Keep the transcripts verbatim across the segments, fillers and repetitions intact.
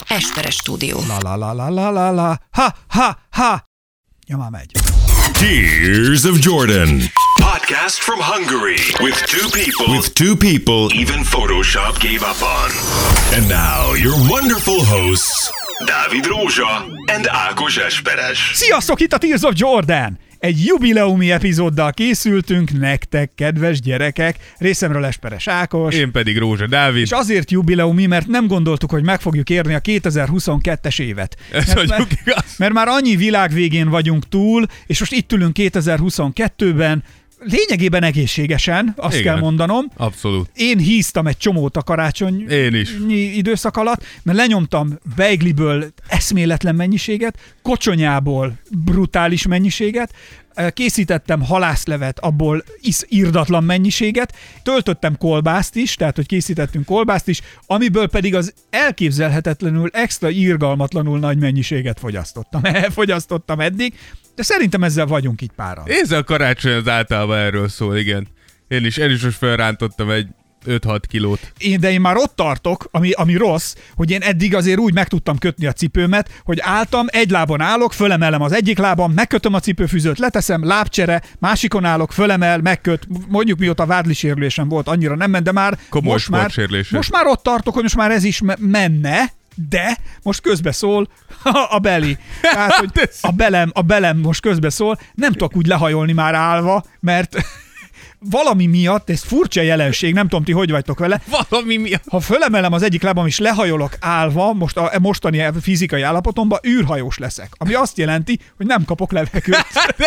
Esperes Stúdió. La la la la la la la. Ha, ha, ha. Ja, már megy. Tears of Jordan. Podcast from Hungary with two people with two people even Photoshop gave up on. And now your wonderful hosts, Dávid Rózsa and Ákos Esperes. Sziasztok, itt a Tears of Jordan! Egy jubileumi epizóddal készültünk nektek, kedves gyerekek. Részemről Esperes Ákos. Én pedig Rózsa Dávid. És azért jubileumi, mert nem gondoltuk, hogy meg fogjuk érni a kétezer-huszonkettes évet. Ez mert, mert, igaz. mert már annyi világvégén vagyunk túl, és most itt ülünk kétezer-huszonkettőben, lényegében egészségesen, azt Igen, kell mondanom. Abszolút. Én híztam egy csomót a karácsony Én is. időszak alatt, mert lenyomtam beigliből eszméletlen mennyiséget, kocsonyából brutális mennyiséget, készítettem halászlevet, abból is irdatlan mennyiséget, töltöttem kolbászt is, tehát hogy készítettünk kolbászt is, amiből pedig az elképzelhetetlenül extra irgalmatlanul nagy mennyiséget fogyasztottam. Fogyasztottam eddig, de szerintem ezzel vagyunk így páran. Ez a karácsony az általában erről szól, igen. Én is, én is most felrántottam egy öt-hat kilót. Én, de én már ott tartok, ami, ami rossz, hogy én eddig azért úgy meg tudtam kötni a cipőmet, hogy álltam, egy lábon állok, fölemelem az egyik lábam, megkötöm a cipőfűzőt, leteszem, lábcsere, másikon állok, fölemel, megköt, mondjuk mióta vádlisérülésem volt, annyira nem ment, de már komoly most már, most már ott tartok, hogy most már ez is me- menne, de most közbeszól a beli. Tehát, hogy a belem, a belem most közbeszól, nem tudok úgy lehajolni már állva, mert valami miatt, ez furcsa jelenség, nem tudom ti, hogy vagytok vele. Valami miatt. Ha fölemelem az egyik lábam és lehajolok állva, most a mostani fizikai állapotomban űrhajós leszek. Ami azt jelenti, hogy nem kapok levegőt.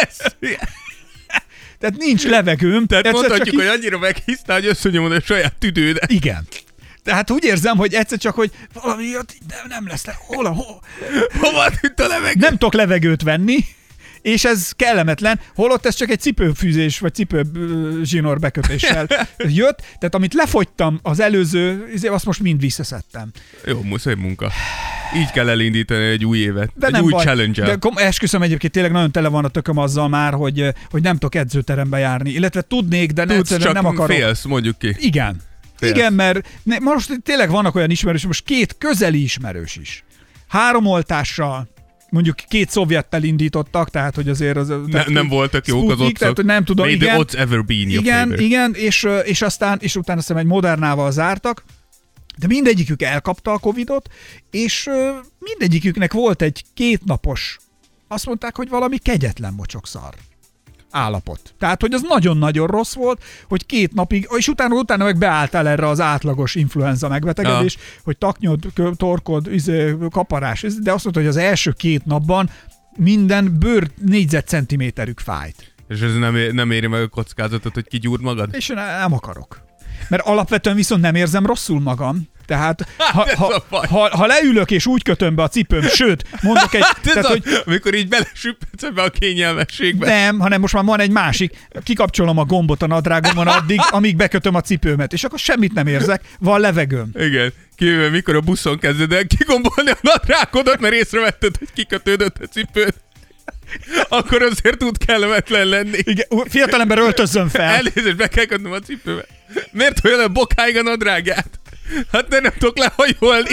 Tehát nincs levegőm. Tehát mondhatjuk, így... hogy annyira meghisztál, hogy összenyomod a saját tüdődet. Igen. Tehát úgy érzem, hogy egyszer csak, hogy valami miatt nem, nem lesz le. Hol, hol? Hova tűnt a levegő? Nem tudok levegőt venni, és ez kellemetlen, holott ez csak egy cipőfűzés, vagy cipőzsinór bekötéssel jött, tehát amit lefogytam az előző, azt most mind visszaszedtem. Jó, muszáj munka. Így kell elindítani egy új évet, de egy új baj. challenge-el. De kom- esküszöm, egyébként tényleg nagyon tele van a tököm azzal már, hogy, hogy nem tudok edzőterembe járni, illetve tudnék, de Tudsz, egyszerűen nem akarok. Félsz, mondjuk ki. Igen. Félsz. Igen, mert ne, most tényleg vannak olyan ismerős, most két közeli ismerős is. Három oltással, mondjuk két szovjettel indítottak, tehát hogy azért... Az, ne, nem voltak jók az otcok. Tehát, hogy nem tudom, May igen. the odds ever be in your igen, favor. igen, és, és aztán, és utána azt hiszem egy Modernával zártak, de mindegyikük elkapta a Covidot, és mindegyiküknek volt egy kétnapos, azt mondták, hogy valami kegyetlen mocsokszar állapot. Tehát, hogy az nagyon-nagyon rossz volt, hogy két napig, és utána, utána meg beálltál erre az átlagos influenza megbetegedés, ja. hogy taknyod, torkod, kaparás, de azt mondta, hogy az első két napban minden bőr négyzetcentiméterük fájt. És ez nem, nem éri meg a kockázatot, hogy kigyúrd magad? És nem akarok. Mert alapvetően viszont nem érzem rosszul magam. Tehát ha, ha, ha, ha leülök és úgy kötöm be a cipőm, sőt, mondok egy... Hát tehát, a, hogy, amikor így belesüppetsz ebbe a kényelmességbe. Nem, hanem most már van egy másik. Kikapcsolom a gombot a nadrágomon addig, amíg bekötöm a cipőmet, és akkor semmit nem érzek, van levegőm. Igen, kivéve mikor a buszon kezded el kigombolni a nadrágodat, mert észrevetted, hogy kikötődött a cipőd. Akkor azért tud kellemetlen lenni. Igen, fiatalember öltözzön fel. Elnézést, be kell kötnöm a cipőbe. Miért olyan a bokáig a nadrágját? Hát de nem tudok lehajolni.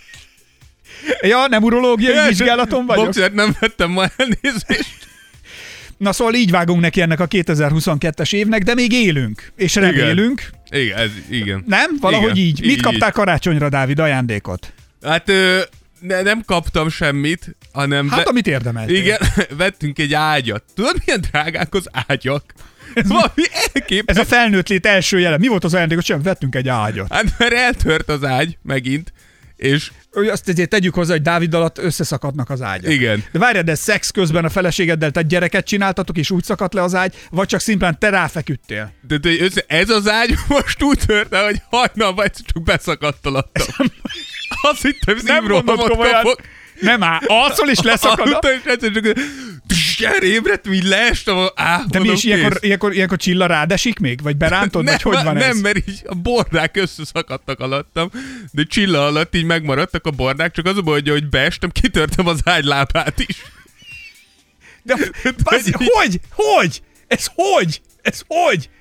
Ja, nem urológiai vizsgálaton vagyok. Boxert nem vettem ma, elnézést. Na szóval így vágunk neki ennek a kétezer-huszonkettes évnek, de még élünk, és remélünk. Igen, igen, ez, igen. Nem? Valahogy igen, így. Mit így, kaptál így. karácsonyra, Dávid, ajándékot? Hát ö, ne, nem kaptam semmit, hanem... Hát, be... amit érdemeltél. Igen, vettünk egy ágyat. Tudod, milyen drágák az ágyak? Ez valami elképesztő. Ez a felnőtt lét első jele. Mi volt az ajándékot? Sem vettünk egy ágyat. Hát mert eltört az ágy megint, és... Azt ezért tegyük hozzá, hogy Dávid alatt összeszakadnak az ágyak. Igen. De várjál, de szex közben a feleségeddel, tehát gyereket csináltatok, és úgy szakadt le az ágy, vagy csak szimplán te ráfeküdtél? De, de össze, ez az ágy most úgy tört el, hogy hajnalban egyszer csak beszakadt alattam. Azt hittem, szívrohamot kapok. Nem áll, alszol és leszakad. Aludtam, és egyszer csak ébredtem, így leestem. Á, de mi is ilyenkor, ilyenkor, ilyenkor Csilla rádesik még? Vagy berántod? Nem, vagy hogy van nem, ez? mert így a bordák összeszakadtak alattam, de Csilla alatt így megmaradtak a bordák, csak az a baj, hogy ahogy beestem, kitörtem az ágy lábát is. De, bazzi, hogy? Hogy? Ez hogy? Ez hogy?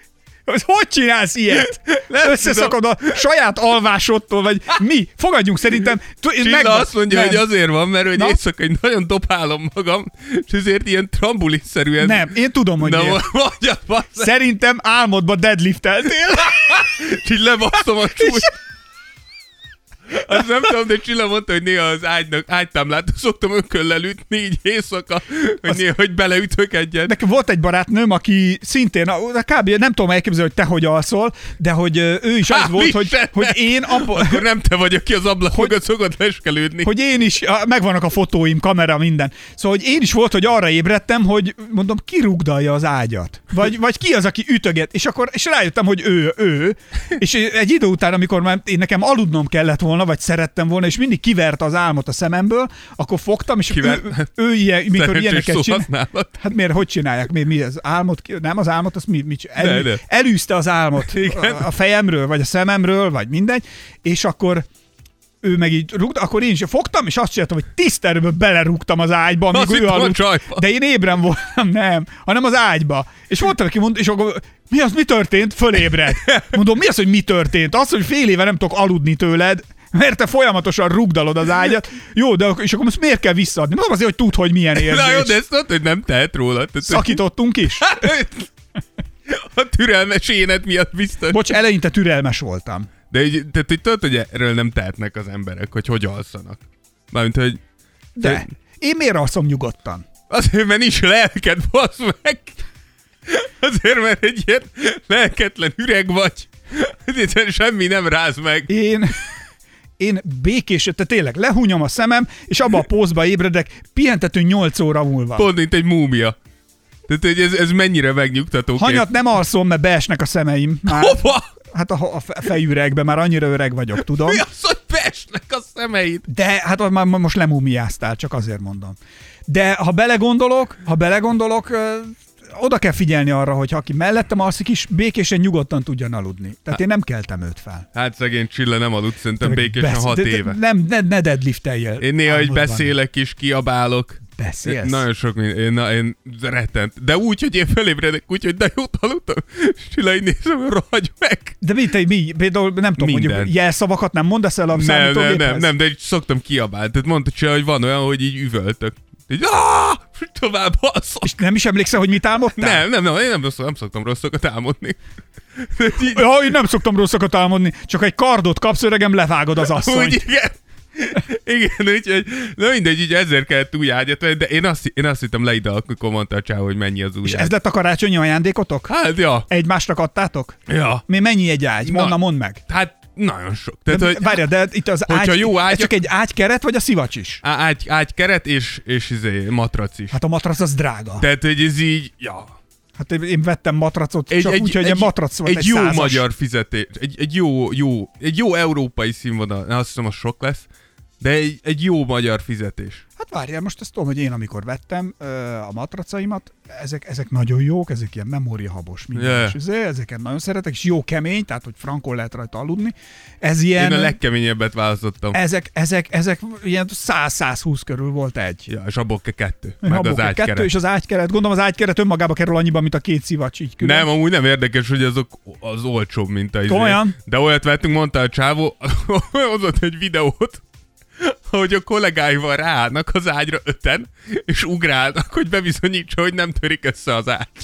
Hogy csinálsz ilyet? Nem Összeszakad a saját alvásodtól, vagy mi? Fogadjunk szerintem. Csilla meg... azt mondja, nem. hogy azért van, mert hogy éjszaka egy nagyon dobálom magam, és ezért ilyen trambulinszerűen... Nem, én tudom, hogy miért. Mondja, szerintem álmodban deadlifteltél. És így lebasztom a csúlyt. Azt nem tudom, de Csilla mondta, hogy néha az ágynak, ágytámlát szoktam ököllel ütni így éjszaka, hogy az... néha, hogy beleütök egyet. Nekem volt egy barátnőm, aki szintén, kb. Nem tudom elképzelni, hogy te hogy alszol, de hogy ő is az Há, volt, hogy, hogy én... Abba... Akkor nem te vagy, aki az ablak mögött szokott leskelődni. Hogy én is, megvannak a fotóim, kamera, minden. Szóval, hogy én is volt, hogy arra ébredtem, hogy mondom, ki rugdalja az ágyat? Vagy, vagy ki az, aki ütöget? És akkor és rájöttem, hogy ő, ő. És egy idő után, amikor már én nekem aludnom kellett volna, vagy szerettem volna, és mindig kiverte az álmot a szememből, akkor fogtam, és ő, ő ilyen, mikor ilyeneket csinál. Hát miért, hogy csinálják? Mi, mi az álmot? Nem az álmot, az mi, mi elű, de, de. elűzte az álmot a, a fejemről, vagy a szememről, vagy mindegy, és akkor ő meg így rúgta, akkor én is fogtam, és azt csináltam, hogy tiszterőből belerúgtam az ágyba, amíg ő aludt. De én ébren voltam, nem, hanem az ágyba. És voltam, aki mondta, és akkor mi az, mi történt? Fölébred. Mondom, mi az, hogy mi történt? Az, hogy fél éve nem tudok aludni tőled, mert te folyamatosan rugdalod az ágyat. Jó, de és akkor most miért kell visszaadni? Mondom azért, hogy tudd, hogy milyen érzés. Na jó, de ezt tudod, hogy nem tehet róla. Szakítottunk is. A türelmes énet miatt biztos. Bocs, eleinte türelmes voltam. De így, tehát, hogy tudod, hogy erről nem tehetnek az emberek, hogy hogy alszanak. Mármint, hogy... De, te... én miért alszom nyugodtan? Azért, mert nincs lelked, bassz meg. Azért, mert egy ilyen lelketlen üreg vagy. Ezért semmi nem ráz meg. Én... Én békés, tehát tényleg lehúnyom a szemem, és abba a pózba ébredek, pihentető nyolc óra múlva. Pont, mint egy múmia. Tehát, hogy ez, ez mennyire megnyugtató. Hanyat nem alszom, mert beesnek a szemeim. Már. Hova? Hát a, a fejüregbe, már annyira öreg vagyok, tudom. Mi az, hogy beesnek a szemeid? De hát már most lemúmiáztál, csak azért mondom. De ha belegondolok, ha belegondolok, oda kell figyelni arra, hogy ha aki mellettem alszik is, békésen nyugodtan tudjon aludni. Tehát hát, én nem keltem őt fel. Hát szegény Csilla nem aludt szerintem békésen besz- hat de, de, éve. Nem, ne, ne deadlifteljél. Én néha így beszélek is, kiabálok. Beszélsz? Nagyon sok minden. Én, na, én rettent. De úgy, hogy én felébredek, úgy, hogy de jót aludtam. És Csilla így nézem, hogy rohagy meg. De mi, te, mi? Például nem tudom, Minden. mondjuk jelszavakat nem mondasz el a számítógéphez? Nem, nem, nem, de így szoktam kiabálni. Tehát mondta Csilla, hogy van olyan, hogy így üvöltök. Így, aah! Tovább alszok. És nem is emlékszel, hogy mit álmodtál? Nem, nem, nem, én nem, rossz, nem szoktam rosszakat álmodni. Így... Ja, én nem szoktam rosszakat álmodni, csak egy kardot kapsz, öregem, levágod az asszonyt. Úgy, igen. Igen, úgyhogy, na mindegy, így ezért kellett új ágyat, de én azt, én azt hittem le ide, amikor mondta a csáv, hogy mennyi az új És ágy. ez lett a karácsonyi ajándékotok? Hát, ja. Egymásnak adtátok? Ja. Mi mennyi egy ágy? Mondd, na, mondd meg. Hát nagyon sok. Tehát, de, hogy, várjál, de itt az ágy, jó ágy, ez csak egy ágykeret, vagy a szivacs is? Ágy, ágykeret és, és izé, matrac is. Hát a matrac az drága. Tehát, hogy ez így, ja. Hát én vettem matracot, egy, csak egy, úgy, hogy egy matrac volt egy, egy jó százas. magyar fizetés, egy, egy jó, jó, egy jó európai színvonal, azt hiszem, az sok lesz, de egy, egy jó magyar fizetés. Hát várjál, most ezt tudom, hogy én amikor vettem ö, a matracaimat, ezek, ezek nagyon jók, ezek ilyen memóriahabos minden, yeah. És ezeket nagyon szeretek, és jó kemény, tehát hogy frankon lehet rajta aludni. Ez ilyen, én a legkeményebbet választottam. Ezek, ezek, ezek ilyen száz-százhúsz körül volt egy. Ja, és abból kell kettő. Meg abból az ágykeret. Kettő, és az ágykeret. Gondolom az ágykeret önmagába kerül annyiban, mint a két szivacs így külön. Nem, amúgy nem érdekes, hogy azok az olcsóbb, mint a izé. Olyan? De olyat vettünk, mondta a csávó, hozott egy videót, hogy a kollégáival ráállnak az ágyra öten, és ugrálnak, hogy bebizonyítsa, hogy nem törik össze az ágy.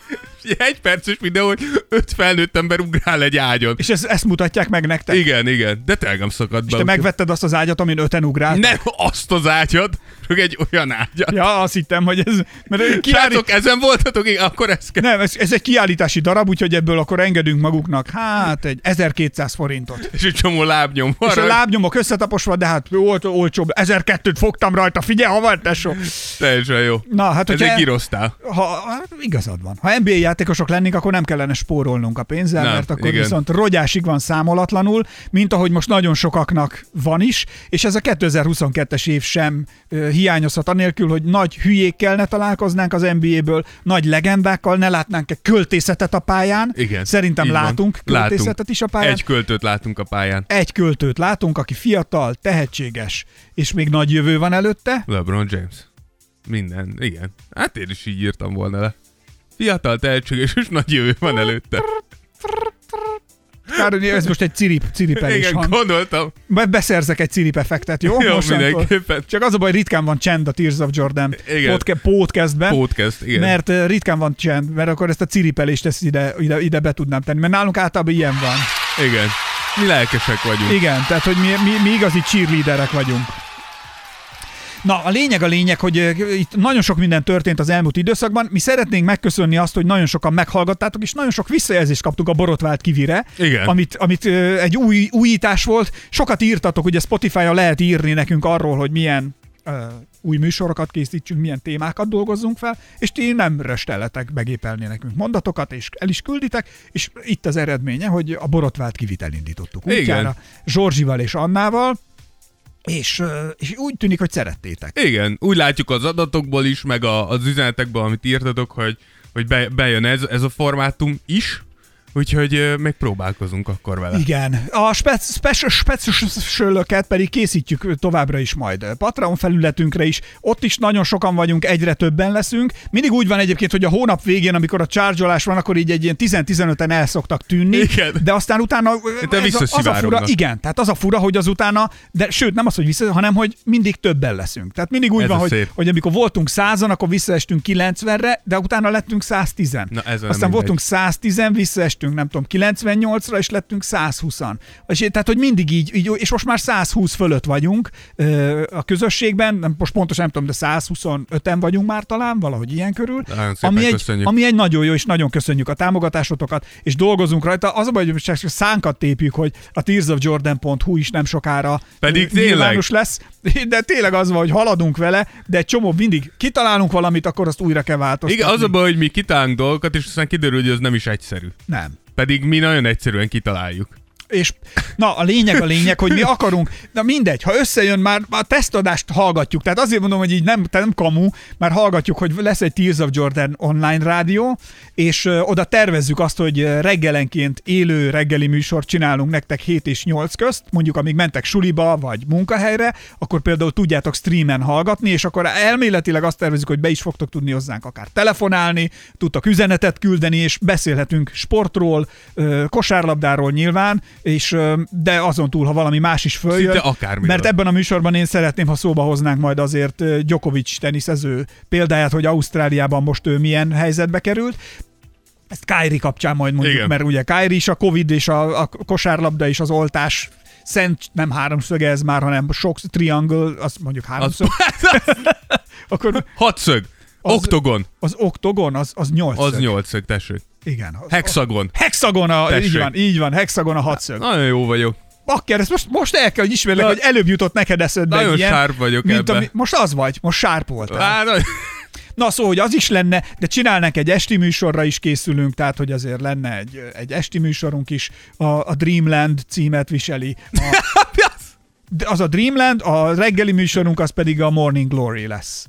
Egy perces videó, hogy öt felnőtt ember ugrál egy ágyon. És ezt, ezt mutatják meg nektek? Igen, igen, de te nem szakadt be. És te megvetted azt az ágyat, amin öten ugráltak? Nem azt az ágyat, csak egy olyan ágyat. Ja, azt hittem, hogy ez... Mert kiállít... Srácok, ezen voltatok, akkor ez kell. Nem, ez, ez egy kiállítási darab, úgyhogy ebből akkor engedünk maguknak, hát egy ezerkétszáz forintot. És egy csomó lábnyom. És a lábnyomok összetaposva, de hát volt olcsóbb, ezerkettőt fogtam rajta, figyelj, ha van, tesó. Teljesen jó. Na, hát, ez egy girosztál. Ha, hát igazad van. Ha en bé á játékosok lennénk, akkor nem kellene spórolnunk a pénzzel, nem, mert akkor igen. Viszont rogyásig van számolatlanul, mint ahogy most nagyon sokaknak van is, és ez a kétezer-huszonkettes év sem uh, hiányozhat anélkül, hogy nagy hülyékkel ne találkoznánk az en bé á-ből, nagy legendákkal, ne látnánk-e költészetet a pályán. Igen, szerintem látunk van. költészetet látunk. is a pályán. Egy költőt látunk a pályán. Egy költőt látunk, aki fiatal, tehetséges, és még nagy jövő van előtte. LeBron James. Minden, igen. Hát én is így írtam volna le. Fiatal, tehetséges és nagy jövő van előtte. Kár, ez most egy cirip, ciripelés Igen, hang. gondoltam. Beszerzek egy cirip effektet, jó? Jó, Mostantól. mindenképpen. Csak az a baj, ritkán van csend a Tears of Jordan podca- podcastben. Podcast, igen. Mert uh, ritkán van csend, mert akkor ezt a ciripelést ezt ide, ide, ide be tudnám tenni, mert nálunk általában ilyen van. Igen. Mi lelkesek vagyunk. Igen, tehát hogy mi, mi, mi igazi cheerleaderek vagyunk. Na, a lényeg a lényeg, hogy uh, itt nagyon sok minden történt az elmúlt időszakban. Mi szeretnénk megköszönni azt, hogy nagyon sokan meghallgattátok, és nagyon sok visszajelzést kaptuk a Borotvált Kivire, Igen. amit, amit uh, egy új újítás volt. Sokat írtatok, hogy a Spotify-on lehet írni nekünk arról, hogy milyen uh, új műsorokat készítsünk, milyen témákat dolgozzunk fel, és ti nem röstelletek begépelni nekünk mondatokat, és el is külditek, és itt az eredménye, hogy a Borotvált Kivit elindítottuk útjára, Zsorzsival és Annával, És, és úgy tűnik, hogy szerettétek. Igen, úgy látjuk az adatokból is, meg a, az üzenetekből, amit írtatok, hogy, hogy be, bejön ez, ez a formátum is, úgyhogy még próbálkozunk akkor vele. Igen, a specialöket pedig készítjük továbbra is majd Patreon felületünkre is, ott is nagyon sokan vagyunk, egyre többen leszünk. Mindig úgy van egyébként, hogy a hónap végén, amikor a charge-olás van, akkor így egy ilyen tíz-tizenöten el szoktak tűnni, igen. De aztán utána ez a, az a fura, igen, tehát az a fura, hogy azutána, de sőt nem az, hogy vissza, hanem hogy mindig többen leszünk. Tehát mindig úgy ez van, hogy, hogy amikor voltunk százan, akkor visszaestünk kilencvenre, de utána lettünk száztízen. Na, aztán voltunk száztízen, visszaestünk nem tudom, kilencvennyolcra, és lettünk százhúszan. És, tehát, hogy mindig így, így, és most már százhúsz fölött vagyunk ö, a közösségben, nem, most pontosan nem tudom, de százhuszonöten vagyunk már talán, valahogy ilyen körül. Ami egy, ami egy nagyon jó, és nagyon köszönjük a támogatásotokat, és dolgozunk rajta. Az a baj, hogy csak szánkat tépjük, hogy a tears of jordan pont hu is nem sokára pedig nyilvános lesz, de tényleg az van, hogy haladunk vele, de egy csomó mindig kitalálunk valamit, akkor azt újra kell változtatni. Igen, az a baj, hogy mi kitálunk dolgokat, és aztán kiderül, hogy ez nem is egyszerű. Nem. Pedig mi nagyon egyszerűen kitaláljuk. És na, a lényeg a lényeg, hogy mi akarunk, na mindegy, ha összejön, már a tesztadást hallgatjuk, tehát azért mondom, hogy így nem, nem kamu, már hallgatjuk, hogy lesz egy Tears of Jordan online rádió, és ö, oda tervezzük azt, hogy reggelenként élő reggeli műsort csinálunk nektek hét és nyolc közt, mondjuk amíg mentek suliba, vagy munkahelyre, akkor például tudjátok streamen hallgatni, és akkor elméletileg azt tervezzük, hogy be is fogtok tudni hozzánk akár telefonálni, tudtok üzenetet küldeni, és beszélhetünk sportról, ö, kosárlabdáról nyilván, és, de azon túl, ha valami más is följön, mert ebben a műsorban én szeretném, ha szóba hoznánk majd azért Djokovic teniszező példáját, hogy Ausztráliában most ő milyen helyzetbe került. Ezt Kyrie kapcsán majd mondjuk, igen. Mert ugye Kyrie is a Covid és a, a kosárlabda és az oltás szent, nem háromszög ez már, hanem sok triangle, azt mondjuk háromszög. Akkor hatszög. Az, oktogon. Az oktogon, az, az nyolcszög. Az nyolcszög, tessék. Igen. Hexagon. Hexagon, a, így van, így van, hexagon a hatszög. Nagyon jó vagyok. Bakker, ezt most, most el kell, hogy ismerlek, hogy előbb jutott neked eszedbe. Nagyon ilyen, sárp vagyok mint ebben. Ami, most az vagy, most sárp voltál. Á, na... Na szóval, hogy az is lenne, de csinálnánk egy esti műsorra is készülünk, tehát hogy azért lenne egy, egy esti műsorunk is, a, a Dreamland címet viseli. A, az a Dreamland, a reggeli műsorunk az pedig a Morning Glory lesz.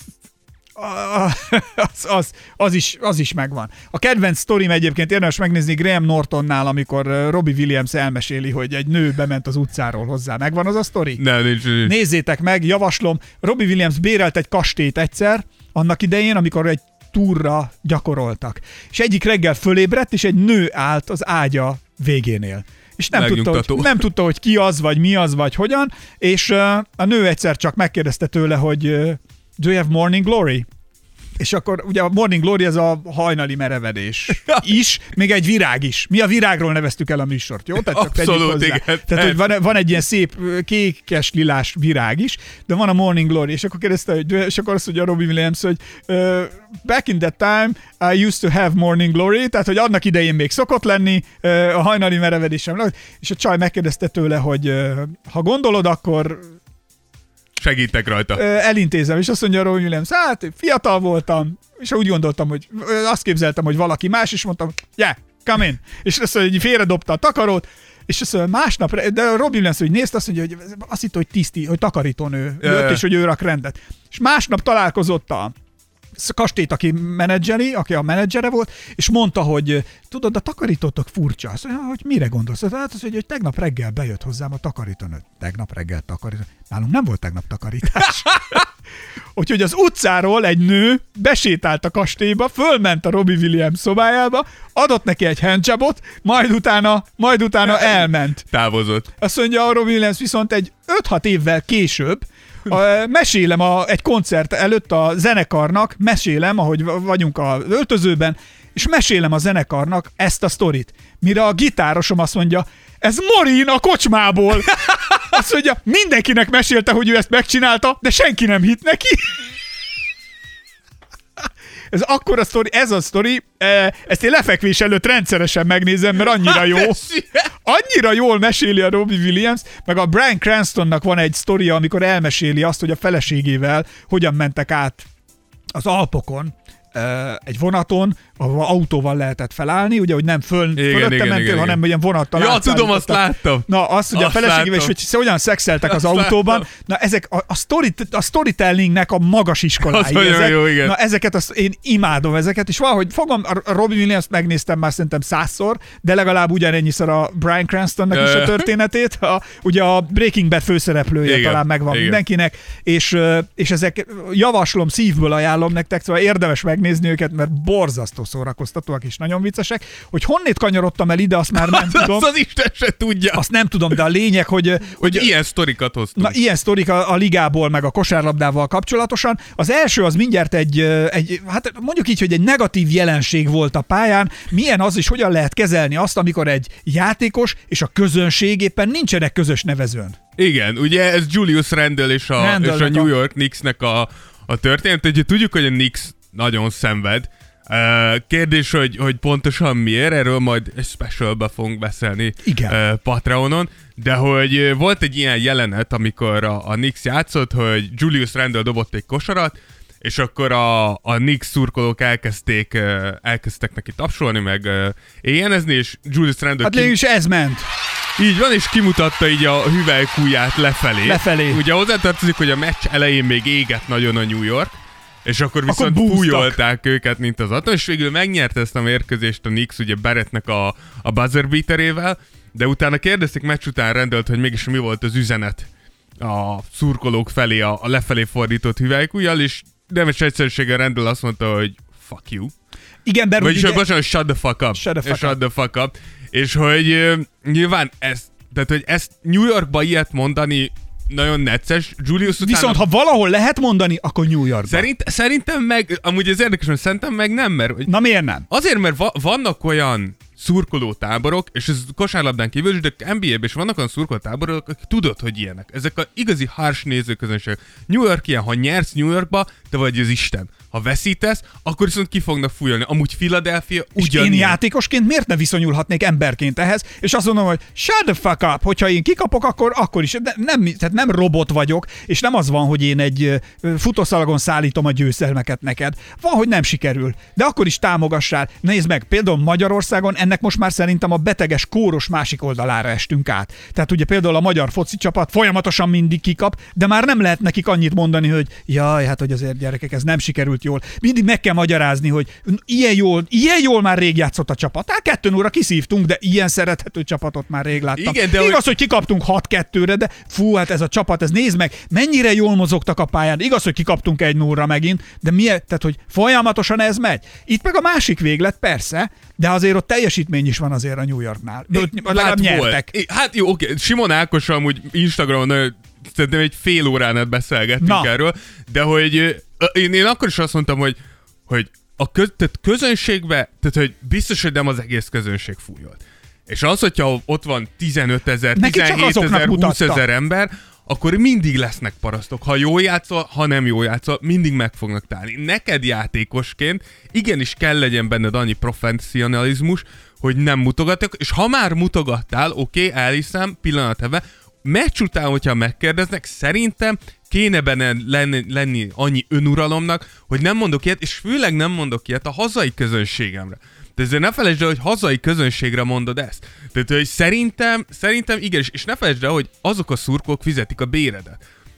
Az, az, az, is, az is megvan. A kedvenc sztorim egyébként érdemes megnézni Graham Nortonnál, amikor Robbie Williams elmeséli, hogy egy nő bement az utcáról hozzá. Megvan az a sztori? Nem, nincs, nincs. Nézzétek meg, javaslom. Robbie Williams bérelt egy kastélyt egyszer, annak idején, amikor egy túrra gyakoroltak. És egyik reggel fölébredt, és egy nő állt az ágya végénél. És nem tudta, hogy, nem tudta, hogy ki az, vagy mi az, vagy hogyan, és uh, a nő egyszer csak megkérdezte tőle, hogy uh, do you have morning glory? És akkor ugye a morning glory az a hajnali merevedés is, még egy virág is. Mi a virágról neveztük el a műsort, jó? Tehát csak abszolút, igen. Tehát, hogy van, van egy ilyen szép kékes lilás virág is, de van a morning glory, és akkor kérdezte, hogy, és akkor azt mondja Robbie Williams, hogy uh, back in that time I used to have morning glory, tehát, hogy annak idején még szokott lenni uh, a hajnali merevedésem. És a csaj megkérdezte tőle, hogy uh, ha gondolod, akkor segítek rajta. Elintézem, és azt mondja Robbie Williams, hát fiatal voltam, és úgy gondoltam, hogy azt képzeltem, hogy valaki más, és mondtam, yeah, come in. És azt mondja, hogy félredobta a takarót, és azt mondja, másnap, de Robbie Williams, hogy nézte, azt mondja, hogy azt hitt, hogy tiszti, hogy takarítónő jött, és hogy ő rak rendet. És másnap találkozott a kastélyt, aki menedzseri, aki a menedzsere volt, és mondta, hogy tudod, a takarítótok furcsa. Azt mondja, hogy mire gondolsz? Hát az, hogy, hogy tegnap reggel bejött hozzám a takarító. Tegnap reggel takarító. Nálunk nem volt tegnap takarítás. Úgyhogy az utcáról egy nő besétált a kastélyba, fölment a Robbie Williams szobájába, adott neki egy handjobot, majd utána, majd utána elment. Távozott. Azt mondja, a Robbie Williams viszont egy öt-hat évvel később a, mesélem a, egy koncert előtt a zenekarnak, mesélem, ahogy vagyunk az öltözőben, és mesélem a zenekarnak ezt a sztorit. Mire a gitárosom azt mondja, ez Morin a kocsmából. Azt mondja, mindenkinek mesélte, hogy ő ezt megcsinálta, de senki nem hitt neki. Ez akkora sztori, ez a sztori, ezt én lefekvés előtt rendszeresen megnézem, mert annyira jó. Annyira jól meséli a Robbie Williams, meg a Bryan Cranstonnak van egy sztoria, amikor elmeséli azt, hogy a feleségével hogyan mentek át az Alpokon, egy vonaton, ahol autóval lehetett felállni, ugye, hogy nem föl, igen, fölötte igen, mentél, igen, hanem ilyen vonattal. Ja, tudom, azt láttam. Na, azt, hogy a feleségével, és hogy hogyan szexeltek az azt autóban. Láttam. Na, ezek a, a, story, a storytellingnek a magas iskolái. Az ezek. Jó, igen. Na, ezeket azt, én imádom ezeket, és valahogy fogom, a Robbie Williams-t megnéztem már szerintem százszor, de legalább ugyanennyiszor a Bryan Cranstonnak is a történetét. A, ugye a Breaking Bad főszereplője igen, talán megvan igen. mindenkinek, és, és ezek javaslom, szívből ajánlom nektek, szóval érdemes megnézni őket, mert borzasztó szórakoztatóak és nagyon viccesek. Hogy honnét kanyarodtam el ide, azt már nem tudom. Azt az Isten se tudja. Azt nem tudom, de a lényeg, hogy... Hogy, hogy ilyen sztorikat hoztunk. Na, ilyen sztorik a, a ligából, meg a kosárlabdával kapcsolatosan. Az első az mindjárt egy, egy, hát mondjuk így, hogy egy negatív jelenség volt a pályán. Milyen az is, hogyan lehet kezelni azt, amikor egy játékos és a közönség éppen nincsenek közös nevezőn. Igen, ugye ez Julius Randle és a, és a New York Knicksnek a, a történet. Ugye tudjuk, hogy a Knicks nagyon szenved. Kérdés, hogy, hogy pontosan miért, erről majd egy specialbe fogunk beszélni uh, Patreonon, de hogy volt egy ilyen jelenet, amikor a, a Knicks játszott, hogy Julius Randle dobott egy kosarat, és akkor a, a Knicks szurkolók elkezdték, uh, elkezdtek neki tapsolni, meg uh, éjjenezni, és Julius Randle... Hát ki... is ez ment. Így van, és kimutatta így a hüvelykújját lefelé. Lefelé. Ugye hozzátartozik, hogy a meccs elején még égett nagyon a New York, és akkor viszont akkor fújolták őket, mint az atom, és végül megnyerte ezt a mérkőzést a Knicks, ugye Barrettnek a, a buzzer beaterével, de utána kérdezték meccs után Randle-t, hogy mégis mi volt az üzenet a szurkolók felé, a, a lefelé fordított hüvelykújjal, és nemes egyszerűséggel Randle azt mondta, hogy fuck you. Igen, Berud, vagyis, hogy bocsánat, shut the fuck up. Shut the fuck, shut the fuck up. És hogy uh, nyilván ez, tehát hogy ezt New Yorkba ilyet mondani nagyon necces. Julius utána... Viszont ha valahol lehet mondani, akkor New Yorkban. Szerint, szerintem meg, amúgy ez érdekes, hogy szerintem meg nem, mert... Na miért nem? Azért, mert va- vannak olyan szurkoló táborok, és ez kosárlabdán kívül is, de en bé á-ben is vannak olyan szurkoló táborok, akik tudod, hogy ilyenek. Ezek a igazi harsh nézőközönségek. New York ilyen, ha nyersz New Yorkba, te vagy az Isten. Ha veszítesz, akkor viszont ki fognak fújolni. Amúgy Philadelphia ugyanilyen. És én játékosként miért ne viszonyulhatnék emberként ehhez, és azt mondom, hogy shut the fuck up, hogyha én kikapok, akkor, akkor is. De nem, tehát nem robot vagyok, és nem az van, hogy én egy futószalagon szállítom a győzelmeket neked. Van, hogy nem sikerül, de akkor is támogassál. Nézd meg, például Magyarországon ennek most már szerintem a beteges kóros másik oldalára estünk át. Tehát ugye például a magyar foci csapat folyamatosan mindig kikap, de már nem lehet nekik annyit mondani, hogy jaj, hát hogy azért gyerekek, ez nem sikerült jól. Mindig meg kell magyarázni, hogy ilyen jól, ilyen jól már rég játszott a csapat. Hát kettő óra kiszívtunk, de ilyen szerethető csapatot már rég láttam. Igen, de igaz, hogy... hogy kikaptunk hat kettőre, de fú, hát ez a csapat, ez nézd meg, mennyire jól mozogtak a pályán. Igaz, hogy kikaptunk egy nullra megint, de milyen, tehát hogy folyamatosan ez megy. Itt meg a másik véglet, persze, de azért ott teljesítmény is van azért a New Yorknál. De ott legalább hát nyertek. Volt. Hát jó, oké, Simon Ákossal amúgy Instagramon szerintem egy fél órán át beszélgettünk Na. erről, de hogy én, én akkor is azt mondtam, hogy, hogy a köz, tehát közönségbe, tehát hogy biztos, hogy nem az egész közönség fújolt. És az, hogyha ott van tizenöt ezer, tizenhét ezer, húsz ezer ember, akkor mindig lesznek parasztok. Ha jól játszol, ha nem jól játszol, mindig meg fognak tálni. Neked játékosként igenis kell legyen benned annyi professzionalizmus, hogy nem mutogatok, és ha már mutogattál, oké, okay, elhiszem, pillanat ebben, meccs után, hogyha megkérdeznek, szerintem kéne benne lenni, lenni annyi önuralomnak, hogy nem mondok ilyet, és főleg nem mondok ilyet a hazai közönségemre. De ezért ne felejtsd el, hogy hazai közönségre mondod ezt. Tehát, hogy szerintem, szerintem igen, és ne felejtsd el, hogy azok a szurkolók fizetik a béredet.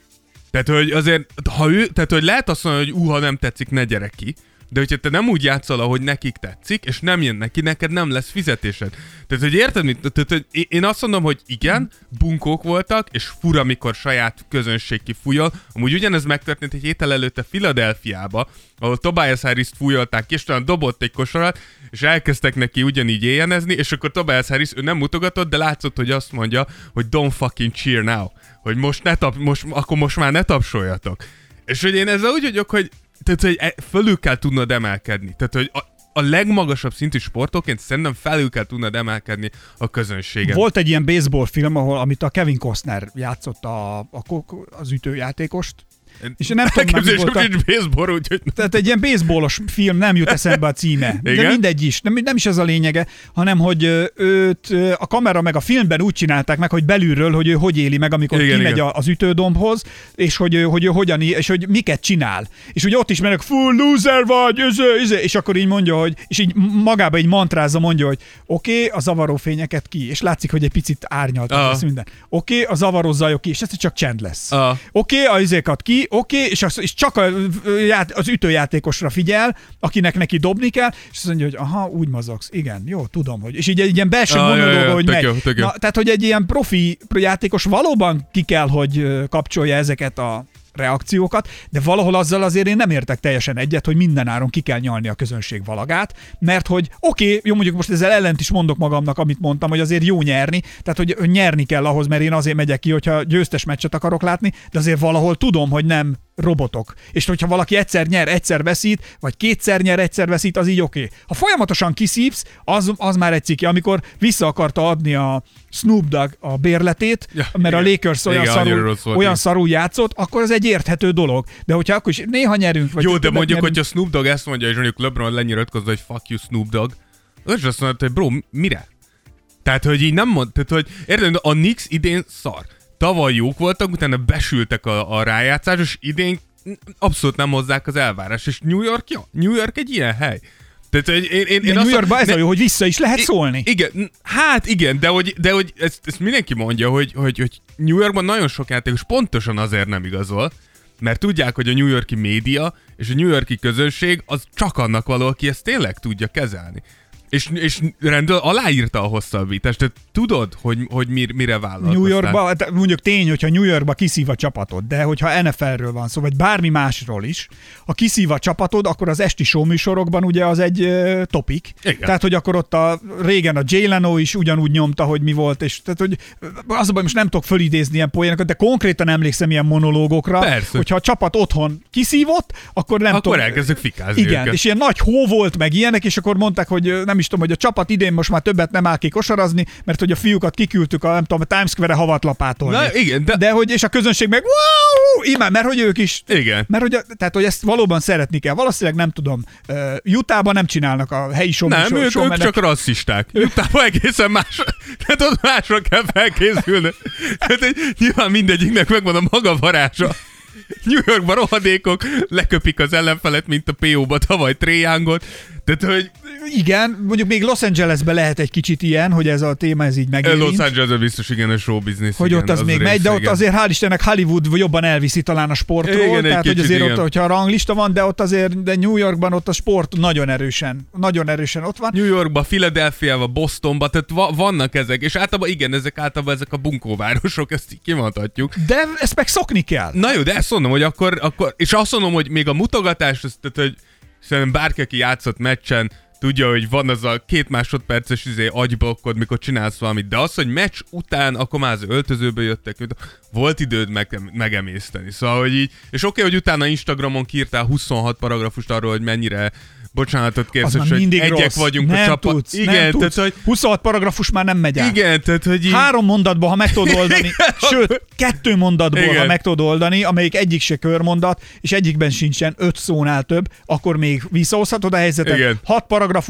Tehát, hogy azért, ha ő, tehát, hogy lehet azt mondani, hogy uha, nem tetszik, ne gyere ki, de hogyha te nem úgy játszol, ahogy nekik tetszik, és nem jön neki, neked nem lesz fizetésed. Tehát, hogy érted, mit? Tehát, hogy én azt mondom, hogy igen, bunkók voltak, és fura, mikor saját közönség kifújol. Amúgy ugyanez megtörtént egy héttel előtte Philadelphiába, ahol Tobias Harris-t fújolták ki, és talán dobott egy kosarat, és elkezdtek neki ugyanígy éjjenezni, és akkor Tobias Harris, ő nem mutogatott, de látszott, hogy azt mondja, hogy don't fucking cheer now. Hogy most ne tap, most, akkor most már ne tapsoljatok. És hogy én ezzel úgy vagyok, hogy tehát, hogy fölül kell tudnod emelkedni. Tehát, hogy a, a legmagasabb szintű sportoként szerintem felül kell tudnod emelkedni a közönségen. Volt egy ilyen baseball film, ahol, amit a Kevin Costner játszott a, a, az ütőjátékost, és nem tudom, nem volt a... baseball, úgyhogy... Tehát egy ilyen baseballos film, nem jut eszembe a címe. De igen? mindegy is, nem, nem is ez a lényege, hanem hogy őt a kamera meg a filmben úgy csinálták meg, hogy belülről, hogy ő hogy éli meg, amikor igen, kimegy igen. az ütődombhoz, és hogy, hogy ő hogyan, és hogy miket csinál. És ugye ott is mennek, full loser vagy, üző, üző, és akkor így mondja, hogy, és így magába így mantrázza, mondja, hogy oké, okay, a zavaró fényeket ki, és látszik, hogy egy picit árnyalt lesz minden. Oké, okay, a zavaró zajok ki, és ez csak csend lesz. Oké, okay, a izékat ki, oké, okay, és, az, és csak a, az ütőjátékosra figyel, akinek neki dobni kell, és azt mondja, hogy aha, úgy mozogsz. Igen, jó, tudom, hogy. És így egy ilyen belső ah, monológa, hogy megy. Jó, Na, tehát, hogy egy ilyen profi játékos valóban ki kell, hogy kapcsolja ezeket a reakciókat, de valahol azzal azért én nem értek teljesen egyet, hogy mindenáron ki kell nyalni a közönség valagát, mert hogy oké, okay, jó, mondjuk most ezzel ellent is mondok magamnak, amit mondtam, hogy azért jó nyerni, tehát hogy nyerni kell ahhoz, mert én azért megyek ki, hogyha győztes meccset akarok látni, de azért valahol tudom, hogy nem robotok. És hogyha valaki egyszer nyer, egyszer veszít, vagy kétszer nyer, egyszer veszít, az így oké. Okay. Ha folyamatosan kiszívsz, az, az már egy ciki. Amikor vissza akarta adni a Snoop Dogg a bérletét, ja, mert igen. a Lakers olyan, igen, szarul, olyan szarul játszott, akkor az egy érthető dolog. De hogyha akkor is néha nyerünk, vagy... Jó, de mondjuk, nyerünk... hogyha Snoop Dogg ezt mondja, és mondjuk LeBron lenyiratkozza, hogy fuck you Snoop Dogg, az azt mondta, hogy bro, mire? Tehát, hogy így nem mond, tehát, hogy érted, a Knicks idén szar. Tavaly jók voltak, utána besültek a, a rájátszás, és idén abszolút nem hozzák az elvárás. És New York, ja, New York egy ilyen hely. Tehát, hogy én, én, én New Yorkban ez ne, a jó, hogy vissza is lehet szólni. Igen, hát igen, de hogy, de hogy ezt, ezt mindenki mondja, hogy, hogy, hogy New Yorkban nagyon sok játékos pontosan azért nem igazol, mert tudják, hogy a New Yorki média és a New Yorki közönség az csak annak való, aki ezt tényleg tudja kezelni. És, és rendőr aláírta a hosszabbítást, tehát tudod, hogy, hogy mir, mire vállalt. New Yorkba, mondjuk tény, hogyha New Yorkba kiszív a csapatod, de hogyha en ef el-ről van szó, vagy bármi másról is, ha kiszív a csapatod, akkor az esti show műsorokban ugye az egy uh, topik. Igen. Tehát, hogy akkor ott a, régen a Jay Leno is ugyanúgy nyomta, hogy mi volt, és tehát, hogy az a baj, most nem tudok fölidézni ilyen poénokat, de konkrétan emlékszem ilyen monológokra, persze. Hogyha a csapat otthon kiszívott, akkor nem akkor tudom. Akkor elkezdek fikázni Igen, őket. És ilyen nagy hó volt, meg ilyenek, és akkor mondták, hogy nem is tudom, hogy a csapat idén most már többet nem áll ki kosarazni, mert hogy a fiúkat kiküldtük a, nem tudom, a Times Square-re havatlapátolni. Na, igen, de... de hogy, és a közönség meg wow, imán, mert hogy ők is. Igen. Mert hogy, tehát, hogy ezt valóban szeretni kell. Valószínűleg nem tudom, uh, Utahban nem csinálnak a helyi show. Nem, ők, ők csak rasszisták. Utahban egészen más. Tehát ott másra kell felkészülni. Tehát nyilván mindegyiknek megvan a maga varázsa. New Yorkban rohadékok leköpik az ellenfelet, mint a pé ó-ba tavaly Trae Youngot. Tehát, hogy... Igen, mondjuk még Los Angelesben lehet egy kicsit ilyen, hogy ez a téma ez így megérint. Los Angelesben biztos igen, a show business. Hogy igen, ott az, az még rész, megy, de ott igen. azért hál' Istennek Hollywood jobban elviszi talán a sportról, igen, tehát hogy azért igen. ott, hogyha a ranglista van, de ott azért, de New Yorkban ott a sport nagyon erősen, nagyon erősen ott van. New Yorkban, Philadelphiában, Bostonban, tehát va- vannak ezek, és általában igen, ezek általában ezek a bunkóvárosok, ezt így kimondhatjuk. De ezt meg szokni kell. Na jó, de ezt mondom, hogy akkor, akkor és azt mondom, hogy még a mutogatás, tehát, hogy szerintem bárki, aki játszott meccsen, tudja, hogy van az a két másodperces izé, agyblokkod, mikor csinálsz valamit, de az, hogy meccs után, akkor már az öltözőbe jöttek, volt időd meg, megemészteni. Szóval, hogy így, és oké, okay, hogy utána Instagramon kiírtál huszonhat paragrafust arról, hogy mennyire bocsánatot kérsz, és hogy egyek rossz. Vagyunk nem a csapat. Tudsz, igen, nem tehát, hogy huszonhat paragrafus már nem megy át. Igen, tehát, hogy így... Három mondatból, ha meg tudod oldani, sőt, kettő mondatból, igen. ha meg tudod oldani, amelyik egyik se körmondat, és egyikben sincsen öt szónál több, akkor még visszahozhatod a helyzetet. Igen. Hat paragrafusba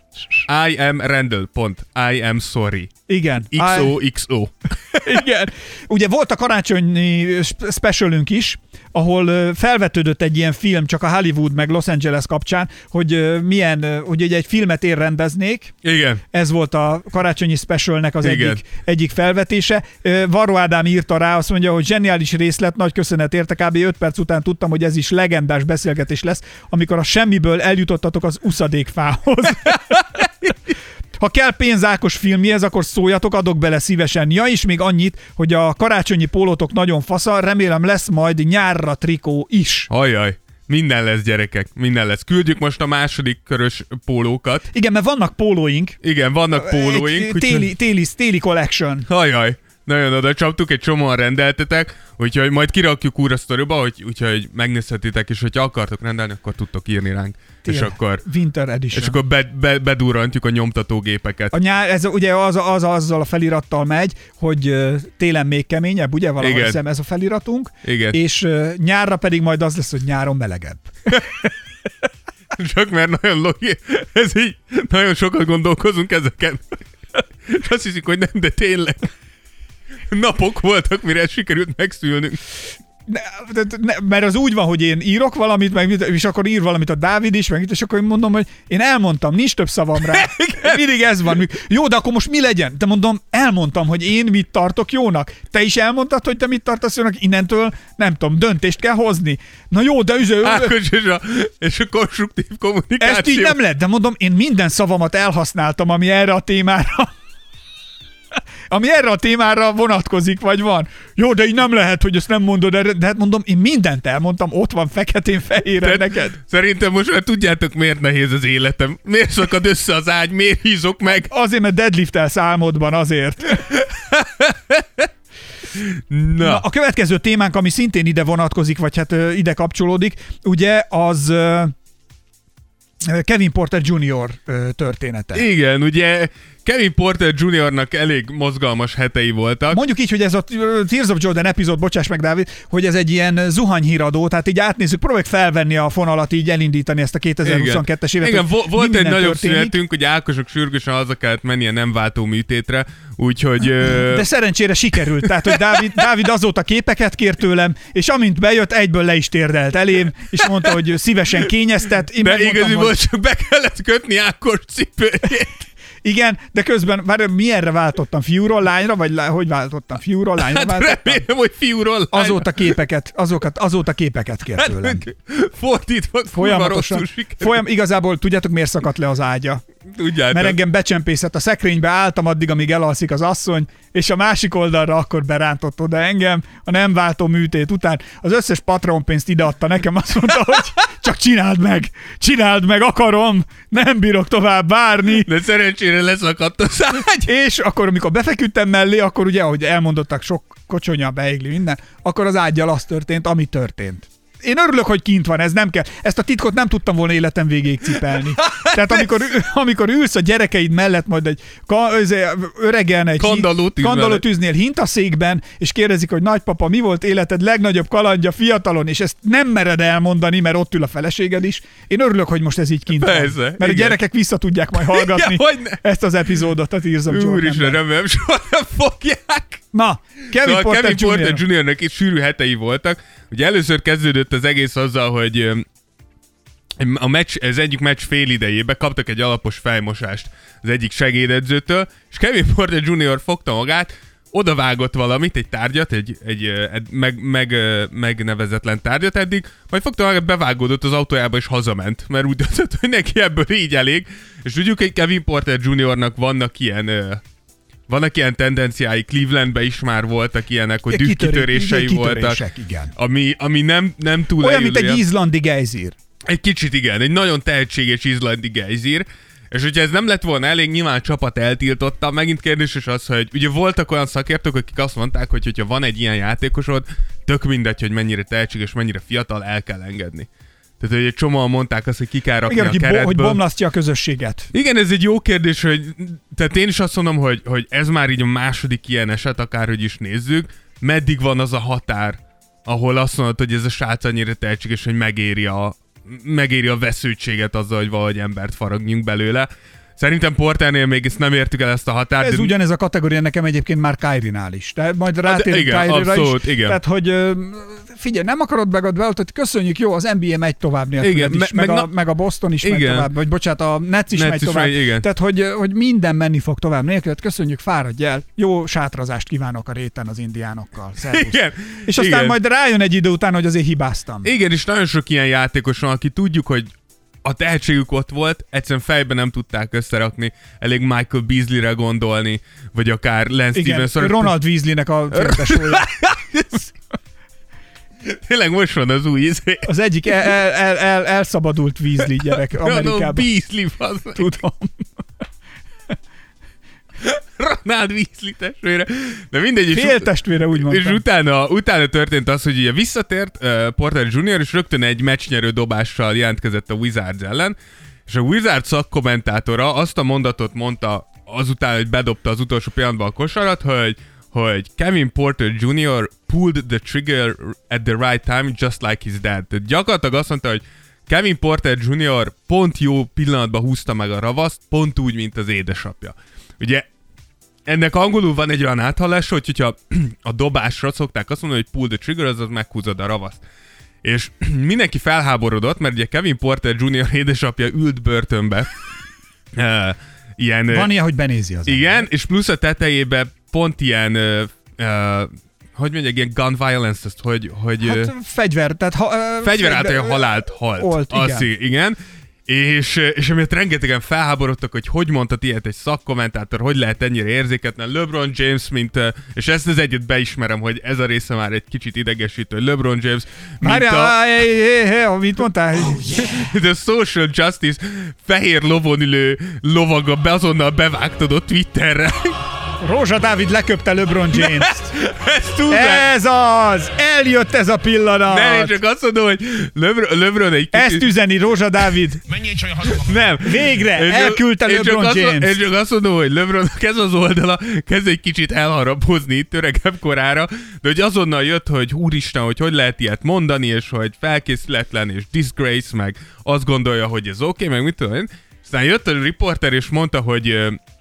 I am Randall, pont. I am sorry. Igen. iksz o iksz o. Igen. Ugye volt a karácsonyi specialünk is, ahol felvetődött egy ilyen film, csak a Hollywood meg Los Angeles kapcsán, hogy milyen, hogy egy filmet én rendeznék. Igen. Ez volt a karácsonyi specialnek az Igen. egyik, egyik felvetése. Varró Ádám írta rá, azt mondja, hogy zseniális részlet, nagy köszönet érte, kb. öt perc után tudtam, hogy ez is legendás beszélgetés lesz, amikor a semmiből eljutottatok az uszadékfához. Ha kell pénzákos filmjéhez, akkor szóljatok, adok bele szívesen. Ja, és még annyit, hogy a karácsonyi pólótok nagyon fasza, remélem lesz majd nyárra trikó is. Ajaj, minden lesz, gyerekek, minden lesz. Küldjük most a második körös pólókat. Igen, mert vannak pólóink. Igen, vannak pólóink. Egy téli, téli, téli collection. Ajaj, nagyon oda csaptuk, egy csomóan rendeltetek, úgyhogy majd kirakjuk újra sztoriba, hogy, úgyhogy megnézhetitek, és hogyha akartok rendelni, akkor tudtok írni ránk. Tél, és akkor, Winter Edition. És akkor be, be, bedurrantjuk a nyomtatógépeket. A nyár, ez ugye az, az, azzal a felirattal megy, hogy télen még keményebb, ugye? Valahogy hiszem ez a feliratunk. Igen. És nyárra pedig majd az lesz, hogy nyáron melegebb. Csak mert nagyon logi, ez így, nagyon sokat gondolkozunk ezeken. És azt hiszik, hogy nem, de tényleg. Napok voltak, mire sikerült megszülnünk. Ne, de, ne, mert az úgy van, hogy én írok valamit, meg, és akkor ír valamit a Dávid is, meg, és akkor én mondom, hogy én elmondtam, nincs több szavam rá. Mindig ez van. Jó, de akkor most mi legyen? De mondom, elmondtam, hogy én mit tartok jónak. Te is elmondtad, hogy te mit tartasz jónak, innentől nem tudom, döntést kell hozni. Na jó, de üző... Ákos és a, és a konstruktív kommunikáció. Ezt így nem lehet, de mondom, én minden szavamat elhasználtam, ami erre a témára ami erre a témára vonatkozik, vagy van. Jó, de így nem lehet, hogy ezt nem mondod erre, de hát mondom, én mindent elmondtam, ott van feketén-fehéren neked. Szerintem most már tudjátok, miért nehéz az életem. Miért szakad össze az ágy, miért hízok meg? Azért, mert deadliftelsz álmodban, azért. Na. Na, a következő témánk, ami szintén ide vonatkozik, vagy hát ö, ide kapcsolódik, ugye az ö, Kevin Porter junior ö, története. Igen, ugye Kevin Porter juniornak elég mozgalmas hetei voltak. Mondjuk így, hogy ez a Tears of Jordan epizód, bocsáss meg, Dávid, hogy ez egy ilyen zuhanyhíradó, tehát így átnézzük, próbáljuk felvenni a fonalat, így elindítani ezt a kétezer-huszonkettes évet. Igen, vo- volt egy nagyobb történik. szünetünk, hogy Ákosok sürgősen haza kellett mennie nem váltó műtétre, úgyhogy... De szerencsére sikerült, tehát hogy Dávid, Dávid azóta képeket kért tőlem, és amint bejött, egyből le is térdelt elém, és mondta, hogy szívesen kényeztet. Én de igaziból hogy... csak be kellett kötni Ákos cipőjét. Igen, de közben, már mi erre váltottam? Fiúról lányra? Vagy lá, hogy váltottam? Fiúról lányra hát váltottam? remélem, hogy fiúról lányra. Azóta képeket, azokat, azóta képeket kért tőlem. Fordítva, folyamatosan. Folyam, igazából tudjátok, miért szakadt le az ágya? Tudjátok. Mert engem becsempészett a szekrénybe, álltam addig, amíg elalszik az asszony, és a másik oldalra akkor berántott oda engem, a nem váltó műtét után. Az összes patronpénzt ideadta nekem, azt mondta, hogy csak csináld meg, csináld meg, akarom, nem bírok tovább várni. De szerencsére leszakadt az ágy. És akkor, amikor befeküdtem mellé, akkor ugye, ahogy elmondottak, sok kocsonya, beigli, minden, akkor az ággyal az történt, ami történt. Én örülök, hogy kint van, ez nem kell. Ezt a titkot nem tudtam volna életem végéig cipelni. Tehát amikor, amikor ülsz a gyerekeid mellett, majd egy öregen, egy kandallótűznél hintaszékben, és kérdezik, hogy nagypapa, mi volt életed legnagyobb kalandja fiatalon, és ezt nem mered elmondani, mert ott ül a feleséged is. Én örülök, hogy most ez így kint Persze, van. Mert igen. a gyerekek vissza tudják majd hallgatni ja, ezt az epizódot a Tears of Jordan. Úristen, remélem, soha nem fogják. Na, Kevin szóval Porter, Kevin junior. Porter juniornak itt sűrű hetei voltak. Ugye először kezdődött az egész azzal, hogy a meccs, az egyik meccs fél idejében kaptak egy alapos fejmosást az egyik segédedzőtől, és Kevin Porter junior fogta magát, odavágott valamit, egy tárgyat, egy, egy, egy meg, meg, megnevezetlen tárgyat eddig, majd fogta magát, bevágódott az autójába és hazament, mert úgy döntött, hogy neki ebből így elég, és tudjuk, hogy Kevin Porter juniornak vannak ilyen... Vannak ilyen tendenciái, Clevelandben is már voltak ilyenek, hogy dühkitörései voltak, igen. ami, ami nem, nem túl olyan, mint eljülően. egy izlandi gejzír. Egy kicsit igen, egy nagyon tehetséges izlandi gejzír, és hogyha ez nem lett volna elég, nyilván a csapat eltiltotta. Megint kérdéses az, hogy ugye voltak olyan szakértők, akik azt mondták, hogy hogyha van egy ilyen játékosod, tök mindegy, hogy mennyire tehetséges, mennyire fiatal, el kell engedni. Tehát, hogy egy csomóan mondták azt, hogy ki kell rakni igen, a keretből. Bo- hogy bomlasztja a közösséget. Igen, ez egy jó kérdés, hogy tehát én is azt mondom, hogy, hogy ez már így a második ilyen eset, akárhogy is nézzük, meddig van az a határ, ahol azt mondod, hogy ez a srác annyira tehetséges, hogy megéri a, megéri a veszültséget azzal, hogy valahogy embert faragjunk belőle. Szerintem Porternél még ezt nem értük el ezt a határt. Ez de... ugyanez a kategória nekem egyébként már Kyrie-nál is. Tehát majd rátérünk Kyrie-ra is. Igen. Tehát, hogy figyelj, nem akarod megadni vele, hogy köszönjük, jó, az en bé á megy tovább nélküled is, meg, meg, a, na... meg a Boston is igen. megy tovább, vagy bocsánat, a Nets is Nets megy is tovább. Megy, tehát, hogy, hogy minden menni fog tovább nélküled, köszönjük, fáradj el. Jó sátrazást kívánok a réten az indiánokkal. Igen. És aztán igen. majd rájön egy idő után, hogy azért hibáztam. Igen, és nagyon sok ilyen játékos van, aki tudjuk, hogy a tehetségük ott volt, egyszerűen fejben nem tudták összerakni, elég Michael Beasley-re gondolni, vagy akár Lance igen, Stevenson. Ronald Weasley-nek a féltesója. Tényleg most van az új izé. Az egyik el, el, el, el, elszabadult Weasley gyerek Amerikában. Ronald Beasley, az tudom. Ronald Weasley testvére. De mindegy. Fél testvére, úgy mondtam. És utána, utána történt az, hogy ugye visszatért uh, Porter junior, és rögtön egy meccsnyerő dobással jelentkezett a Wizards ellen, és a Wizards szakkommentátora azt a mondatot mondta azután, hogy bedobta az utolsó pillanatban a kosarat, hogy, hogy Kevin Porter junior pulled the trigger at the right time, just like his dad. Tehát gyakorlatilag azt mondta, hogy Kevin Porter junior pont jó pillanatban húzta meg a ravaszt, pont úgy, mint az édesapja. Ugye ennek angolul van egy olyan áthallás, hogy hogyha a dobásra szokták azt mondani, hogy pull the trigger, azaz meghúzod a ravaszt. És mindenki felháborodott, mert ugye Kevin Porter junior édesapja ült börtönbe. Uh, ilyen, van ilyen, hogy benézi az igen, ember. És plusz a tetejébe pont ilyen, uh, uh, hogy mondják, ilyen gun violence, ezt, hogy... hogy hát fegyver, tehát... Ha, uh, fegyver által halált halt. Olt, igen. Azt, igen. És, és amiatt rengetegen felháborodtak, hogy hogy mondhat ilyet egy szakkommentátor, hogy lehet ennyire érzéketlen. LeBron James, mint, és ezt az egyet beismerem, hogy ez a része már egy kicsit idegesítő, hogy LeBron James, mint Várjál, a... mit mondtál? The social justice fehér lovon ülő lovaga be azonnal bevágtad a Twitterre. Rózsa Dávid leköpte LeBron James-t. Ez, ez az! Eljött ez a pillanat! Nem, én csak azt mondom, hogy LeBron, LeBron egy kicsit... Ezt üzeni Rózsa Dávid. Nem. Végre én elküldte én LeBron csak James. Azt, én csak azt mondom, hogy LeBron kezd az oldala, kezd egy kicsit elharapozni itt öregebb korára, de hogy azonnal jött, hogy úristen, hogy hogy lehet ilyet mondani, és hogy felkészületlen, és disgrace, meg azt gondolja, hogy ez oké, okay, meg mit tudom én. Aztán jött a riporter, és mondta, hogy...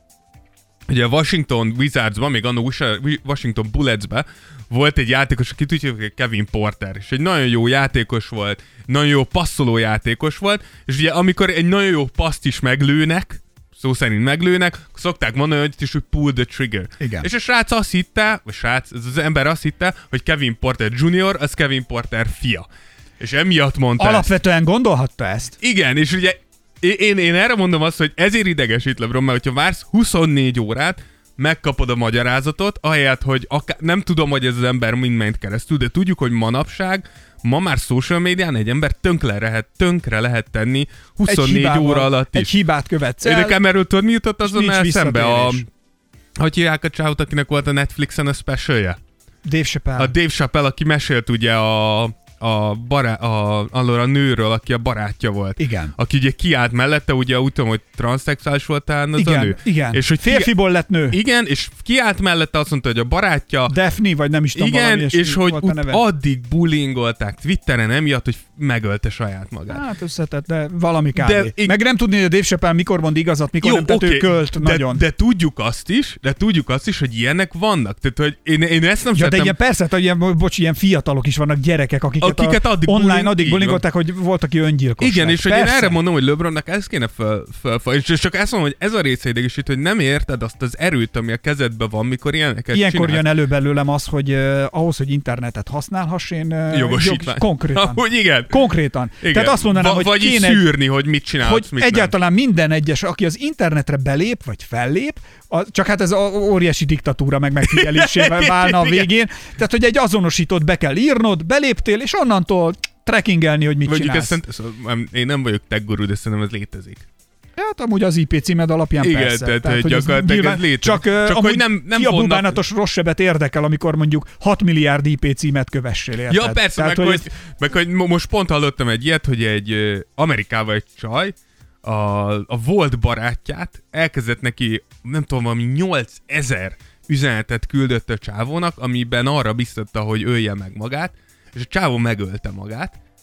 Ugye a Washington Wizardsban, még anno Washington Bulletsben volt egy játékos, aki tudjuk, Kevin Porter, és egy nagyon jó játékos volt, nagyon jó passzoló játékos volt, és ugye amikor egy nagyon jó paszt is meglőnek, szó szerint meglőnek, szokták mondani, hogy is, hogy pull the trigger. Igen. És a srác azt hitte, vagy srác, ez az ember azt hitte, hogy Kevin Porter junior, az Kevin Porter fia. És emiatt mondta alapvetően ezt. gondolhatta ezt. Igen, és ugye Én, én erre mondom azt, hogy ezért idegesít LeBron, mert hogyha vársz huszonnégy órát, megkapod a magyarázatot, ahelyett, hogy akár, nem tudom, hogy ez az ember mind ment keresztül, de tudjuk, hogy manapság, ma már social médián egy ember tönkre lehet, tönkre lehet tenni huszonnégy hibával, óra alatt is. Egy hibát követsz el. Nekem erről tudod, mi jutott azon el szembe? A, hogy hívják a csávot, akinek volt a Netflixen a specialje? Dave Chappelle. A Dave Chappelle, aki mesélt ugye a... a, bará- a, allora a nőről, aki a barátja volt. Igen. Aki ugye kiállt mellette, ugye úgy tudom, hogy transzexuális volt talán az igen, a nő. Igen, és hogy férfiból lett nő. Igen, és kiállt mellette, azt mondta, hogy a barátja... Daphne, vagy nem is tudom, igen, és hogy ut- addig bullyingolták Twitteren emiatt, hogy megölte saját magát. Hát összetett, de valami kb. De ig- Meg nem tudni, hogy a Dave Chappelle mikor mond igazat, mikor jó, nem, tehát okay, ő költ de, nagyon. De tudjuk azt is, de tudjuk azt is, hogy ilyenek vannak. Tehát, hogy én, én ezt nem ja, szeretem... de ilyen persze, hogy ilyen, bocs, ilyen fiatalok is vannak, gyerekek, akiket, akiket a addig online bullying, addig bullyingolták, hogy volt, aki öngyilkos. Igen, lett. és hogy én erre mondom, hogy LeBronnak ezt kéne fel, fel, fel és csak ezt mondom, hogy ez a része idegesít, hogy nem érted azt az erőt, ami a kezedben van, mikor ilyeneket Ilyenkor csinálsz. jön elő belőlem az, hogy uh, ahhoz, hogy internetet használhass, én uh, jogosítvány. Jog, konkrétan. Ahogy igen. Konkrétan. Igen. Tehát azt mondanám, Va- hogy kéne szűrni, hogy mit csinálsz, hogy mit egyáltalán nem. Minden egyes, aki az internetre belép, vagy fellép, a, csak hát ez a óriási diktatúra meg megfigyelésével válna a végén. Tehát, hogy egy azonosítót be kell írnod, beléptél, és onnantól trackingelni, hogy mit Mondjuk csinálsz. Ezt, én nem vagyok tech guru, de szerintem ez létezik. Hát amúgy az i pé címed alapján igen, persze. Tehát, tehát hogy gyakorlatilag ez létezik. Csak, csak amúgy hogy nem, nem ki a vonnak... bubánatos rossz sebet érdekel, amikor mondjuk hat milliárd i pé címet kövessél, érted? Ja, persze, tehát, meg, hogy, hogy, meg hogy most pont hallottam egy ilyet, hogy egy Amerikában egy csaj, a, a volt barátját elkezdett neki, nem tudom, valami nyolcezer üzenetet küldött a csávónak, amiben arra biztatta, hogy ölje meg magát, és a csávó megölte magát,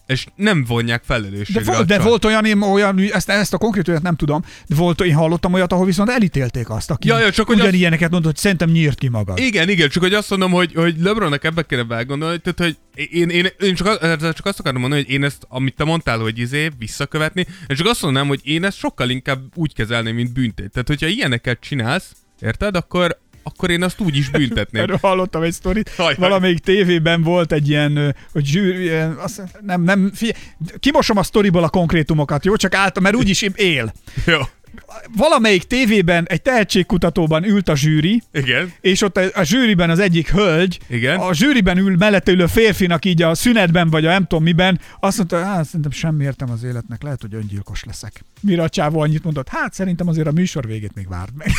és nem vonják felelősségre. De, volt, de volt olyan, én, olyan ezt, ezt a konkrét olyat nem tudom, de volt, én hallottam olyat, ahol viszont elítélték azt, aki ja, ja, csak ugyanilyeneket mondott, hogy szerintem nyírt ki magad. Igen, igen, csak hogy azt mondom, hogy, hogy LeBronnak ebbe kéne belgondolni, tehát, hogy én, én, én csak, csak azt akarom mondani, hogy én ezt, amit te mondtál, hogy izé, visszakövetni, és csak azt mondanám, hogy én ezt sokkal inkább úgy kezelném, mint büntét. Tehát, hogyha ilyeneket csinálsz, érted, akkor akkor én azt úgy is büntetném. Erről hallottam egy sztorit. Haj, Valamelyik tévében volt egy ilyen, hogy zsűr, ilyen, azt, nem, nem, figyelj, kimosom a sztoriból a konkrétumokat, jó? Csak álltam, mert úgyis él. Jó. Valamelyik tévében, egy tehetségkutatóban ült a zsűri, igen. És ott a, a zsűriben az egyik hölgy, igen. A zsűriben ül mellette ülő férfinak így a szünetben, vagy a nem tudom miben, azt mondta, hát szerintem semmi értem az életnek, lehet, hogy öngyilkos leszek. Mire a csávó annyit mondott, hát szerintem azért a műsor végét még várd meg.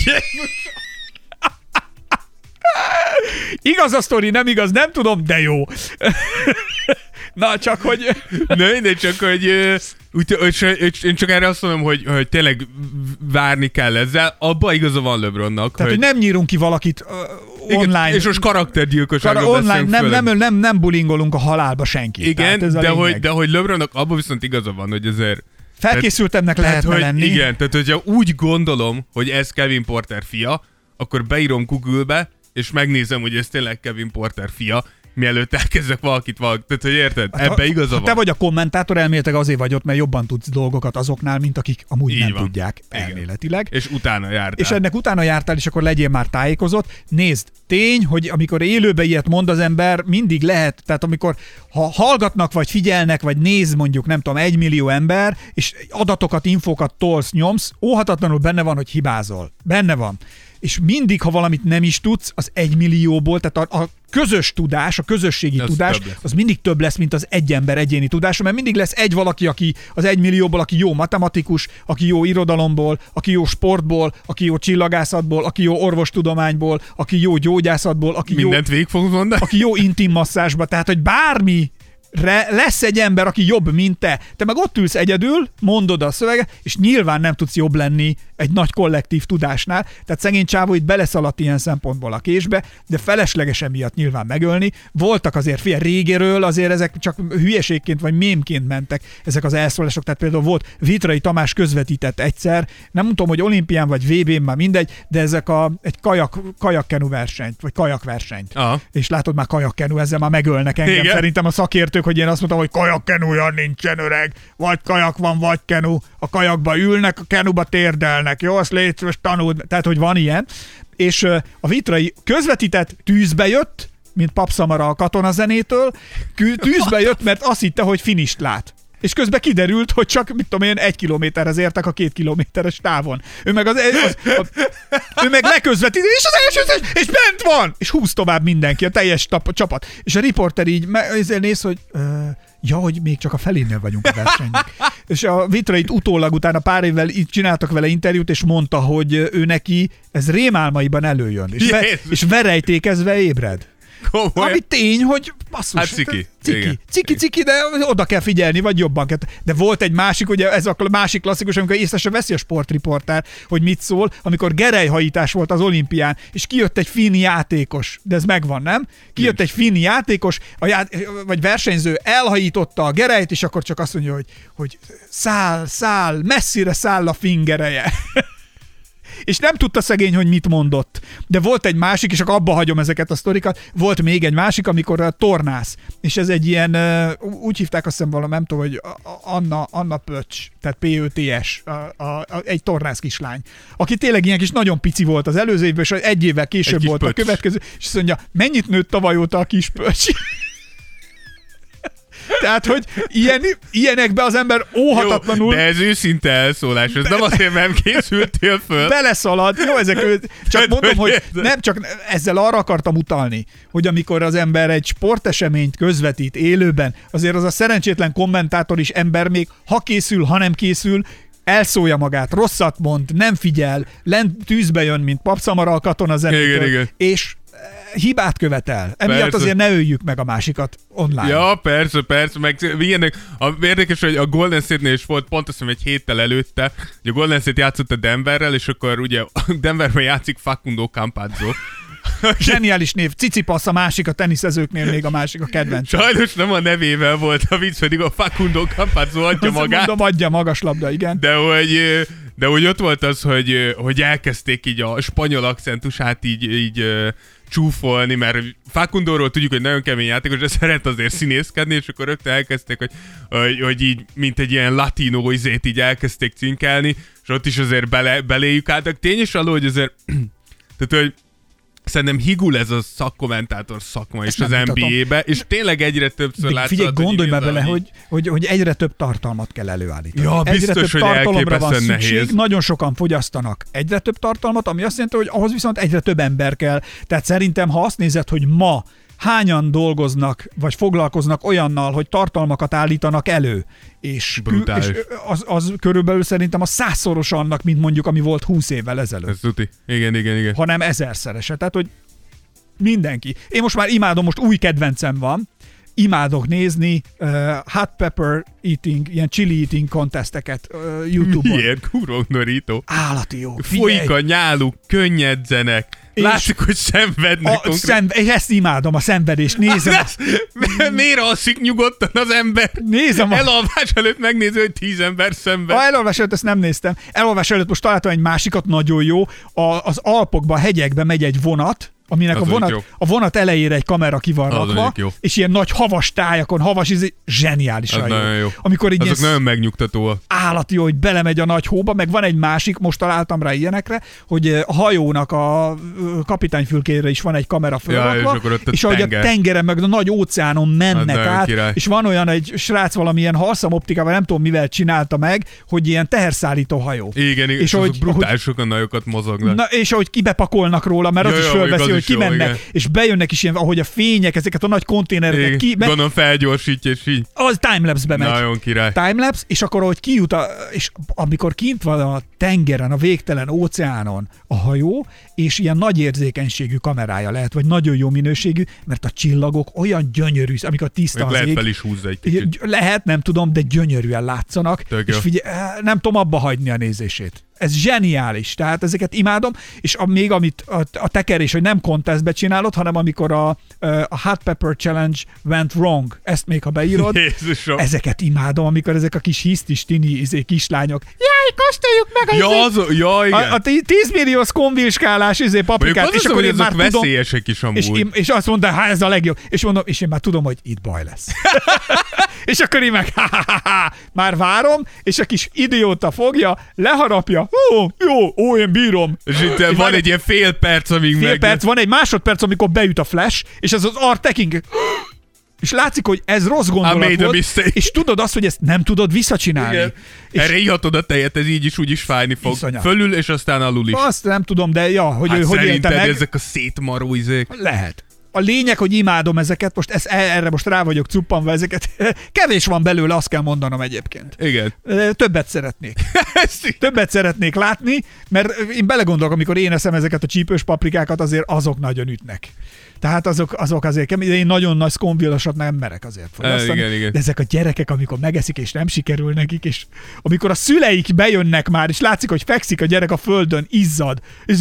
Igaz a sztori, nem igaz, nem tudom, de jó. Na, csak hogy... Ne, de csak, hogy, úgy, hogy én csak erre azt mondom, hogy, hogy tényleg várni kell ezzel. Abba igaza van LeBronnak. Tehát, hogy, hogy nem nyírunk ki valakit uh, online. Igen, és most karaktergyilkosságról online, beszélünk nem, főleg. nem, nem, nem bulingolunk a halálba senki. Igen, de hogy, de hogy LeBronnak abba viszont igaza van, hogy ezért... Felkészültemnek lehetne hogy, lenni. Igen, tehát hogyha úgy gondolom, hogy ez Kevin Porter fia, akkor beírom Google-be, és megnézem, hogy ez tényleg Kevin Porter fia, mielőtt elkezdek valakit valakit. Tehát, hogy érted? Hát, ebbe igaza van. Te vagy a kommentátor, elméletileg azért vagy ott, mert jobban tudsz dolgokat azoknál, mint akik amúgy így nem van. tudják elméletileg. És utána jártál. És ennek utána jártál, és akkor legyél már tájékozott. Nézd, tény, hogy amikor élőben ilyet mond az ember, mindig lehet, tehát amikor ha hallgatnak, vagy figyelnek, vagy néz mondjuk, nem tudom, egy millió ember, és adatokat, infókat tolsz, nyomsz, óhatatlanul benne van, hogy hibázol. Benne van. És mindig, ha valamit nem is tudsz, az egymillióból, tehát a, a közös tudás, a közösségi az tudás, az mindig több lesz, mint az egy ember egyéni tudása, mert mindig lesz egy valaki, aki az egymillióból, aki jó matematikus, aki jó irodalomból, aki jó sportból, aki jó csillagászatból, aki jó orvostudományból, aki jó gyógyászatból, aki mindent jó, végig fogunk mondani? aki jó intim masszázsba, tehát hogy bármi Re, lesz egy ember, aki jobb, mint te. Te meg ott ülsz egyedül, mondod a szöveget, és nyilván nem tudsz jobb lenni egy nagy kollektív tudásnál. Tehát szegény csávó itt beleszaladt ilyen szempontból a késbe, de feleslegesen miatt nyilván megölni. Voltak azért, fél régéről, azért ezek csak hülyeségként vagy mémként mentek ezek az elszólások. Tehát például volt Vitrai Tamás közvetített egyszer, nem tudom, hogy olimpián vagy vé bén, már mindegy, de ezek a, egy kajak, kajakkenu versenyt, vagy kajakversenyt. Aha. És látod már kajakkenu, ezzel már megölnek engem. Igen. Szerintem a szakértő, hogy én azt mondtam, hogy kajakkenúja nincsen, öreg. Vagy kajak van, vagy kenu. A kajakba ülnek, a kenuba térdelnek. Jó, azt légy, most tanuld. Tehát, hogy van ilyen. És uh, a Vitrai közvetített, tűzbe jött, mint Papszamara a katonazenétől. Tűzbe jött, mert azt hitte, hogy finist lát. És közben kiderült, hogy csak, mit tudom én, egy kilométerhez értek a két kilométeres távon. Ő meg, az, az, az, ő meg leközvetíti, és az első, és bent van! És húz tovább mindenki, a teljes tap, csapat. És a riporter így ezért néz, hogy uh, ja, hogy még csak a felénél vagyunk a versenynek. És a Vitrait utólag utána pár évvel így csináltak vele interjút, és mondta, hogy ő neki ez rémálmaiban előjön. És, ve, és verejtékezve ébred. Komolyan. Ami tény, hogy basszus. Hát ciki. Ciki, ciki, ciki, de oda kell figyelni, vagy jobban kell. De volt egy másik, ugye ez a másik klasszikus, amikor észre se veszi a sportriporter, hogy mit szól, amikor gerelyhajítás volt az olimpián, és kijött egy finn játékos, de ez megvan, nem? Kijött Nincs. egy finn játékos, a ját, vagy versenyző elhajította a gerelyt, és akkor csak azt mondja, hogy, hogy száll, száll, messzire száll a finn gereje. És nem tudta szegény, hogy mit mondott. De volt egy másik, és akkor abba hagyom ezeket a sztorikat, volt még egy másik, amikor uh, tornász. És ez egy ilyen, uh, úgy hívták azt hiszem valami, nem tudom, hogy Anna, Anna Pöcs, tehát pé ö té es, a, a, a, egy tornász kislány, aki tényleg ilyen kis nagyon pici volt az előző évben, és egy évvel később egy volt pöcs. A következő, és azt mondja, mennyit nőtt tavaly óta a kis Pöcs? Tehát, hogy ilyen, ilyenekbe az ember óhatatlanul... Jó, de ez őszinte elszólás, ez nem azért, nem készültél föl. Beleszalad. Jó, ezek ő... Csak mondom, hogy nem csak ezzel arra akartam utalni, hogy amikor az ember egy sporteseményt közvetít élőben, azért az a szerencsétlen kommentátor is ember még, ha készül, ha nem készül, elszólja magát, rosszat mond, nem figyel, lent tűzbe jön, mint Papszamara a katonazenétől, és hibát követel. Emiatt persze. Azért ne öljük meg a másikat online. Ja, persze, persze. Meg ilyenek, a, érdekes, hogy a Golden State-nél is volt pont azt hiszem egy héttel előtte, hogy a Golden State játszott a Denverrel, és akkor ugye Denverben játszik Facundo Campazzo. Zseniális név. Cicipasz a másik, a teniszezőknél még a másik a kedvenc. Sajnos nem a nevével volt a vicc, pedig a Facundo Campazzo adja magát. Mondom, adja magaslabda, igen. De hogy, de hogy ott volt az, hogy, hogy elkezdték így a spanyol akcentusát így, így csúfolni, mert Facundóról tudjuk, hogy nagyon kemény játékos, de szeret azért színészkedni, és akkor rögtön elkezdték, hogy, hogy, hogy így, mint egy ilyen latinó izét így elkezdték cinkelni, és ott is azért bele, beléjük álltak. Tény is alól, hogy azért, tehát, hogy szerintem higul ez a szakkommentátor szakma is az en bé á-be, és tényleg egyre többször látszott. Figyelj, gondolj már bele, hogy, hogy, hogy egyre több tartalmat kell előállítani. Ja, egyre biztos, több hogy tartalomra van szükség, nehéz. nagyon sokan fogyasztanak egyre több tartalmat, ami azt jelenti, hogy ahhoz viszont egyre több ember kell. Tehát szerintem, ha azt nézed, hogy ma hányan dolgoznak, vagy foglalkoznak olyannal, hogy tartalmakat állítanak elő, és, kül- és az, az körülbelül szerintem a százszoros annak, mint mondjuk, ami volt húsz évvel ezelőtt. Ez tuti. Igen, igen, igen. Hanem ezerszerese. Tehát, hogy mindenki. Én most már imádom, most új kedvencem van, imádok nézni uh, hot pepper eating, ilyen chili eating contesteket uh, YouTube-on. Miért? Kurva undorító. Állati jó. Folyik a nyáluk, könnyedzenek. Látszik, hogy szenvednek. A szemv- ezt imádom, a szenvedést. Nézem. Az, miért alszik nyugodtan az ember? Nézem. A... Elalvás előtt megnézi, hogy tíz ember szenved. A elolvás előtt ezt nem néztem. Elolvás előtt most találtam egy másikat, nagyon jó. A, az Alpokba, a hegyekbe megy egy vonat, aminek a vonat, a vonat elejére egy kamera ki van rakva, és ilyen nagy havas tájakon, havas, ez zseniálisan jó. jó. Amikor így azok ez nagyon megnyugtatóak. Állati jó, hogy belemegy a nagy hóba, meg van egy másik, most találtam rá ilyenekre, hogy a hajónak a kapitányfülkére is van egy kamera fölrakva, ja, és, és ahogy a tengeren, meg a nagy óceánon mennek az át, király. És van olyan egy srác valamilyen halszamoptikával, nem tudom mivel csinálta meg, hogy ilyen teherszállító hajó. Igen, és, és ahogy brutálisokan nagyokat mozognak. Na, és ahogy kibepakolnak róla, mert ja, az ja, is fölveszi, hogy kimennek, jó, és bejönnek is ilyen, ahogy a fények, ezeket a nagy konténereket ki... Gondolom felgyorsítja, és így. Az timelapse-be megy. Nagyon király. Timelapse, és akkor ahogy kijut, a, és amikor kint van a tengeren, a végtelen óceánon a hajó, és ilyen nagy érzékenységű kamerája lehet, vagy nagyon jó minőségű, mert a csillagok olyan gyönyörű, amikor tiszta az lehet ég. Lehet fel is húzza egy kicsit. Lehet, nem tudom, de gyönyörűen látszanak. Tök és figyelj, nem tudom abba hagyni a nézését. Ez zseniális, tehát ezeket imádom, és a, még amit a, a tekerés, hogy nem contestbe csinálod, hanem amikor a, a Hot Pepper Challenge went wrong, ezt még ha beírod, Jézusom. Ezeket imádom, amikor ezek a kis hisztis, tini izé, kislányok, jaj, kóstoljuk meg a ja, az, ja, igen. A, a tíz milliós konvilskálás izé, paprikát, és akkor én már tudom, is amúgy. És, én, és azt mondta, hát ez a legjobb, és mondom, és én már tudom, hogy itt baj lesz. És akkor én meg, már várom, és a kis idióta fogja, leharapja, ó, jó, ó, én bírom. És itt van már egy ilyen fél perc, amíg fél meg... perc, van egy másodperc, amikor beüt a flash, és ez az artacking, és látszik, hogy ez rossz gondolat volt, és tudod azt, hogy ezt nem tudod visszacsinálni. Igen. És erre ihatod a tejet, ez így is úgy is fájni fog. Iszonyat. Fölül, és aztán alul is. Azt nem tudom, de ja, hogy hát ő hogy élte meg. ezek a szétmaró izék. Lehet. A lényeg, hogy imádom ezeket, most ez, erre most rá vagyok cuppanva ezeket. Kevés van belőle, azt kell mondanom egyébként. Igen. Többet szeretnék. Többet szeretnék látni, mert én belegondolok, amikor én eszem ezeket a csípős paprikákat, azért azok nagyon ütnek. Tehát azok, azok azért kemény, én nagyon nagy szkonvillasat nem merek azért fogyasztani. Igen, igen. De ezek a gyerekek, amikor megeszik, és nem sikerül nekik, és amikor a szüleik bejönnek már, és látszik, hogy fekszik a gyerek a földön, izzad, és,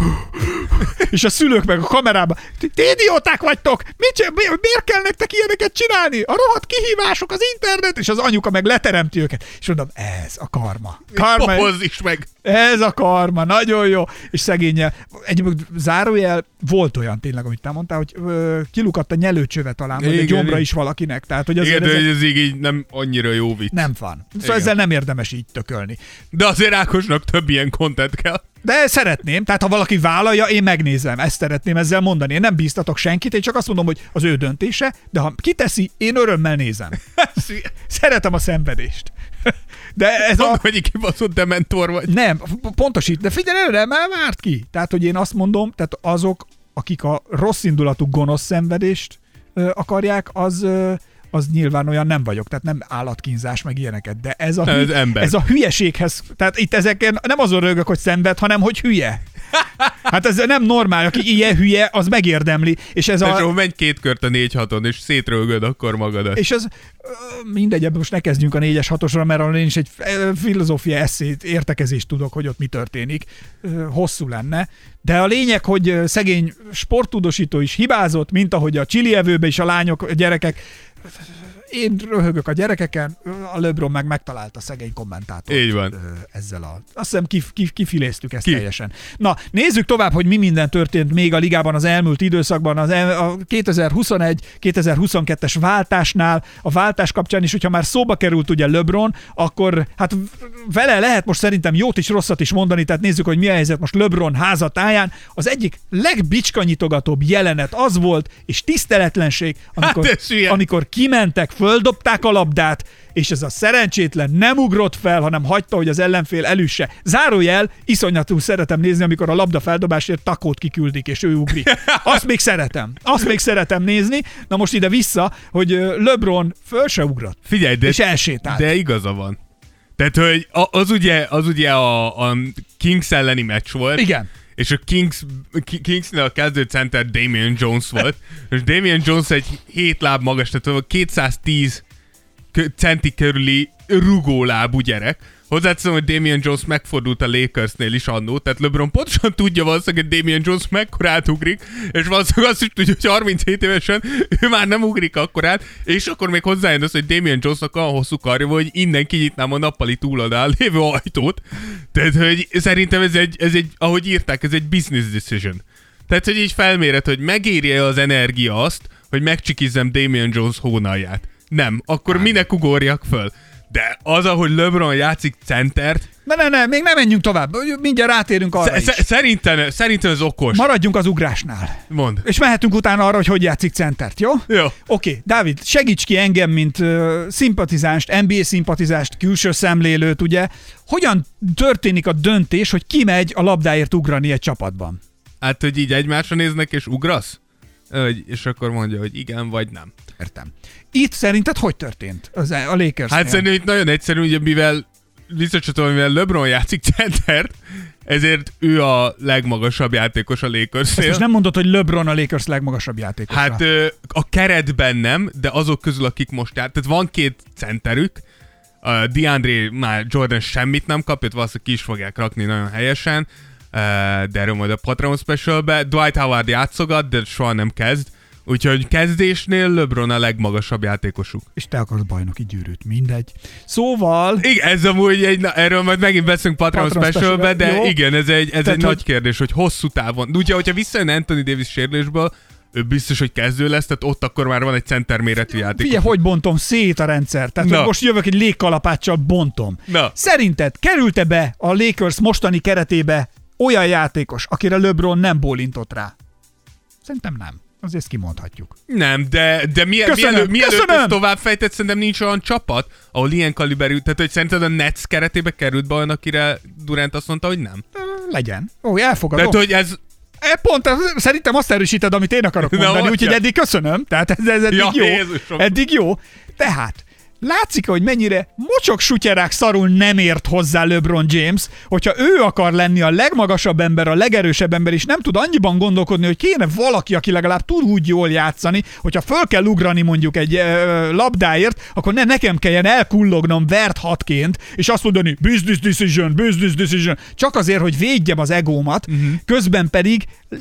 és a szülők meg a kamerában, ti idióták vagytok, mit, miért kell nektek ilyeneket csinálni? A rohadt kihívások, az internet, és az anyuka meg leteremti őket. És mondom, ez a karma. Karma. Hozz is meg. Ez a karma, nagyon jó. És szegénye, egyébként zárójel, volt olyan tényleg, amit te mondtál, hogy ö, kilukadt a nyelőcsöve talán, vagy a gyomra igen. is valakinek. Tehát, hogy igen, de ezek... ez így, így nem annyira jó vicc. Nem van. Szóval igen. ezzel nem érdemes így tökölni. De azért Ákosnak több ilyen content kell. De szeretném, tehát ha valaki vállalja, én megnézem. Ezt szeretném ezzel mondani. Én nem bíztatok senkit, én csak azt mondom, hogy az ő döntése, de ha kiteszi, én örömmel nézem. Szeretem a szenvedést. De ez Mondom, a... hogy kibaszott dementor vagy. Nem, pontosít, de figyelj előre, már várt ki. Tehát, hogy én azt mondom, tehát azok, akik a rossz indulatú gonosz szenvedést ö, akarják, az, ö, az nyilván olyan nem vagyok, tehát nem állatkínzás, meg ilyeneket, de ez a, hü- ez, ez a hülyeséghez, tehát itt ezeken nem azon rögök, hogy szenved, hanem hogy hülye. Hát ez nem normál, aki ilyen hülye, az megérdemli. És ez a... a... menj két kört a négy haton, és szétrölgöd akkor magadat. És ez mindegy, ebben most ne kezdjünk a négyes hatosra, mert arra én is egy filozófia eszét, értekezést tudok, hogy ott mi történik. Hosszú lenne. De a lényeg, hogy szegény sporttudósító is hibázott, mint ahogy a chili evőben is a lányok, a gyerekek. Én röhögök a gyerekeken, a LeBron meg megtalálta szegény kommentátort. Így van. Ezzel a... Azt hiszem kif, kif, kifiléztük ezt ki? teljesen. Na, nézzük tovább, hogy mi minden történt még a ligában az elmúlt időszakban, az el, a kétezer-huszonegy kétezer-huszonkettes váltásnál, a váltás kapcsán is, hogyha már szóba került ugye LeBron, akkor hát vele lehet most szerintem jót is, rosszat is mondani, tehát nézzük, hogy mi a helyzet most LeBron házatáján. Az egyik legbicskanyitogatóbb jelenet az volt, és tiszteletlenség, amikor, hát amikor kimentek, földobták a labdát, és ez a szerencsétlen nem ugrott fel, hanem hagyta, hogy az ellenfél elüsse. Zárójel, iszonyatú szeretem nézni, amikor a labda feldobásért Takót kiküldik, és ő ugrik. Azt még szeretem. Azt még szeretem nézni. Na most ide vissza, hogy LeBron föl se ugrott. Figyelj, de, és elsétált. De igaza van. Tehát, hogy az ugye, az ugye a, a Kings elleni meccs volt. Igen. És a Kings, Kingsnél a kezdő center Damian Jones volt, és Damian Jones egy hét láb magas, tehát kétszáztíz centi körüli rugólábú gyerek. Hozzáteszem, hogy Damian Jones megfordult a Lakersnél is annó, tehát LeBron pontosan tudja valószínűleg, hogy Damian Jones mekkorát ugrik, és valószínűleg azt is tudja, hogy harminchét évesen ő már nem ugrik akkorát, és akkor még hozzájön az, hogy Damian Jonesnak olyan hosszú karja, hogy innen kinyitnám a nappali túloldalán lévő ajtót. Tehát, hogy szerintem ez egy, ez egy, ahogy írták, ez egy business decision. Tehát, hogy így felméred, hogy megéri-e az energia azt, hogy megcsikizzem Damian Jones hónalját. Nem, akkor nem. Minek ugorjak föl? De az, ahogy LeBron játszik centert... Ne, ne, ne, még nem menjünk tovább. Mindjárt rátérünk arra sz- is. Szerintem, szerintem ez okos. Maradjunk az ugrásnál. Mondd. És mehetünk utána arra, hogy hogy játszik centert, jó? Jó. Oké, okay, Dávid, segíts ki engem, mint uh, szimpatizást, en bé á szimpatizást, külső szemlélőt, ugye? Hogyan történik a döntés, hogy ki megy a labdáért ugrani egy csapatban? Hát, hogy így egymásra néznek és ugrasz? És akkor mondja, hogy igen vagy nem. Értem. Itt szerinted hogy történt az, a Lakersnél? Hát szerintem itt nagyon egyszerű, ugye mivel visszacsatolom, mivel LeBron játszik centert, ezért ő a legmagasabb játékos a Lakersnél. Ezt most nem mondod, hogy LeBron a Lakers legmagasabb játékosa. Hát a keretben nem, de azok közül, akik most jár. Tehát van két centerük, uh, DeAndre már Jordan semmit nem kap, őt valószínűleg ki is fogják rakni nagyon helyesen, uh, de erről majd a Patreon Specialbe. Dwight Howard játszogat, de soha nem kezd. Úgyhogy kezdésnél LeBron a legmagasabb játékosuk. És te akarsz bajnoki gyűrűt, mindegy. Szóval... Igen, ez amúgy egy, na, erről majd megint beszélünk Patreon, Patreon Specialbe, de jó. Igen, ez egy, ez Tehát, egy hogy... nagy kérdés, hogy hosszú távon. De ugye, hogyha visszajön Anthony Davis sérülésből, ő biztos, hogy kezdő lesz, tehát ott akkor már van egy center méretű játékos. Figyelj, hogy bontom szét a rendszer. Tehát hogy most jövök egy légkalapáccsal, bontom. Na. Szerinted került-e be a Lakers mostani keretébe olyan játékos, akire LeBron nem bólintott rá? Szerintem nem. Azért ezt kimondhatjuk. Nem, de, de milyen, mielőtt, mielőtt ezt továbbfejtett, szerintem nincs olyan csapat, ahol ilyen kaliberű, tehát hogy szerinted a Nets keretébe került be olyan, akire Durant azt mondta, hogy nem? Legyen. Ó, elfogadom. Tehát, hogy ez... Pont, szerintem azt erősíted, amit én akarok mondani, úgyhogy eddig köszönöm. Tehát ez, ez eddig ja, jó. Jézusom. Eddig jó. Tehát látszik, hogy mennyire mocsok sutyerák szarul nem ért hozzá LeBron James, hogyha ő akar lenni a legmagasabb ember, a legerősebb ember, és nem tud annyiban gondolkodni, hogy kéne valaki, aki legalább tud úgy jól játszani, hogyha föl kell ugrani mondjuk egy ö, labdáért, akkor ne nekem kelljen elkullognom vert hatként, és azt mondani, business decision, business decision, csak azért, hogy védjem az egómat, uh-huh. közben pedig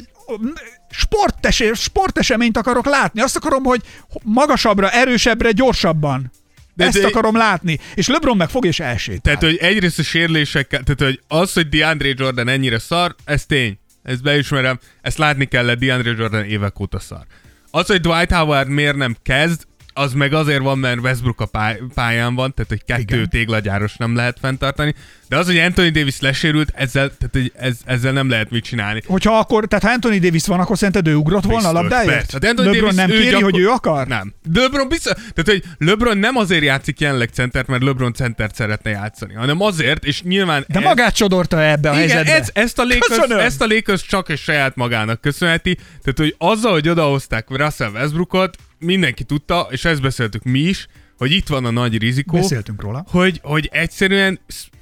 sportese, sporteseményt akarok látni. Azt akarom, hogy magasabbra, erősebbre, gyorsabban. De Ezt de, akarom látni. És LeBron meg fog és elsétál. Tehát, hogy egyrészt a sérülésekkel, tehát, hogy az, hogy DeAndre Jordan ennyire szar, ez tény. Ezt beismerem. Ezt látni kellett, DeAndre Jordan évek óta szar. Az, hogy Dwight Howard miért nem kezd, az meg azért van, mert Westbrook a pály- pályán van, tehát hogy kettő Igen. téglagyáros nem lehet fenntartani. De az, hogy Anthony Davis lesérült, ezzel, tehát, ez, ezzel nem lehet mit csinálni. Hogyha akkor, tehát ha Anthony Davis van, akkor szerinted ő ugrott volna biztos, a labdáért? Hát LeBron Davis, nem kéri, gyakor... hogy ő akar? Nem. De LeBron biztos, tehát hogy LeBron nem azért játszik jelenleg centert, mert LeBron centert szeretne játszani, hanem azért, és nyilván... De ez... magát csodorta ebbe a Igen, helyzetbe. Ez, ezt, a Lakers, ezt a Lakers csak és saját magának köszönheti. Tehát, hogy azzal, hogy odahozták Russell Westbrookot, mindenki tudta, és ezt beszéltük mi is, hogy itt van a nagy rizikó. Beszéltünk róla. Hogy, hogy egyszerűen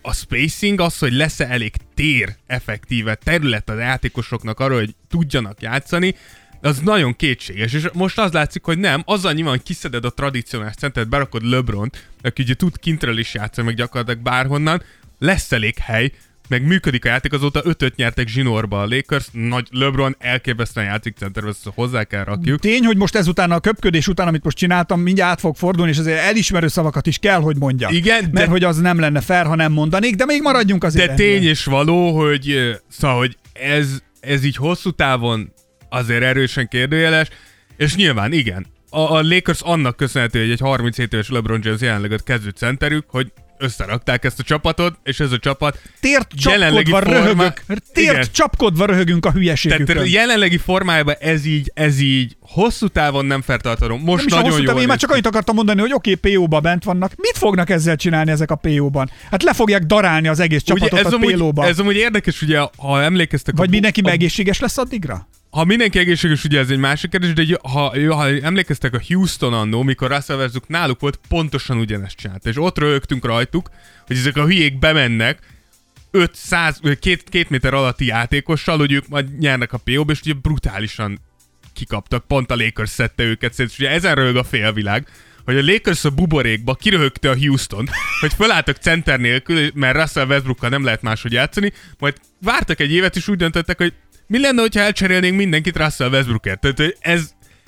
a spacing, az, hogy lesz-e elég tér effektíve terület a játékosoknak arra, hogy tudjanak játszani, az nagyon kétséges, és most az látszik, hogy nem, azzal nyilván, hogy kiszeded a tradicionális centert, berakod LeBront, aki ugye tud kintről is játszani, meg gyakorlatilag bárhonnan, lesz elég hely, meg működik a játék, azóta ötöt nyertek zsinórba a Lakers, nagy LeBron elképesztően játszik centerbe, ezt hozzá kell rakjuk. Tény, hogy most ezután a köpködés után, amit most csináltam, mindjárt át fog fordulni, és azért elismerő szavakat is kell, hogy mondjak. Igen, de... Mert hogy az nem lenne fair, ha nem mondanék, de még maradjunk azért. De tény és való, hogy, szóval, hogy ez, ez így hosszú távon azért erősen kérdőjeles, és nyilván igen, a, a Lakers annak köszönhető, hogy egy harminchét éves LeBron James jelenleg a kezdő centerük, hogy összerakták ezt a csapatot, és ez a csapat tért csapkodva röhögök, tért csapkodva röhögünk a hülyeségükön. Tehát jelenlegi formájában ez így, ez így hosszú távon nem feltartalom. Most nem nagyon jó. Én már csak annyit akartam mondani, hogy oké, okay, pé ó-ba bent vannak. Mit fognak ezzel csinálni ezek a pé ó-ban? Hát le fogják darálni az egész csapatot ugye ez a pé ó-ba. Ez amúgy érdekes, ugye, ha emlékeztek... Vagy a, mindenki a, egészséges lesz addigra? Ha mindenki egészséges, ugye ez egy másik kérdés, de ha, ha emlékeztek a Houston annó, mikor Russell Westbrook náluk volt, pontosan ugyanezt csinált. És ott röhögtünk rajtuk, hogy ezek a hülyék bemennek ötszáz, két, két méter alatti játékossal, hogy ők majd nyernek a pé ó-ba, és ugye brutálisan kikaptak, pont a Lakers szedte őket szét, és ugye ezen röhög a félvilág, hogy a Lakers a buborékba kiröhögte a Houston, hogy felálltak center nélkül, mert Russell Westbrookkal nem lehet máshogy játszani, majd vártak egy évet, és úgy döntöttek, hogy mi lenne, hogyha elcserélnénk mindenkit Russell Westbrookért? Tehát ez,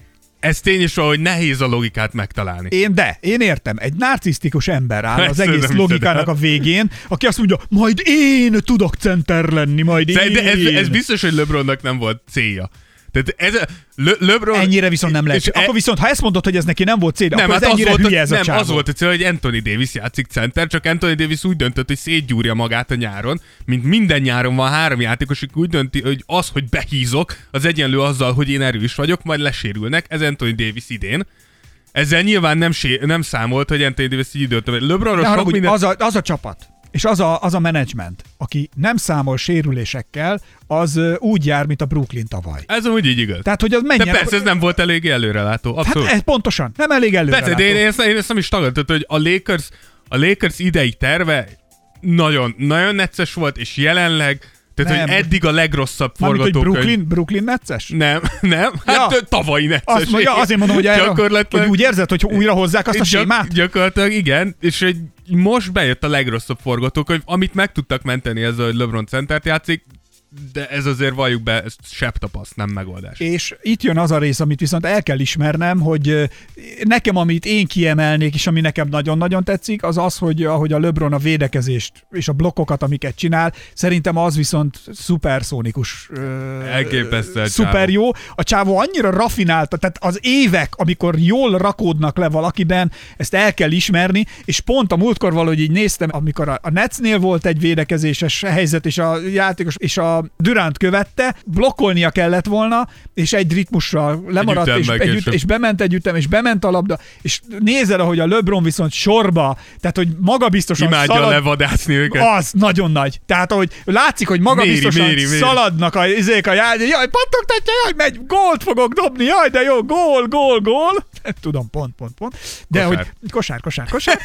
ez tény is, hogy nehéz a logikát megtalálni. Én de, én értem, egy narcisztikus ember áll az Ezt egész logikának a végén, aki azt mondja, majd én tudok center lenni, majd én. De ez, ez biztos, hogy LeBronnak nem volt célja. Tehát ez a Le, LeBron... Ennyire viszont nem lehet. Akkor viszont, ha ezt mondod, hogy ez neki nem volt cél, nem, akkor hát ez ennyire az volt, hülye ez a nem, csávó. az volt a cél, hogy Anthony Davis játszik center, csak Anthony Davis úgy döntött, hogy szétgyúrja magát a nyáron, mint minden nyáron van három játékos, aki úgy dönti, hogy az, hogy behízok, az egyenlő azzal, hogy én erős vagyok, majd lesérülnek. Ez Anthony Davis idén. Ezzel nyilván nem, sé, nem számolt, hogy Anthony Davis így időt. LeBronról sok haragudj, minden... az, a, az a csapat, és az a, az a menedzsment, aki nem számol sérülésekkel, az úgy jár, mint a Brooklyn tavaly. Ez úgy így igaz. Tehát, hogy az menjen... De persze ez nem volt eléggé előrelátó. Abszolút. Hát ez pontosan, nem elég előrelátó. Persze, de én, én, ezt, én ezt nem is tagadtam, hogy a Lakers, a Lakers idei terve nagyon, nagyon necces volt, és jelenleg, tehát nem. Hogy eddig a legrosszabb forgatókönyv. Mármint, hogy Brooklyn, Brooklyn necces? Nem, nem. Hát ja. tavalyi necces. Azt mondja, azért mondom, hogy, erre, hogy úgy érzed, hogy újra hozzák azt a gyak, sémát? Gyakorlatilag igen, és hogy most bejött a legrosszabb forgatókönyv, amit meg tudtak menteni ezzel, hogy LeBron centert játszik, de ez azért valljuk be, ez sebb tapaszt, nem megoldás. És itt jön az a rész, amit viszont el kell ismernem, hogy nekem, amit én kiemelnék, és ami nekem nagyon-nagyon tetszik, az az, hogy ahogy a LeBron a védekezést és a blokkokat, amiket csinál, szerintem az viszont szuperszónikus. Elképesztő. Szuper jó. A csávó annyira rafinálta, tehát az évek, amikor jól rakódnak le valakiben, ezt el kell ismerni, és pont a múltkor valahogy így néztem, amikor a Netsnél volt egy védekezéses helyzet, és a játékos, és a Durant követte, blokkolnia kellett volna, és egy ritmussal lemaradt, és, egy üt, és bement egy ütem, és bement a labda, és nézel, ahogy a LeBron viszont sorba, tehát, hogy magabiztosan imádja szalad, levadászni őket. Az, nagyon nagy. Tehát, hogy látszik, hogy magabiztosan méri, méri, méri. szaladnak a izék a játék, jaj, pattogtatja, jaj, megy, gólt fogok dobni, jaj, de jó, gól, gól, gól. Tudom, pont, pont, pont. De kosár. hogy kosár, kosár, kosár.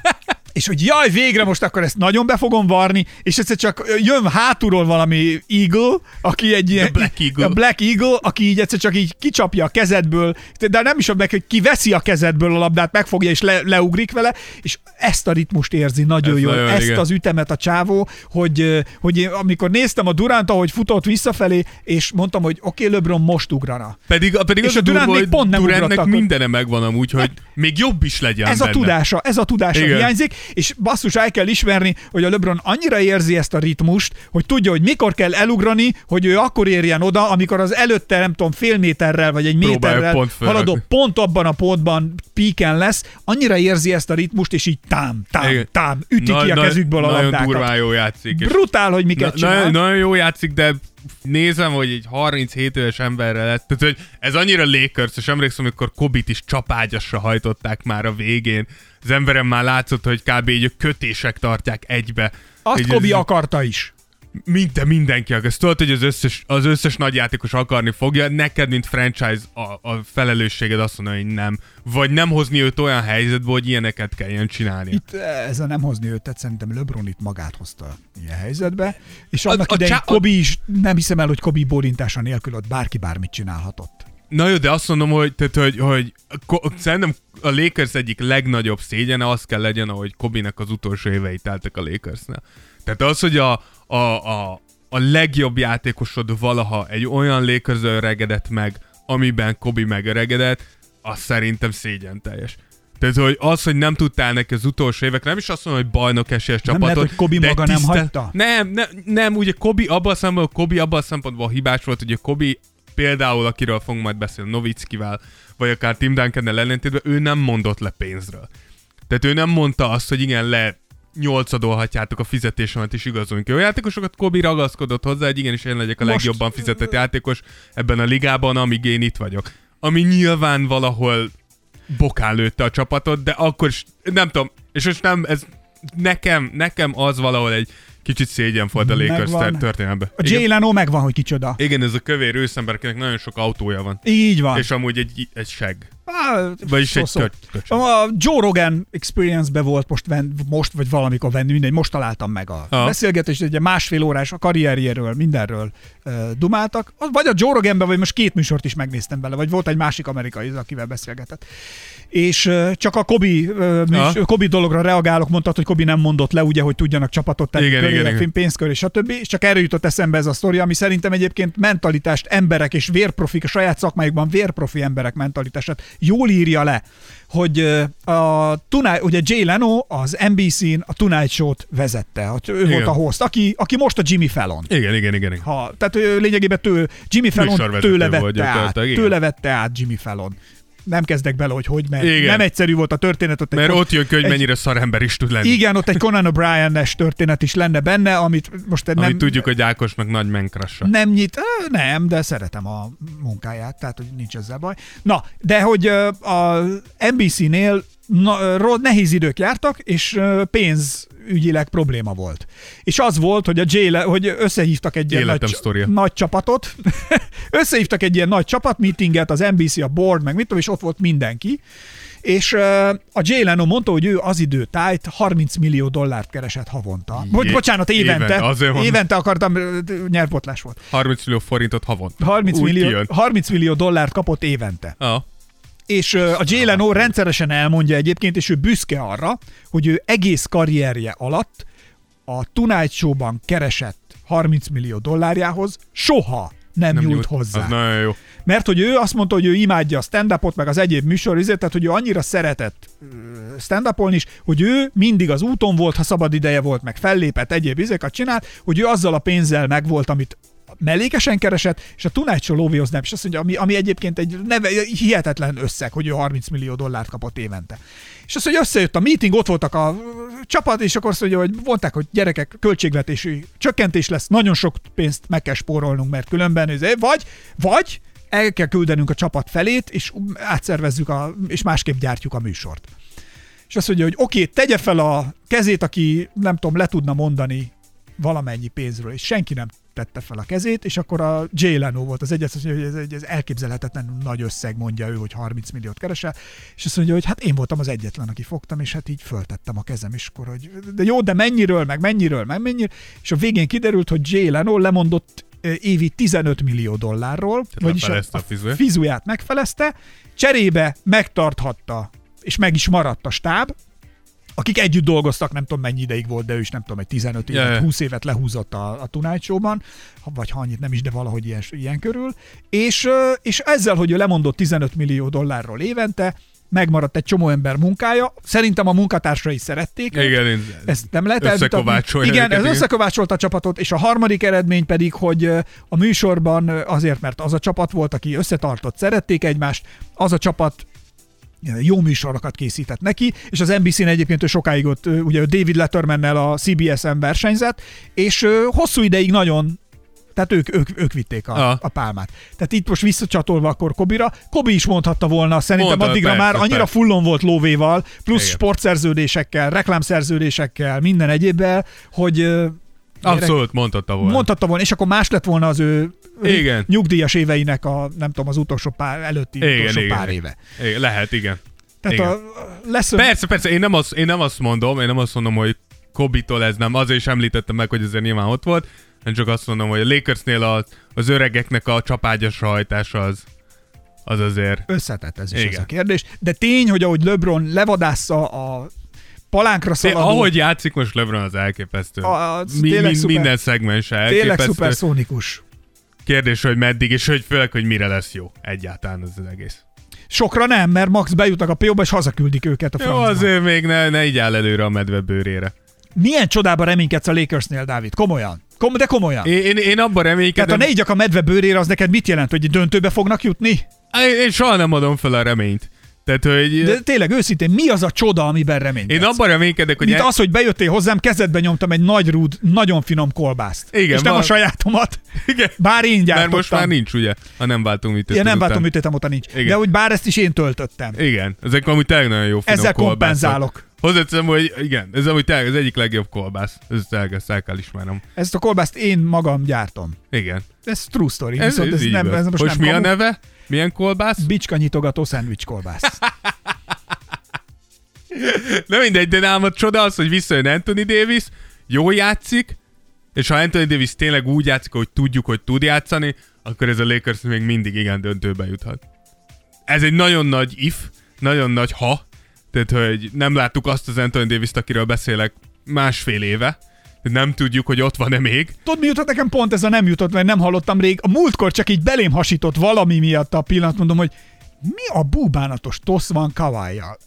És hogy jaj, végre most akkor ezt nagyon be fogom varni, és egyszer csak jön hátulról valami Eagle, aki egy ilyen... Black Eagle. A Black Eagle, aki így egyszer csak így kicsapja a kezedből, de nem is meg, hogy kiveszi a kezedből a labdát, megfogja és le, leugrik vele, és ezt a ritmust érzi nagyon jól, ezt igen. Az ütemet a csávó, hogy, hogy én, amikor néztem a Durant, ahogy futott visszafelé, és mondtam, hogy oké, okay, LeBron most ugrana. Pedig, pedig és az a Durant még pont nem Durantnek mindene megvan amúgy, hogy még jobb is legyen Ez benne. a tudása, ez a tudása igen. hiányzik, és basszus, el kell ismerni, hogy a LeBron annyira érzi ezt a ritmust, hogy tudja, hogy mikor kell elugrani, hogy ő akkor érjen oda, amikor az előtte, nem tudom, fél méterrel vagy egy méterrel pont haladó pont abban a pontban píken lesz, annyira érzi ezt a ritmust, és így tám, tám, igen. tám, üti na, ki a na, kezükből a labdákat. Nagyon durván jó játszik. Brutál, hogy miket na, csinál. Nagyon, nagyon jó játszik, de nézem, hogy egy harminchét éves emberre lett. Tehát, hogy ez annyira Lakers, és emlékszem, amikor Kobit is csapágyasra hajtották már a végén. Az emberem már látszott, hogy kb. Így a kötések tartják egybe. Azt így Kobi ez... akarta is. Minden, mindenki akarsz. Tudod, hogy az összes, az összes nagy játékos akarni fogja, neked, mint franchise a, a felelősséged azt mondani, hogy nem. Vagy nem hozni őt olyan helyzetbe, hogy ilyeneket kelljen csinálni. Itt ez a nem hozni őt, tehát szerintem LeBron itt magát hozta ilyen helyzetbe, és annak a, a idején csá- Kobe is, nem hiszem el, hogy Kobe bólintása nélkül ott bárki bármit csinálhatott. Na jó, de azt mondom, hogy, tehát, hogy, hogy ko- szerintem a Lakers egyik legnagyobb szégyene az kell legyen, ahogy Kobe-nek az utolsó évei teltek a Lakersnél. Tehát az, hogy a, a, a, a legjobb játékosod valaha egy olyan Lakers öregedett meg, amiben Kobe megöregedett, az szerintem szégyen teljes. Tehát, hogy az, hogy nem tudtál neki az utolsó évek, nem is azt mondom, hogy bajnok esélyes Nem csapatot. lehet, hogy Kobe maga tisztel... nem hagyta? Nem, nem, nem, ugye Kobe abban a szempontból, Kobe abban a szempontból hibás volt, ugye Kobe például, akiről fogunk majd beszélni, Novickivel, vagy akár Tim Duncannel ellentétben, ő nem mondott le pénzről. Tehát ő nem mondta azt, hogy igen, le nyolcadolhatjátok a fizetésemet és igazolunk jó játékosokat. Kobe ragaszkodott hozzá, hogy igenis én legyek a Most... legjobban fizetett játékos ebben a ligában, amíg én itt vagyok. Ami nyilván valahol bokán lőtte a csapatot, de akkor is, nem tudom, és most nem, ez nekem, nekem az valahol egy kicsit szégyen volt a Lakers történetben. A Jay Leno megvan, hogy kicsoda. Igen, ez a kövér őszember, akinek nagyon sok autója van. Így van. És amúgy egy, egy segg. Ah, Vagyis egy szó. köcs, köcs. A Joe Rogan Experience-be volt most, ven, most vagy valamikor venni, mindegy, most találtam meg a Aha. beszélgetést, egy másfél órás a karrierjéről, mindenről uh, dumáltak. Vagy a Joe Roganbe, vagy most két műsort is megnéztem bele, vagy volt egy másik amerikai, akivel beszélgetett. És uh, csak a Kobe, uh, műs, Kobe dologra reagálok, mondtad, hogy Kobe nem mondott le, ugye, hogy tudjanak csapatot tenni, igen, igen, igen. pénzkör és stb. És csak erre jutott eszembe ez a sztori, ami szerintem egyébként mentalitást, emberek és vérprofik, a saját szakmájukban vérprofi emberek mentalitását jól írja le, hogy a Tonight, ugye Jay Leno az en bé cén a Tonight Show-t vezette, ő igen. volt a host, aki, aki most a Jimmy Fallon. Igen, igen, igen. igen. Ha, tehát ő lényegében tő, Jimmy Fallon tőle vette, át, tőle vette át Jimmy Fallon. Nem kezdek bele, hogy hogy, mert igen. nem egyszerű volt a történet. Ott mert egy, ott jön ki, hogy egy, mennyire szarember is tud lenni. Igen, ott egy Conan O'Brien-es történet is lenne benne, amit most amit nem... tudjuk, hogy Ákosnak nagy menkrassa. Nem nyit, nem, de szeretem a munkáját, tehát hogy nincs ezzel baj. Na, de hogy a en bé cénél na, nehéz idők jártak, és pénzügyileg probléma volt. És az volt, hogy, a Jay, hogy összehívtak egy ilyen nagy, nagy csapatot, összehívtak egy ilyen nagy csapatmeetinget, az en bé cé, a board, meg mit tudom, és ott volt mindenki, és uh, a Jay Leno mondta, hogy ő az idő tájt harminc millió dollárt keresett havonta. Bocs, bocsánat, évente. Éven, évente akartam, nyelvbotlás volt. harminc millió forintot havonta. harminc millió, harminc millió dollárt kapott évente. Ah. És uh, a Jay Leno rendszeresen elmondja egyébként, és ő büszke arra, hogy ő egész karrierje alatt a Tonight Show-ban keresett harminc millió dollárjához soha nem, nem nyújt, nyújt hozzá. Az nagyon jó. Mert hogy ő azt mondta, hogy ő imádja a stand-upot, meg az egyéb műsor, ezért, tehát hogy ő annyira szeretett stand-upolni is, hogy ő mindig az úton volt, ha szabad ideje volt, meg fellépett, egyéb izékat csinált, hogy ő azzal a pénzzel megvolt, amit mellékesen keresett, és a Tonight Show lóvéhoz nem, és azt mondja, ami, ami egyébként egy neve, hihetetlen összeg, hogy ő harminc millió dollárt kapott évente. És azt mondja, összejött a meeting, ott voltak a csapat, és akkor azt mondja, hogy mondták, hogy gyerekek, költségvetési csökkentés lesz, nagyon sok pénzt meg kell spórolnunk, mert különben, vagy, vagy el kell küldenünk a csapat felét, és átszervezzük, a, és másképp gyártjuk a műsort. És azt mondja, hogy oké, okay, tegye fel a kezét, aki nem tudom, le tudna mondani valamennyi pénzről, és senki nem tette fel a kezét, és akkor a Jay Leno volt az egyet, hogy ez, ez elképzelhetetlen nagy összeg, mondja ő, hogy harminc milliót keresel, és azt mondja, hogy hát én voltam az egyetlen, aki fogtam, és hát így föltettem a kezem, és akkor, hogy de jó, de mennyiről, meg mennyiről, meg mennyiről, és a végén kiderült, hogy Jay Leno lemondott évi tizenöt millió dollárról, vagyis a, a fizuját megfelezte, cserébe megtarthatta, és meg is maradt a stáb, akik együtt dolgoztak, nem tudom mennyi ideig volt, de ő is nem tudom, egy tizenöt évet, yeah. húsz évet lehúzott a, a Tonight Show-ban, vagy ha annyit nem is, de valahogy ilyen, ilyen körül, és, és ezzel, hogy ő lemondott tizenöt millió dollárról évente, megmaradt egy csomó ember munkája. Szerintem a munkatársai szerették. Igen, ezt nem lehet elvitatni. Igen, ez összekovácsolta a csapatot, és a harmadik eredmény pedig, hogy a műsorban azért, mert az a csapat volt, aki összetartott, szerették egymást, az a csapat jó műsorokat készített neki, és az en bé cén egyébként ő sokáig ott, ugye David Lettermannel a cé bé es-en versenyzett, és hosszú ideig nagyon, tehát ők, ők, ők vitték a, a pálmát. Tehát itt most visszacsatolva akkor Kobira, Kobi is mondhatta volna, szerintem Mondta, addigra persze, már annyira persze. fullon volt lóvéval, plusz Igen. sportszerződésekkel, reklámszerződésekkel, minden egyébbel, hogy Abszolút, mondhatta volna. Mondhatta volna, és akkor más lett volna az ő igen. nyugdíjas éveinek a, nem tudom, az utolsó pár, előtti igen, utolsó igen, pár igen. éve. Igen, lehet, igen. Tehát igen. a lesson... Persze, persze, én nem, azt, én nem azt mondom, én nem azt mondom, hogy Kobe-tól ez nem, azért is említettem meg, hogy ezért nyilván ott volt, én csak azt mondom, hogy a Lakersnél az, az öregeknek a csapágyasra hajtása az, az azért... Összetett ez is igen. ez a kérdés, de tény, hogy ahogy LeBron levadásza a palánkra szaladó... Ahogy játszik most LeBron, az elképesztő. A, mi, mi, szuper, minden szegmens elképesztő. Tényleg szuperszónikus. Kérdés, hogy meddig, és hogy főleg, hogy mire lesz jó egyáltalán az, az egész. Sokra nem, mert max bejutnak a pé ó-ba, és hazaküldik őket a francba. Jó, azért még ne, ne így áll előre a medve bőrére. Milyen csodában reménykedsz a Lakersnél, Dávid? Komolyan. Kom- de komolyan. Én, én, én abban reménykedem... Tehát a ne igyak a medve bőrére, az neked mit jelent, hogy döntőbe fognak jutni? Én, én soha nem adom fel a reményt. Tehát, hogy... De tényleg őszintén, mi az a csoda, amiben reménykedsz? Én abban reménykedek, hogy... Mint el... az, hogy bejöttél hozzám, kezedbe nyomtam egy nagy rúd, nagyon finom kolbászt. Igen, és nem van... a sajátomat. Igen. Bár én gyártottam. Mert most már nincs, ugye? Ha nem váltunk műtétem Ja, nem után. váltunk műtétem után nincs. Igen. De hogy bár ezt is én töltöttem. Igen. Ezek amúgy tényleg nagyon jó finom ezzel kolbászok. kompenzálok. Hozzáteszem, hogy igen, ez amúgy tényleg az egyik legjobb kolbász. Ezt el, ezt el kell ismernem. Ezt a kolbászt én magam gyártom. Igen. Ez true story. Ez, Viszont ez, ez így nem, van. ez most, most nem mi kamu. a neve? Milyen kolbász? Bicska nyitogató szendvics kolbász. Na mindegy, de nálam a csoda az, hogy visszajön Anthony Davis, jól játszik, és ha Anthony Davis tényleg úgy játszik, hogy tudjuk, hogy tud játszani, akkor ez a Lakers még mindig igen döntőbe juthat. Ez egy nagyon nagy if, nagyon nagy ha, tehát hogy nem láttuk azt az Anthony Davis-t, akiről beszélek másfél éve, nem tudjuk, hogy ott van-e még. Tudod, mi jutott nekem pont ez a nem jutott, mert nem hallottam rég. A múltkor csak így belém hasított valami miatt a pillanat, mondom, hogy mi a búbánatos tosz van Kawhi-jal?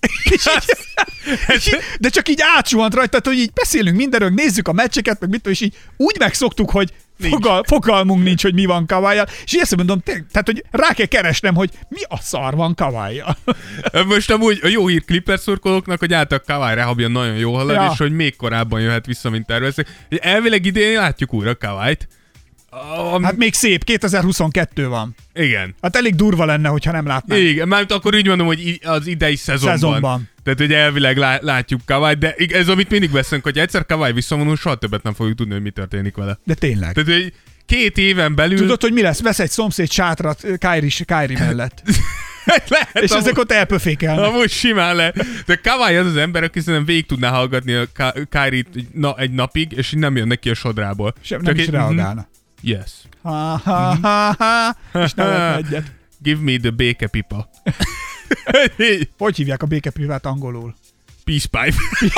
De csak így átsuhant rajta, tehát, hogy így beszélünk mindenről, nézzük a meccseket, meg mit, és így úgy megszoktuk, hogy fogal, fogalmunk nincs, hogy mi van Kawhi-jal, és így ezt mondom, tehát, hogy rá kell keresnem, hogy mi a szar van Kawhi-jal. Most amúgy a jó hír Clippers szurkolóknak, hogy által Kawhi rehabja nagyon jó halad, ja. és hogy még korábban jöhet vissza, mint tervezték. Elvileg idén látjuk újra Kawhi-t. Um, hát még szép, kétezer-huszonkettő van. Igen. Hát elég durva lenne, hogyha nem látnánk. Igen, mert akkor úgy mondom, hogy az idei szezonban. szezonban. Tehát, hogy elvileg lá- látjuk Kawhi, de ez, amit mindig veszünk, hogy egyszer Kawhi visszavonul, soha többet nem fogjuk tudni, hogy mi történik vele. De tényleg. Tehát, hogy két éven belül... Tudod, hogy mi lesz? Vesz egy szomszéd sátrat Kyrie, Kyrie mellett. Lehet, és amúgy, ezek ott elpöfékelnek. Amúgy simán le. De Kawhi az az ember, aki szerintem végig tudná hallgatni a Kyrie-t na, egy napig, és nem jön neki a sodrából. Sem nem is egy, reagálna. Yes. Ha, ha, ha, ha. És nevetne egyet. Give me the békepipa. Hogy hívják a békepipát angolul? Peace pipe.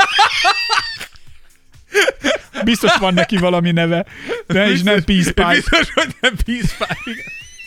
Biztos van neki valami neve, de is nem Peace Pipe. Biztos, hogy nem Peace Pipe.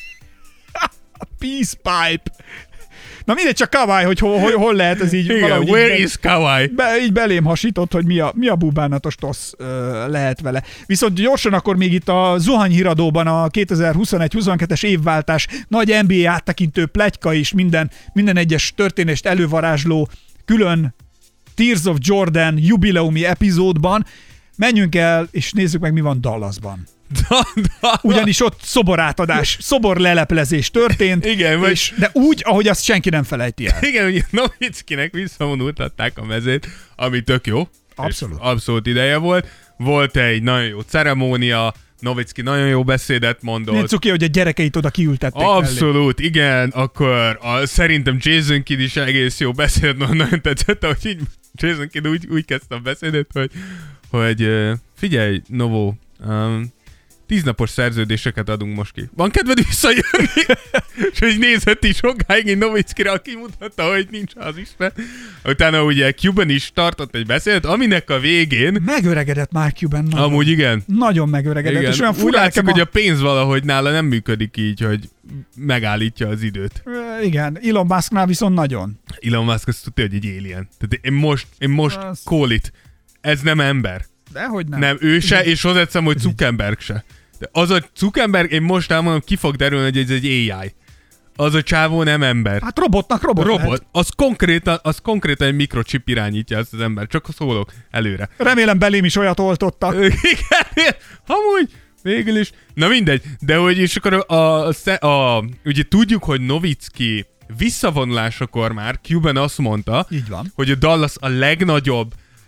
Peace Pipe. Na mindegy, csak Kawhi, hogy hol, hol, hol lehet ez így igen, valahogy... where így is Kawhi? Be, így belém hasított, hogy mi a, mi a búbánatos tosz uh, lehet vele. Viszont gyorsan akkor még itt a zuhanyhíradóban a kétezer-huszonegy-huszonkettes évváltás nagy en bé á áttekintő pletyka is minden, minden egyes történést elővarázsló külön Tears of Jordan jubileumi epizódban menjünk el, és nézzük meg, mi van Dallasban. Da, da, Ugyanis ott szoborátadás, szoborleleplezés történt, igen, vagy... és, de úgy, ahogy azt senki nem felejti el. Igen, ugye Novickinek visszavonultatták a mezét, ami tök jó. Abszolút. Abszolút ideje volt. Volt egy nagyon jó ceremónia, Novicki nagyon jó beszédet mondott. Nincs cuki, hogy a gyerekeit oda kiültették. Abszolút, mellé. Igen, akkor a, szerintem Jason Kidd is egész jó beszédet, nagyon tetszett, ahogy így Jason Kidd úgy, úgy kezdte a beszédet, hogy, hogy figyelj, Novo, um, tíznapos szerződéseket adunk most ki. Van kedved visszajönni? És hogy nézett is sokáig én Nowitzkire, aki mutatta, hogy nincs az Isten. Utána ugye Cuban is tartott egy beszédet, aminek a végén... Megöregedett már Cuban. Nagyon. Amúgy igen. Nagyon megöregedett. Igen. És olyan úgy látszik, a... hogy a pénz valahogy nála nem működik így, hogy megállítja az időt. Igen, Elon Musknál viszont nagyon. Elon Musk azt tudja, hogy egy alien. Tehát én most, én most az... call it. Ez nem ember. Dehogy nem. Nem, ő se, és hozzáteszem, hogy Zuckerberg se. De az a Zuckerberg, én most elmondom, ki fog derülni, hogy ez egy á i. Az a csávó nem ember. Hát robotnak robot Robot. Lehet. Az konkrétan, az konkrétan egy mikrochip irányítja ezt az ember. Csak szólok előre. Remélem belém is olyat oltottak. Igen, amúgy végül is. Na mindegy, de hogy és akkor a, a, a, a ugye tudjuk, hogy Nowitzki visszavonulásakor már Cuban azt mondta, így van, hogy a Dallas a legnagyobb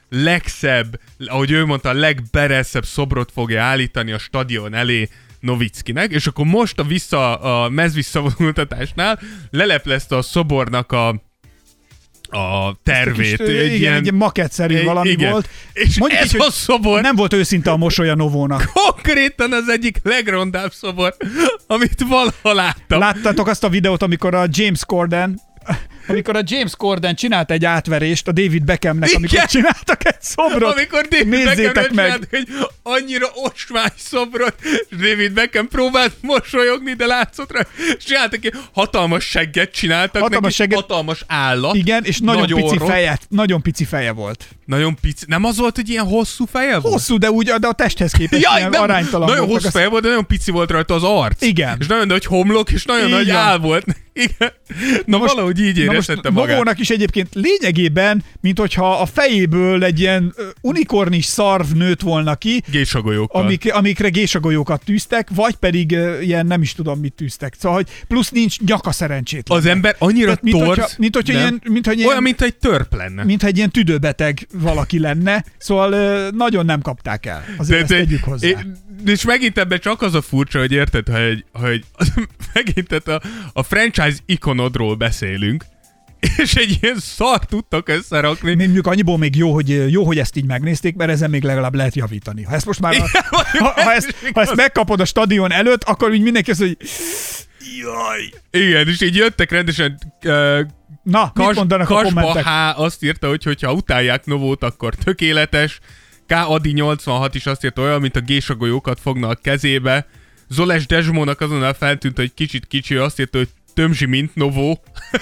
legszebb, ahogy ő mondta, a legbereszebb szobrot fogja állítani a stadion elé Novickinek, és akkor most a vissza a mezvisszavonultatásnál leleplezte a szobornak a a tervét. Kis, egy igen, ilyen, egy makettszerű egy, valami igen. volt. És mondjuk ez így, a szobor... Nem volt őszinte a mosolya Novónak. Konkrétan az egyik legrondább szobor, amit valaha láttam. Láttátok azt a videót, amikor a James Corden amikor a James Corden csinált egy átverést a David Beckhamnek, amikor igen. csináltak egy szobrot. Amikor David Beckham csinált egy annyira osvány szobrot, és David Beckham próbált mosolyogni, de látszott rá, és csináltak egy hatalmas segget csináltak hatalmas neki, segget. Hatalmas állat. Igen, és nagyon nagy pici feje, nagyon pici feje volt. Nagyon pici. Nem az volt, hogy ilyen hosszú feje volt? Hosszú, de úgy, de a testhez képest ja, ilyen aránytalan. Nagyon hosszú feje volt, de nagyon pici volt rajta az arc. Igen. És nagyon nagy homlok, és nagyon igen. nagy áll volt. Igen. Na most, valahogy így éreztette magát. Novónak is egyébként lényegében, mint hogyha a fejéből egy ilyen unikornis szarv nőtt volna ki. Gésagolyókkal. Amik, amikre gésagolyókat tűztek, vagy pedig uh, ilyen nem is tudom mit tűztek. Szóval, hogy plusz nincs nyaka szerencsétlen. Az ember annyira tehát, mint torz. Hogyha, mint hogyha ilyen, mint, hogy ilyen, olyan, mint egy törp lenne. Mint egy ilyen tüdőbeteg valaki lenne. Szóval uh, nagyon nem kapták el. Azért de, ezt tegyük hozzá. É, és megint ebben csak az a furcsa, hogy érted, ha egy, ha egy megint a, a franchise ikonodról beszélünk, és egy ilyen szar tudtak összerakni. Mondjuk annyiból még jó, hogy, jó, hogy ezt így megnézték, mert ezen még legalább lehet javítani. Ha ezt most már, igen, a, ha, ha, ezt, ha ezt megkapod a stadion előtt, akkor úgy mindenki azt, hogy jaj. Igen, és így jöttek rendesen uh, Na, Kas, mit mondanak a kommentek? H azt írta, hogy hogyha utálják Novót, akkor tökéletes. K. Adi nyolcvanhat is azt írta, olyan, mint a gésagolyókat fogna a kezébe. Zoles Desmónak azonnal feltűnt, hogy kicsit kicsi, azt írta, hogy tömzsi, mint Novó.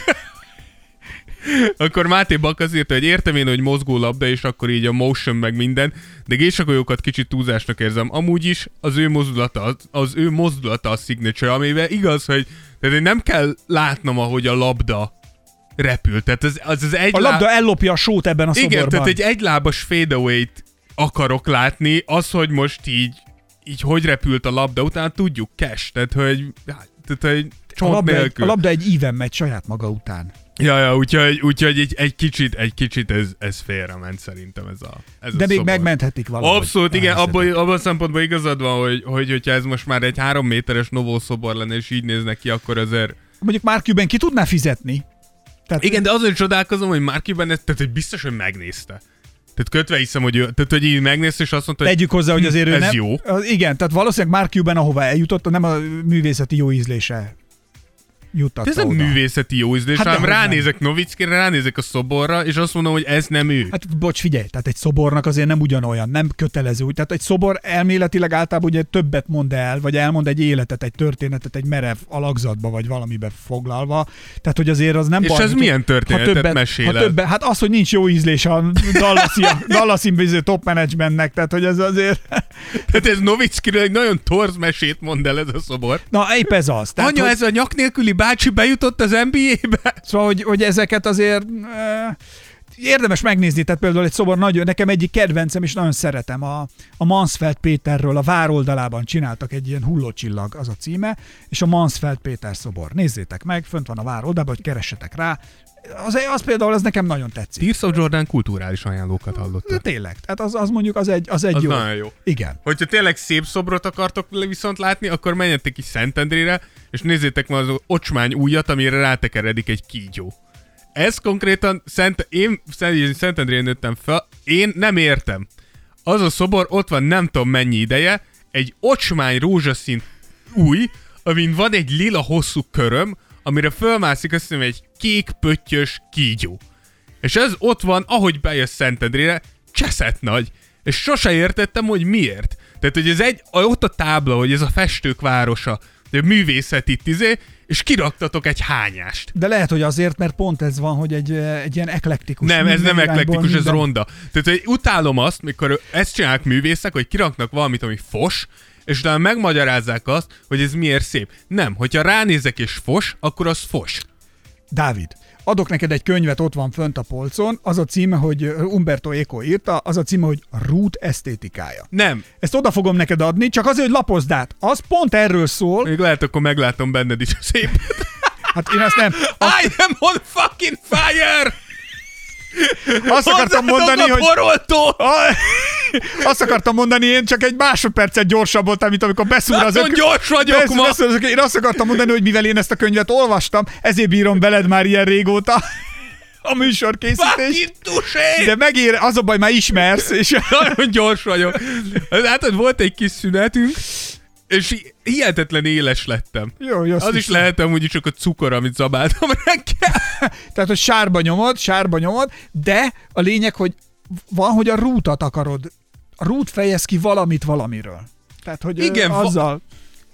Akkor Máté Bak az írta, hogy értem én, hogy mozgó labda, és akkor így a motion meg minden, de gésagolyókat kicsit túlzásnak érzem. Amúgy is az ő mozdulata, az, az ő mozdulata a signature, amivel igaz, hogy tehát nem kell látnom, ahogy a labda repül. Tehát az, az, az egy a labda lá... ellopja a sót ebben a igen, szoborban. Igen, tehát egy egylábas fadeaway-t akarok látni, az, hogy most így, így hogy repült a labda, utána tudjuk cash, tehát hogy, tehát, hogy csont a labda nélkül. Egy, a labda egy íven megy saját maga után. Ja, ja, úgyhogy, úgyhogy egy, egy kicsit, egy kicsit ez, ez félrement szerintem ez a ez De a még szobor. Megmenthetik valahogy. Abszolút, igen, abban, abban a szempontból igazad van, hogy, hogy hogyha ez most már egy három méteres Novó szobor lenne, és így néznek ki, akkor azért... Mondjuk Mark Cuban ki tudná fizetni. Tehát... Igen, de azon csodálkozom, hogy Mark Cuban ezt, tehát hogy biztos, hogy megnézte. Tehát kötve hiszem, hogy, ő, tehát, hogy így megnézte, és azt mondta, hogy tegyük hozzá, hogy azért ő ez nem, jó. Az, igen, tehát valószínűleg Mark Cuban, ahova eljutott, nem a művészeti jó ízlése juttatta ez nem oda. Művészeti jó ízlés, hát hanem ránézek Novickire, ránézek a szoborra, és azt mondom, hogy ez nem ő. Hát bocs, figyelj, tehát egy szobornak azért nem ugyanolyan, nem kötelező. Tehát egy szobor elméletileg általában ugye többet mond el, vagy elmond egy életet, egy történetet, egy merev alakzatba, vagy valamibe foglalva. Tehát, hogy azért az nem és baj. És ez milyen történetet többet, mesél ha többet, hát az, hogy nincs jó ízlés a Dallas-i top managementnek, tehát, hogy ez azért... Tehát ez Novickiről egy nagyon torz mesét mond el ez a szobor. Na, épp ez az. Tehát, anya, hogy... ez a nyak nélküli bácsi bejutott az en bé á-be. Szóval, hogy, hogy ezeket azért uh, érdemes megnézni, tehát például egy szobor nagyon, nekem egyik kedvencem, és nagyon szeretem, a, a Mansfeld Péterről a Vároldalában csináltak egy ilyen hullócsillag, az a címe, és a Mansfeld Péter szobor. Nézzétek meg, fönt van a Vároldalában, hogy keressetek rá. Az, az például, az nekem nagyon tetszik. Tears of Jordan kulturális ajánlókat hallottak. Tényleg, tehát az, az mondjuk az egy, az egy az jó. nagyon jó. Igen. Hogyha tényleg szép szobrot akartok viszont látni, akkor menjetek ki Szentendrére, és nézzétek meg az ocsmány ujjat, amire rátekeredik egy kígyó. Ez konkrétan, Szent, én Szentendrén nőttem fel, én nem értem. Az a szobor ott van nem tudom mennyi ideje, egy ocsmány rózsaszín új, amin van egy lila hosszú köröm, amire fölmászik azt hiszem egy kék pöttyös kígyó. És ez ott van, ahogy bejössz Szentendrére, cseszett nagy. És sose értettem, hogy miért. Tehát, hogy ez egy, ott a tábla, hogy ez a festők városa, de művészeti izé, és kiraktatok egy hányást. De lehet, hogy azért, mert pont ez van, hogy egy, egy ilyen eklektikus. Nem, ez nem eklektikus, minden... ez ronda. Tehát, hogy utálom azt, mikor ezt csinálják művészek, hogy kiraknak valamit, ami fos, és utána megmagyarázzák azt, hogy ez miért szép. Nem, hogyha ránézek és fos, akkor az fos. Dávid, adok neked egy könyvet, ott van fönt a polcon, az a címe, hogy Umberto Eco írta, az a címe, hogy Rút esztétikája. Nem. Ezt oda fogom neked adni, csak azért, hogy lapozd át. Az pont erről szól. Még lehet, akkor meglátom benned is a szépet. Hát én azt nem... Azt... I am on fucking fire! Azt akartam mondani, hogy... Poroltó! Azt akartam mondani, én csak egy másodpercet gyorsabb voltam, mint amikor beszúr az Nagyon gyors vagyok beszúr, ma! beszúr az Én azt akartam mondani, hogy mivel én ezt a könyvet olvastam, ezért bírom veled már ilyen régóta a műsorkészítést. De megér, az a baj, már ismersz. És... Nagyon gyors vagyok. Látod, volt egy kis szünetünk, és hihetetlen éles lettem. Jó, jó, az is lehet amúgy csak a cukor, amit zabáltam reggel. Tehát, hogy sárba nyomod, sárba nyomod, de a lényeg, hogy van, hogy a rútat akarod. A rút fejez ki valamit valamiről. Tehát, hogy igen, azzal... Va-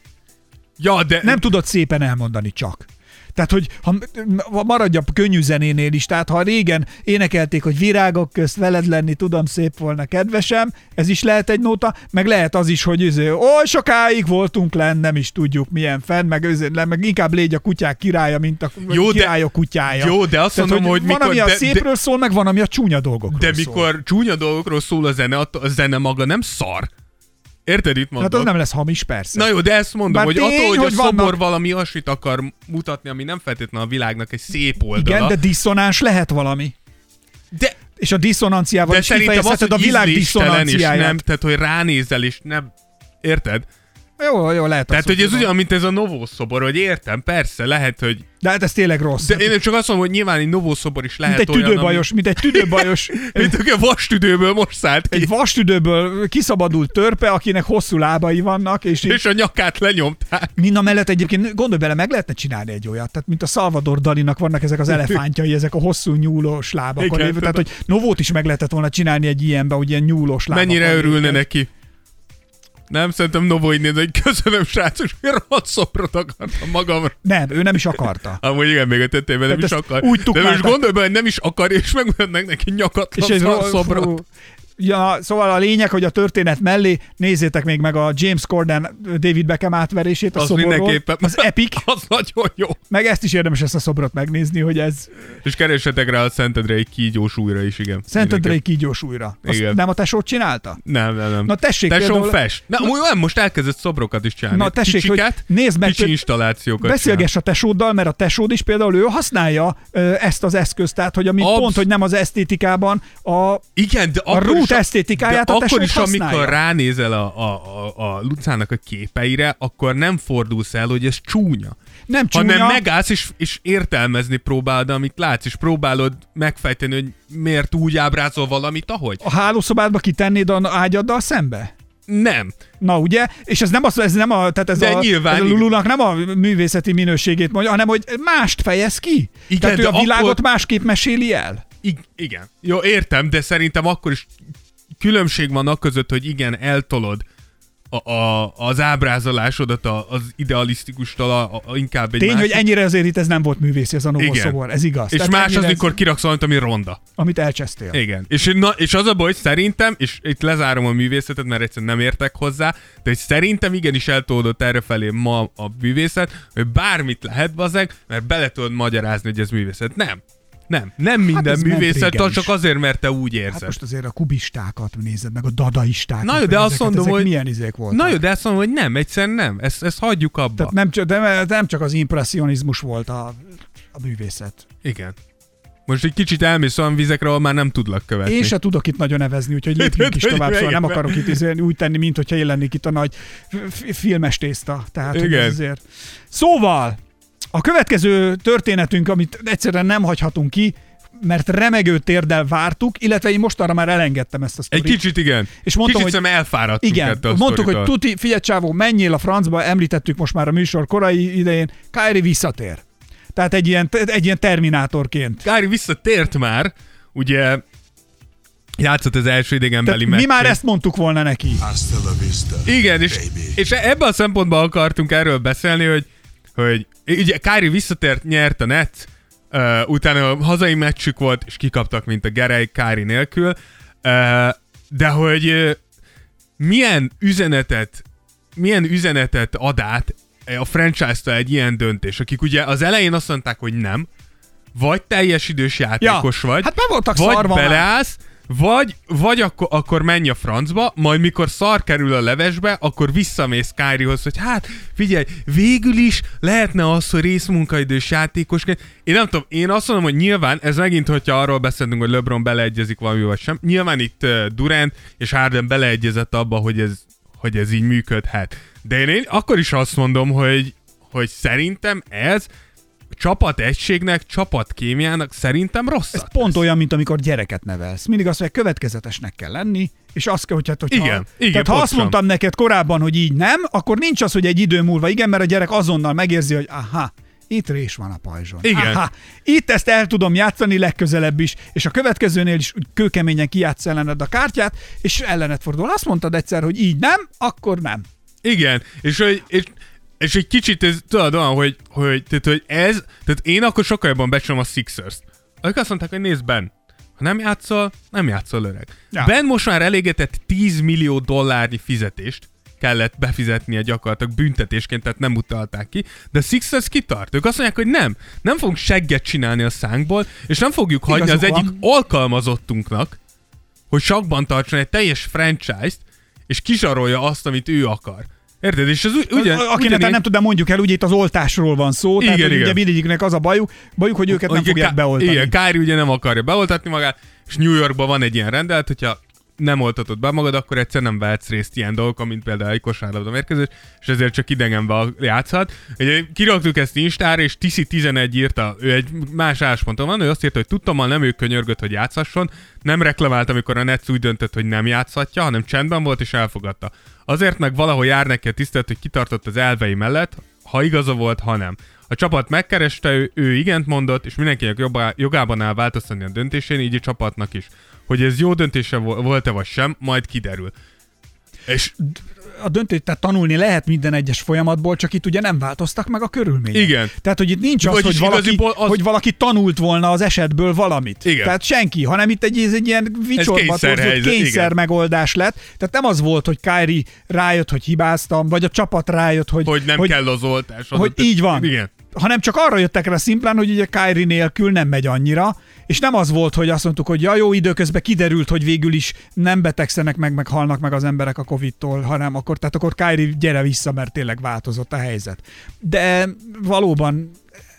ja, de... Nem tudod szépen elmondani csak. Tehát, hogy ha maradj a könnyű zenénél is, tehát ha régen énekelték, hogy virágok közt veled lenni, tudom, szép volna, kedvesem, ez is lehet egy nóta, meg lehet az is, hogy oly sokáig voltunk lenn, nem is tudjuk milyen fenn, meg, meg inkább légy a kutyák királya, mint a jó, király a kutyája. Jó, de azt tehát, mondom, hogy, hogy mikor... Van, ami a de, szépről de, szól, meg van, ami a csúnya dolgokról de szól. De mikor csúnya dolgokról szól a zene, a zene maga nem szar. Érted, itt mondod? Hát az nem lesz hamis, persze. Na jó, de ezt mondom, Bár hogy tény, attól, hogy, hogy a szobor vannak... valami olyasmit akar mutatni, ami nem feltétlenül a világnak egy szép oldala. Igen, de diszonáns lehet valami. De... És a diszonanciával is kifejezheted a világ diszonanciáját. Nem, tehát, hogy ránézel és nem... Érted? Jó, jó, lehet. Tehát, hogy ez ugyan, mint ez a Novó szobor, hogy értem, persze, lehet, hogy... De hát ez tényleg rossz. De én csak azt mondom, hogy nyilván egy Novó szobor is lehet mint egy olyan, tüdőbajos, ami... mint egy tüdőbajos... mint egy vastüdőből most szállt ki. Egy vastüdőből kiszabadult törpe, akinek hosszú lábai vannak, és... És a nyakát lenyomták. Mind mellett egyébként, gondolj bele, meg lehetne csinálni egy olyat. Tehát, mint a Salvador Dalinak vannak ezek az elefántjai, ezek a hosszú nyúlós lábak. Igen, tehát, hogy Novót is meg lehetett volna csinálni egy ilyenbe, hogy ilyen nyúlós lábak. Mennyire örülne neki? Nem, szerintem Novo így néz, hogy köszönöm, srácok, hogy rohadt szobrot akartam magamra. Nem, ő nem is akarta. Amúgy igen, még a tettében nem is akar. Úgy de most gondolj be, hogy nem is akar, és megmutatnak neki nyakatlan és egy szobrot. Ja, szóval a lényeg, hogy a történet mellé nézzétek még meg a James Corden David Beckham átverését a az szoborról. Mindenképpen. Az epic. Az nagyon jó. Meg ezt is érdemes ezt a szobrot megnézni, hogy ez... És keressetek rá a Szentendrei kígyós újra is, igen. Szentendrei kígyós újra. Azt nem a tesót csinálta? Nem, nem, nem. Na tessék Tesón például... fest. Na, na, nem, most elkezdett szobrokat is csinálni. Na tessék, Kicsiket, hogy nézd meg, kicsi installációkat beszélgess a tesóddal, mert a tesód is például ő használja ö, ezt az eszközt, tehát hogy ami Absz- pont, hogy nem az esztétikában, a, igen, de a rút esztétikáját a akkor is, használja. amikor ránézel a, a, a, a Lucának a képeire, akkor nem fordulsz el, hogy ez csúnya. Nem csúnya. Hanem megállsz és, és értelmezni próbálod, amit látsz, és próbálod megfejteni, hogy miért úgy ábrázol valamit, ahogy. A hálószobádba kitennéd a ágyaddal szembe? Nem. Na ugye? És ez nem az, ez nem a, tehát ez de a, nyilván, ez a Lulunak nem a művészeti minőségét mondja, hanem hogy mást fejez ki. Igen, tehát ő a világot akkor... másképp meséli el. I- igen. Jó, értem, de szerintem akkor is különbség van között, hogy igen, eltolod a, a, az ábrázolásodat az idealisztikustól a, a, inkább egy Tény, másik. hogy ennyire azért itt ez nem volt művészi, ez a Novó szobor, ez igaz. És tehát más az, mikor ez... kiraksz valamit, ami ronda. Amit elcsesztél. Igen. És, na, és az a baj, hogy szerintem, és itt lezárom a művészetet, mert egyszerűen nem értek hozzá, de hogy szerintem igenis eltolódott errefelé ma a művészet, hogy bármit lehet, bazeg, mert bele tudod magyarázni, hogy ez művészet. Nem. Nem, nem minden hát művészet, csak azért, mert te úgy érzed. Hát most azért a kubistákat nézed, meg a dadaistákat. Na jó, de azt mondom, hogy... milyen izék voltak. Na jó, de azt mondom, hogy nem, egyszerűen nem. Ezt, ezt hagyjuk abba. Tehát nem, csak, de nem csak az impressionizmus volt a, a művészet. Igen. Most egy kicsit elmész olyan vizekre, ahol már nem tudlak követni. Én se tudok itt nagyon nevezni, úgyhogy lépjünk is tovább, szóval nem akarok itt izélni, úgy tenni, mint hogyha én lennék itt a nagy filmes tészta. Tehát, igen. Azért. Szóval, a következő történetünk, amit egyszerűen nem hagyhatunk ki, mert remegő térdel vártuk, illetve én mostanra már elengedtem ezt a sztorit. Egy kicsit igen. És mondtam, kicsit hogy elfáradtunk. Igen, mondtuk, hogy tuti, figyelj csávó, menjél a francba, említettük most már a műsor korai idején, Kyrie visszatér. Tehát egy ilyen, egy ilyen terminátorként. Kyrie visszatért már, ugye játszott az első idegenbeli meccsén. Mi már ezt mondtuk volna neki. Igen, és, és ebben a szempontban akartunk erről beszélni, hogy, hogy ugye Kyrie visszatért, nyert a Nets, Uh, utána a hazai meccsük volt, és kikaptak, mint a Gerej Kyrie nélkül, uh, de hogy uh, milyen üzenetet milyen üzenetet ad át a franchise-től egy ilyen döntés, akik ugye az elején azt mondták, hogy nem, vagy teljes idős játékos ja, vagy, hát be voltak vagy szarva beleállsz, Vagy, vagy akkor, akkor menj a francba, majd mikor szar kerül a levesbe, akkor visszamész Kyrie-hoz, hogy hát figyelj, végül is lehetne az, hogy részmunkaidős játékosként. Én nem tudom, én azt mondom, hogy nyilván, ez megint, hogyha arról beszélünk, hogy LeBron beleegyezik valami vagy sem, nyilván itt uh, Durant és Harden beleegyezett abba, hogy ez, hogy ez így működhet. De én akkor is azt mondom, hogy, hogy szerintem ez csapategységnek, csapatkémiának szerintem rossz. Ez pont olyan, mint amikor gyereket nevelsz. Mindig azt mondja, következetesnek kell lenni, és azt kell, hogyha... hogyha igen, igen, tehát ha azt mondtam neked korábban, hogy így nem, akkor nincs az, hogy egy idő múlva igen, mert a gyerek azonnal megérzi, hogy aha, itt rés van a pajzson. Igen. Aha, itt ezt el tudom játszani legközelebb is, és a következőnél is kőkeményen kijátsz ellened a kártyát, és ellened fordul. Azt mondtad egyszer, hogy így nem, akkor nem. Igen, és hogy... És... És egy kicsit ez, tudod olyan, hogy, hogy, tehát, hogy ez, tehát én akkor sokkal jobban becsülöm a Sixers-t. Akik azt mondták, hogy nézd Ben, ha nem játszol, nem játszol öreg. Ja. Ben most már elégetett tíz millió dollárnyi fizetést kellett befizetnie gyakorlatilag büntetésként, tehát nem utalták ki, de a Sixers kitart. Ők azt mondják, hogy nem, nem fogunk segget csinálni a szánkból, és nem fogjuk hagyni Igazuk az van. Egyik alkalmazottunknak, hogy sakban tartson egy teljes franchise-t, és kizsarolja azt, amit ő akar. Érted? És az ugyan, akinek ugyan nem tudom, mondjuk el, ugye itt az oltásról van szó, igen, tehát igen. Ugye mindegyiknek az a bajuk, bajuk hogy őket nem fogják beoltani. Igen, Kyrie ugye nem akarja beoltatni magát, és New Yorkban van egy ilyen rendelet, hogyha nem oltatod be magad, akkor egyszer nem vehetsz részt ilyen dolgokon, mint például egy kosárlabda mérkőzés, és ezért csak idegenben játszhat. Ugye kiraktuk ezt Instára, és Tiszi tizenegy írta, ő egy más állásponton van, ő azt írta, hogy tudtommal nem ő könyörgött, hogy játszhasson, nem reklamált, amikor a Nets úgy döntött, hogy nem játszhatja, hanem csendben volt és elfogadta. Azért meg valahol jár neki a tisztelet, hogy kitartott az elvei mellett, ha igaza volt, ha nem. A csapat megkereste, ő, ő igent mondott, és mindenkinek jobbá, jogában áll változtatni a döntésén, így a csapatnak is. Hogy ez jó döntése volt-e vagy sem, majd kiderül. És a döntés, tehát tanulni lehet minden egyes folyamatból, csak itt ugye nem változtak meg a körülmények. Igen. Tehát, hogy itt nincs az, hogy valaki, az... hogy valaki tanult volna az esetből valamit. Igen. Tehát senki, hanem itt egy, ez egy ilyen vicsorba torzult kényszer megoldás lett. Tehát nem az volt, hogy Kyrie rájött, hogy hibáztam, vagy a csapat rájött, hogy... Hogy nem hogy, kell az oltás. Hogy így van. Igen. Hanem csak arra jöttek rá szimplán, hogy ugye Kyrie nélkül nem megy annyira, és nem az volt, hogy azt mondtuk, hogy ja, jó, időközben kiderült, hogy végül is nem betegszenek meg, meg halnak meg az emberek a Covid-tól, hanem akkor, tehát akkor Kyrie gyere vissza, mert tényleg változott a helyzet. De valóban,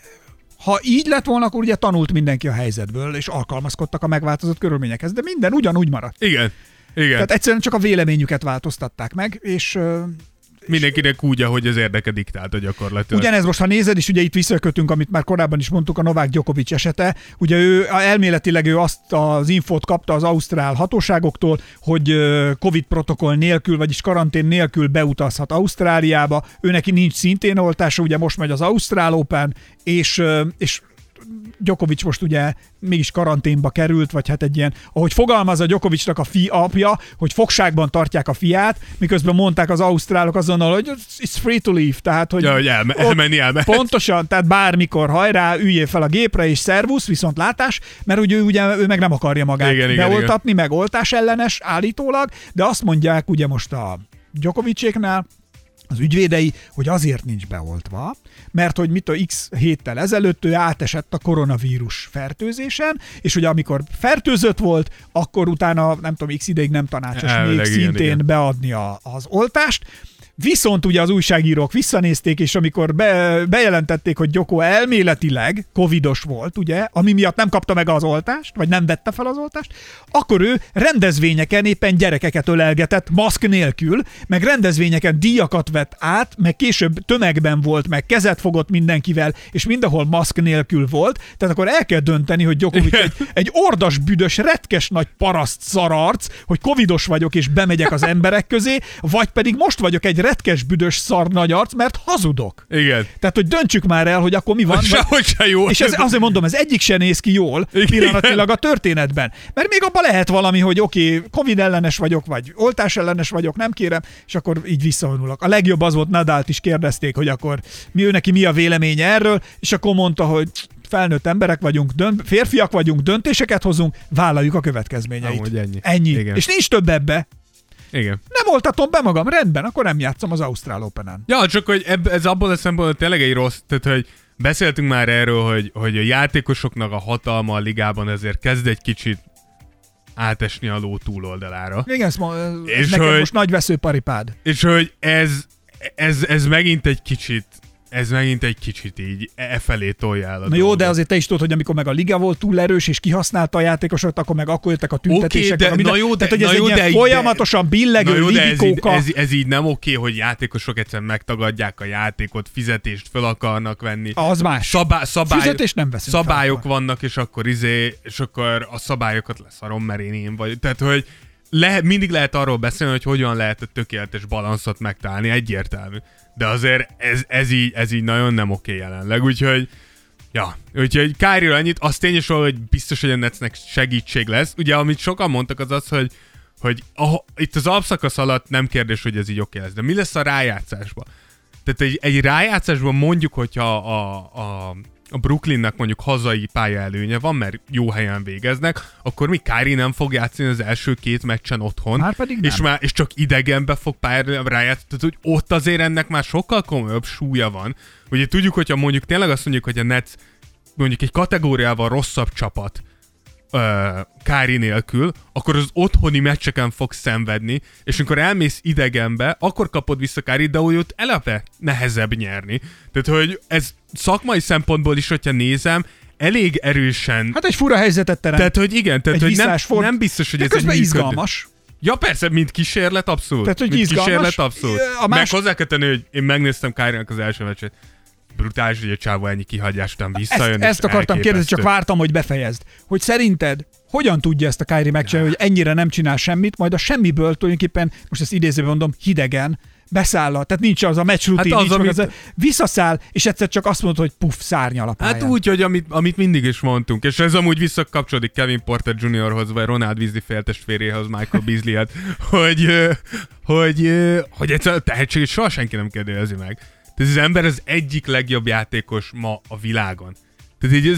ha így lett volna, akkor ugye tanult mindenki a helyzetből, és alkalmazkodtak a megváltozott körülményekhez, de minden ugyanúgy maradt. Igen, igen. Tehát egyszerűen csak a véleményüket változtatták meg, és... Mindenkinek úgy, ahogy az érdeke diktálta gyakorlatilag. Ugyanez most, ha nézed, és ugye itt visszakötünk, amit már korábban is mondtuk, a Novák Djokovic esete. Ugye ő elméletileg ő azt az infót kapta az ausztrál hatóságoktól, hogy Covid protokoll nélkül, vagyis karantén nélkül beutazhat Ausztráliába. Ő neki nincs szintén oltása, ugye most megy az Ausztrál Open, és, és Djokovic most ugye mégis karanténba került, vagy hát egy ilyen, ahogy fogalmaz a Djokovicnak a fi apja, hogy fogságban tartják a fiát, miközben mondták az ausztrálok azonnal, hogy it's free to leave, tehát hogy, ja, hogy elme- elmenni elmehet. Pontosan, tehát bármikor hajrá, üljél fel a gépre és szervusz, viszont látás, mert ugye, ugye ő meg nem akarja magát igen, beoltatni, igen. meg oltás ellenes állítólag, de azt mondják ugye most a Djokovicéknál, az ügyvédei, hogy azért nincs beoltva, mert hogy mit a X héttel ezelőtt ő átesett a koronavírus fertőzésen, és ugye amikor fertőzött volt, akkor utána nem tudom, X ideig nem tanácsos Elleg, még igen, szintén igen. beadni a, az oltást. Viszont ugye az újságírók visszanézték, és amikor be, bejelentették, hogy Gyoko elméletileg covidos volt, ugye, ami miatt nem kapta meg az oltást, vagy nem vette fel az oltást, akkor ő rendezvényeken éppen gyerekeket ölelgetett maszk nélkül, meg rendezvényeken díjakat vett át, meg később tömegben volt, meg kezet fogott mindenkivel, és mindenhol maszk nélkül volt, tehát akkor el kell dönteni, hogy Djokovic egy, egy ordas, büdös, retkes nagy paraszt szararc, hogy covidos vagyok, és bemegyek az emberek közé, vagy pedig most vagyok egy retkes, büdös, szar nagy arc, mert hazudok. Igen. Tehát, hogy döntsük már el, hogy akkor mi van. Sehogy se jó. És ez, azért mondom, ez egyik se néz ki jól pillanatilag a történetben. Mert még abban lehet valami, hogy oké, okay, Covid ellenes vagyok, vagy oltás ellenes vagyok, nem kérem, és akkor így visszavonulok. A legjobb az volt, Nadált is kérdezték, hogy akkor mi ő neki mi a véleménye erről, és akkor mondta, hogy felnőtt emberek vagyunk, dönt, férfiak vagyunk, döntéseket hozunk, vállaljuk a következményeit. Amúgy ennyi. Ennyi. Igen. És nincs több ebbe. Igen. Nem oltatom be magam, rendben, akkor nem játszom az Ausztrál Openen. Ja, csak hogy ebb, ez abból a szempontból tényleg egy rossz, tehát hogy beszéltünk már erről, hogy, hogy a játékosoknak a hatalma a ligában ezért kezd egy kicsit átesni a ló túloldalára. Igen, ez, ma, ez és neked hogy, most nagy veszőparipád. És hogy ez, ez, ez megint egy kicsit ez megint egy kicsit így e felé tolja el a Na dolgot. jó, de azért te is tudod, hogy amikor meg a liga volt túl erős, és kihasználta a játékosokat, akkor meg akkor jöttek a tüntetések. Okay, de, minden, na jó, de, tehát, hogy ez na egy jó, ilyen de, folyamatosan billegő na jó, de ez, így, ligikóka. ez, ez így nem oké, hogy játékosok egyszerűen megtagadják a játékot, fizetést fel akarnak venni. Az más. Szabá, szabály, Fizetést nem veszünk szabályok fel. vannak, és akkor izé, és akkor a szabályokat leszarom, mert én én vagy. Tehát, hogy lehet, mindig lehet arról beszélni, hogy hogyan lehet a tökéletes balanszot megtalálni, egyértelmű. De azért ez, ez, így, ez így nagyon nem oké jelenleg, úgyhogy ja, úgyhogy Kyrie-ről ennyit, az tényleg, hogy biztos, hogy a Netsnek segítség lesz. Ugye, amit sokan mondtak, az az, hogy, hogy a, itt az alapszakasz alatt nem kérdés, hogy ez így oké lesz, de mi lesz a rájátszásban? Tehát egy, egy rájátszásban mondjuk, hogyha a, a, a Brooklynnak mondjuk hazai pályaelőnye van, mert jó helyen végeznek, akkor mi Kyrie nem fog játszani az első két meccsen otthon, Már pedig nem. és, már, és csak idegenbe fog pályára rájátszani, tehát hogy ott azért ennek már sokkal komolyabb súlya van. Ugye tudjuk, hogyha mondjuk tényleg azt mondjuk, hogy a Nets mondjuk egy kategóriával rosszabb csapat uh, Kyrie nélkül, akkor az otthoni meccseken fog szenvedni, és amikor elmész idegenbe, akkor kapod vissza Kyrie, de hogy ott eleve nehezebb nyerni. Tehát, hogy ez szakmai szempontból is, hogyha nézem, elég erősen... Hát egy fura helyzetet teremt. Tehát, hogy igen, tehát, egy hogy nem, ford... nem biztos, hogy de ez egy közben működő. izgalmas. Ja persze, mint kísérlet abszolút. Tehát, hogy mint izgalmas. kísérlet abszolút. A más... Meg hozzá kell tenni, hogy én megnéztem Kyrie-nak az első meccset. Brutális, hogy a csávó ennyi kihagyás után visszajön. Ezt, ezt akartam kérdezni, csak vártam, hogy befejezd. Hogy szerinted hogyan tudja ezt a Kyrie megcsinálni, hogy ennyire nem csinál semmit, majd a semmiből tulajdonképpen, most ezt idézőben mondom, hidegen, beszáll, tehát nincs az a meccs rutin, hát az, nincs amit... az a... visszaszáll, és egyszer csak azt mondod, hogy puff, szárnyal a pályán. Hát úgy, hogy amit, amit mindig is mondtunk, és ez amúgy visszakapcsolódik Kevin Porter juniorhoz, vagy Ronald Weasley féltestvéréhez, Michael Beasleyhez, hogy, hogy, hogy egyszerűen a tehetséget soha senki nem kérdezi meg. Tehát az ember az egyik legjobb játékos ma a világon. Tehát így ez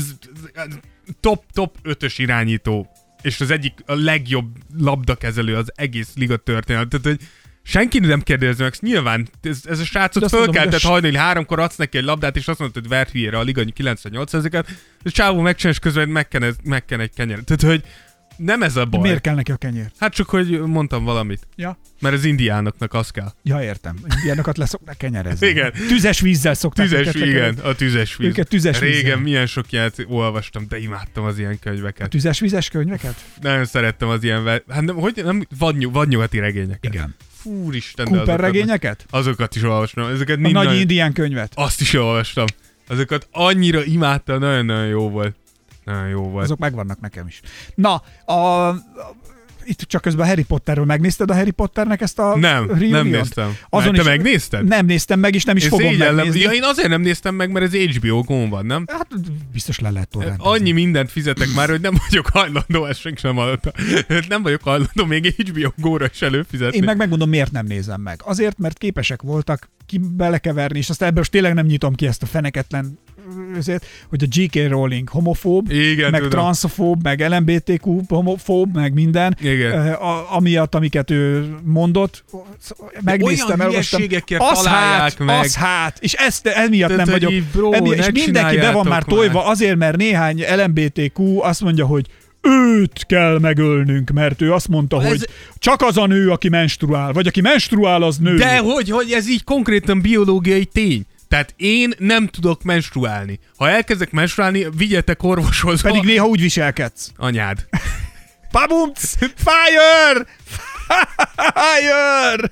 top, top ötös irányító, és az egyik a legjobb labdakezelő az egész liga történet. Tehát, hogy senki nem kérdezi meg, nyilván ez, ez a srácot fölkeltett hajnali, háromkor adsz neki egy labdát, és azt mondod, hogy vert hülyére a liga kilencvennyolc százalékát, és csávó megcsinál, és közben megken, megken egy kenyeret. Tehát, hogy nem ez a baj. Miért kell neki a kenyér? Hát csak, hogy mondtam valamit. Ja. Mert az indiánoknak az kell. Ja, értem. Indiánokat leszoknak kenyerezni. Igen. Tüzes vízzel szokták. Tüzes, igen, a tüzes víz. Őket tüzes vízzel. Régen milyen sok ilyet olvastam, de imádtam az ilyen könyveket. A tüzes vízes könyveket? Nagyon szerettem az ilyen, hát nem, hogy nem, vadnyug, vadnyugati regényeket. Igen. Fúristen, Cooper azokat, regényeket? Azokat is olvastam. Ezeket a nagy nagyon, indián könyvet? Azt is olvastam. Azokat annyira imádtam, nagyon-nagyon jó volt. Nagyon jó volt. Azok megvannak nekem is. Na, a, a, itt csak közben a Harry Potterről megnézted a Harry Potternek ezt a Nem, reuniont? nem néztem. Azon te is, megnézted? Nem néztem meg, és nem is én fogom szégyellem. megnézni. Ja, én azért nem néztem meg, mert ez há bé ó-gon van, nem? Hát biztos le lehet torrentezni. Annyi mindent fizetek már, hogy nem vagyok hajlandó, ezt senki sem hallotta. Nem vagyok hajlandó még há bé ó-góra is előfizetni. Én meg megmondom, miért nem nézem meg. Azért, mert képesek voltak ki belekeverni, és aztán ebből most tényleg nem nyitom ki ezt a feneketlen azért, hogy a gé ká Rowling homofób, igen, meg tudom. transzofób, meg el em bé té kú homofób, meg minden, igen. A, amiatt, amiket ő mondott, megnéztem, elolvastam. Az hát, meg. az hát, és ezt emiatt Tehát, nem vagyok. Így, bro, emiatt, és mindenki be van már tojva már. Azért, mert néhány el em bé té kú azt mondja, hogy őt kell megölnünk, mert ő azt mondta, ez... hogy csak az a nő, aki menstruál, vagy aki menstruál, az nő. De hogy, hogy ez így konkrétan biológiai tény. Tehát én nem tudok menstruálni. Ha elkezdek menstruálni, vigyetek orvoshoz. Pedig néha úgy viselkedsz. Anyád. Pabumc! Fire! Fire!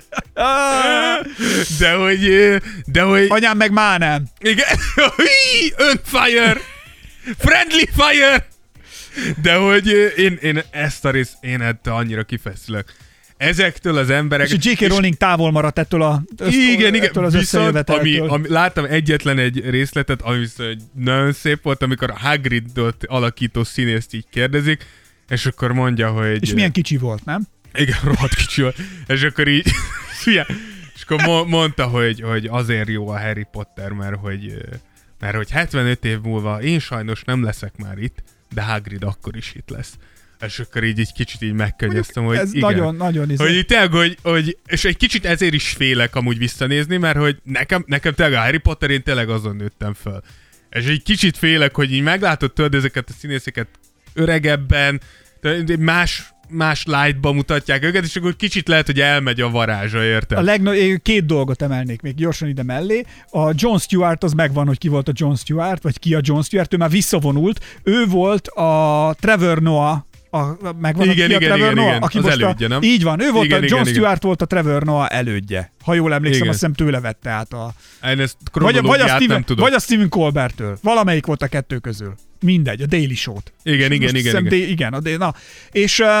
De hogy... De hogy... Anyám meg már nem. Igen. Ön fire! Friendly fire! De hogy én, én ezt a részt, én ettől annyira kifeszülök. Ezektől az emberek... És a gé ká Rowling távol maradt ettől, a, össz, igen, igen, ettől az viszont ami, ami, láttam egyetlen egy részletet, ami viszont nagyon szép volt, amikor a Hagridot alakító színészt így kérdezik, és akkor mondja, hogy... És milyen kicsi volt, nem? Igen, rohadt kicsi volt. És akkor így... és akkor mo- mondta, hogy, hogy azért jó a Harry Potter, mert hogy, mert hogy hetvenöt év múlva én sajnos nem leszek már itt, de Hagrid akkor is itt lesz. És akkor így egy kicsit így megkönnyeztem, hogy ez igen. nagyon, nagyon izé. Hogy tényleg, hogy, hogy, és egy kicsit ezért is félek amúgy visszanézni, mert hogy nekem, nekem tényleg a Harry Potter, én tényleg azon nőttem föl. És egy kicsit félek, hogy így meglátod tőled ezeket a színészeket öregebben, más más lightba mutatják őket, és akkor kicsit lehet, hogy elmegy a varázsa, érted? A legna- két dolgot emelnék még gyorsan ide mellé. A Jon Stewart az megvan, hogy ki volt a Jon Stewart, vagy ki a Jon Stewart, ő már visszavonult. Ő volt a Trevor Noah, a, megvan igen, a, igen, a Trevor igen, Noah, igen. aki Az most elődje, a, nem? Így van, ő volt igen, a Jon igen, Stewart igen. volt a Trevor Noah elődje. Ha jól emlékszem, Igen. azt hiszem tőle vette át a... Én ezt Vagy, vagy, a nem Steven, tudom. vagy a Stephen Colberttől. Valamelyik volt a kettő közül. Mindegy, a Daily Show-t. Igen, igen, Most igen, hiszem, igen. D- igen, a D- na. És uh,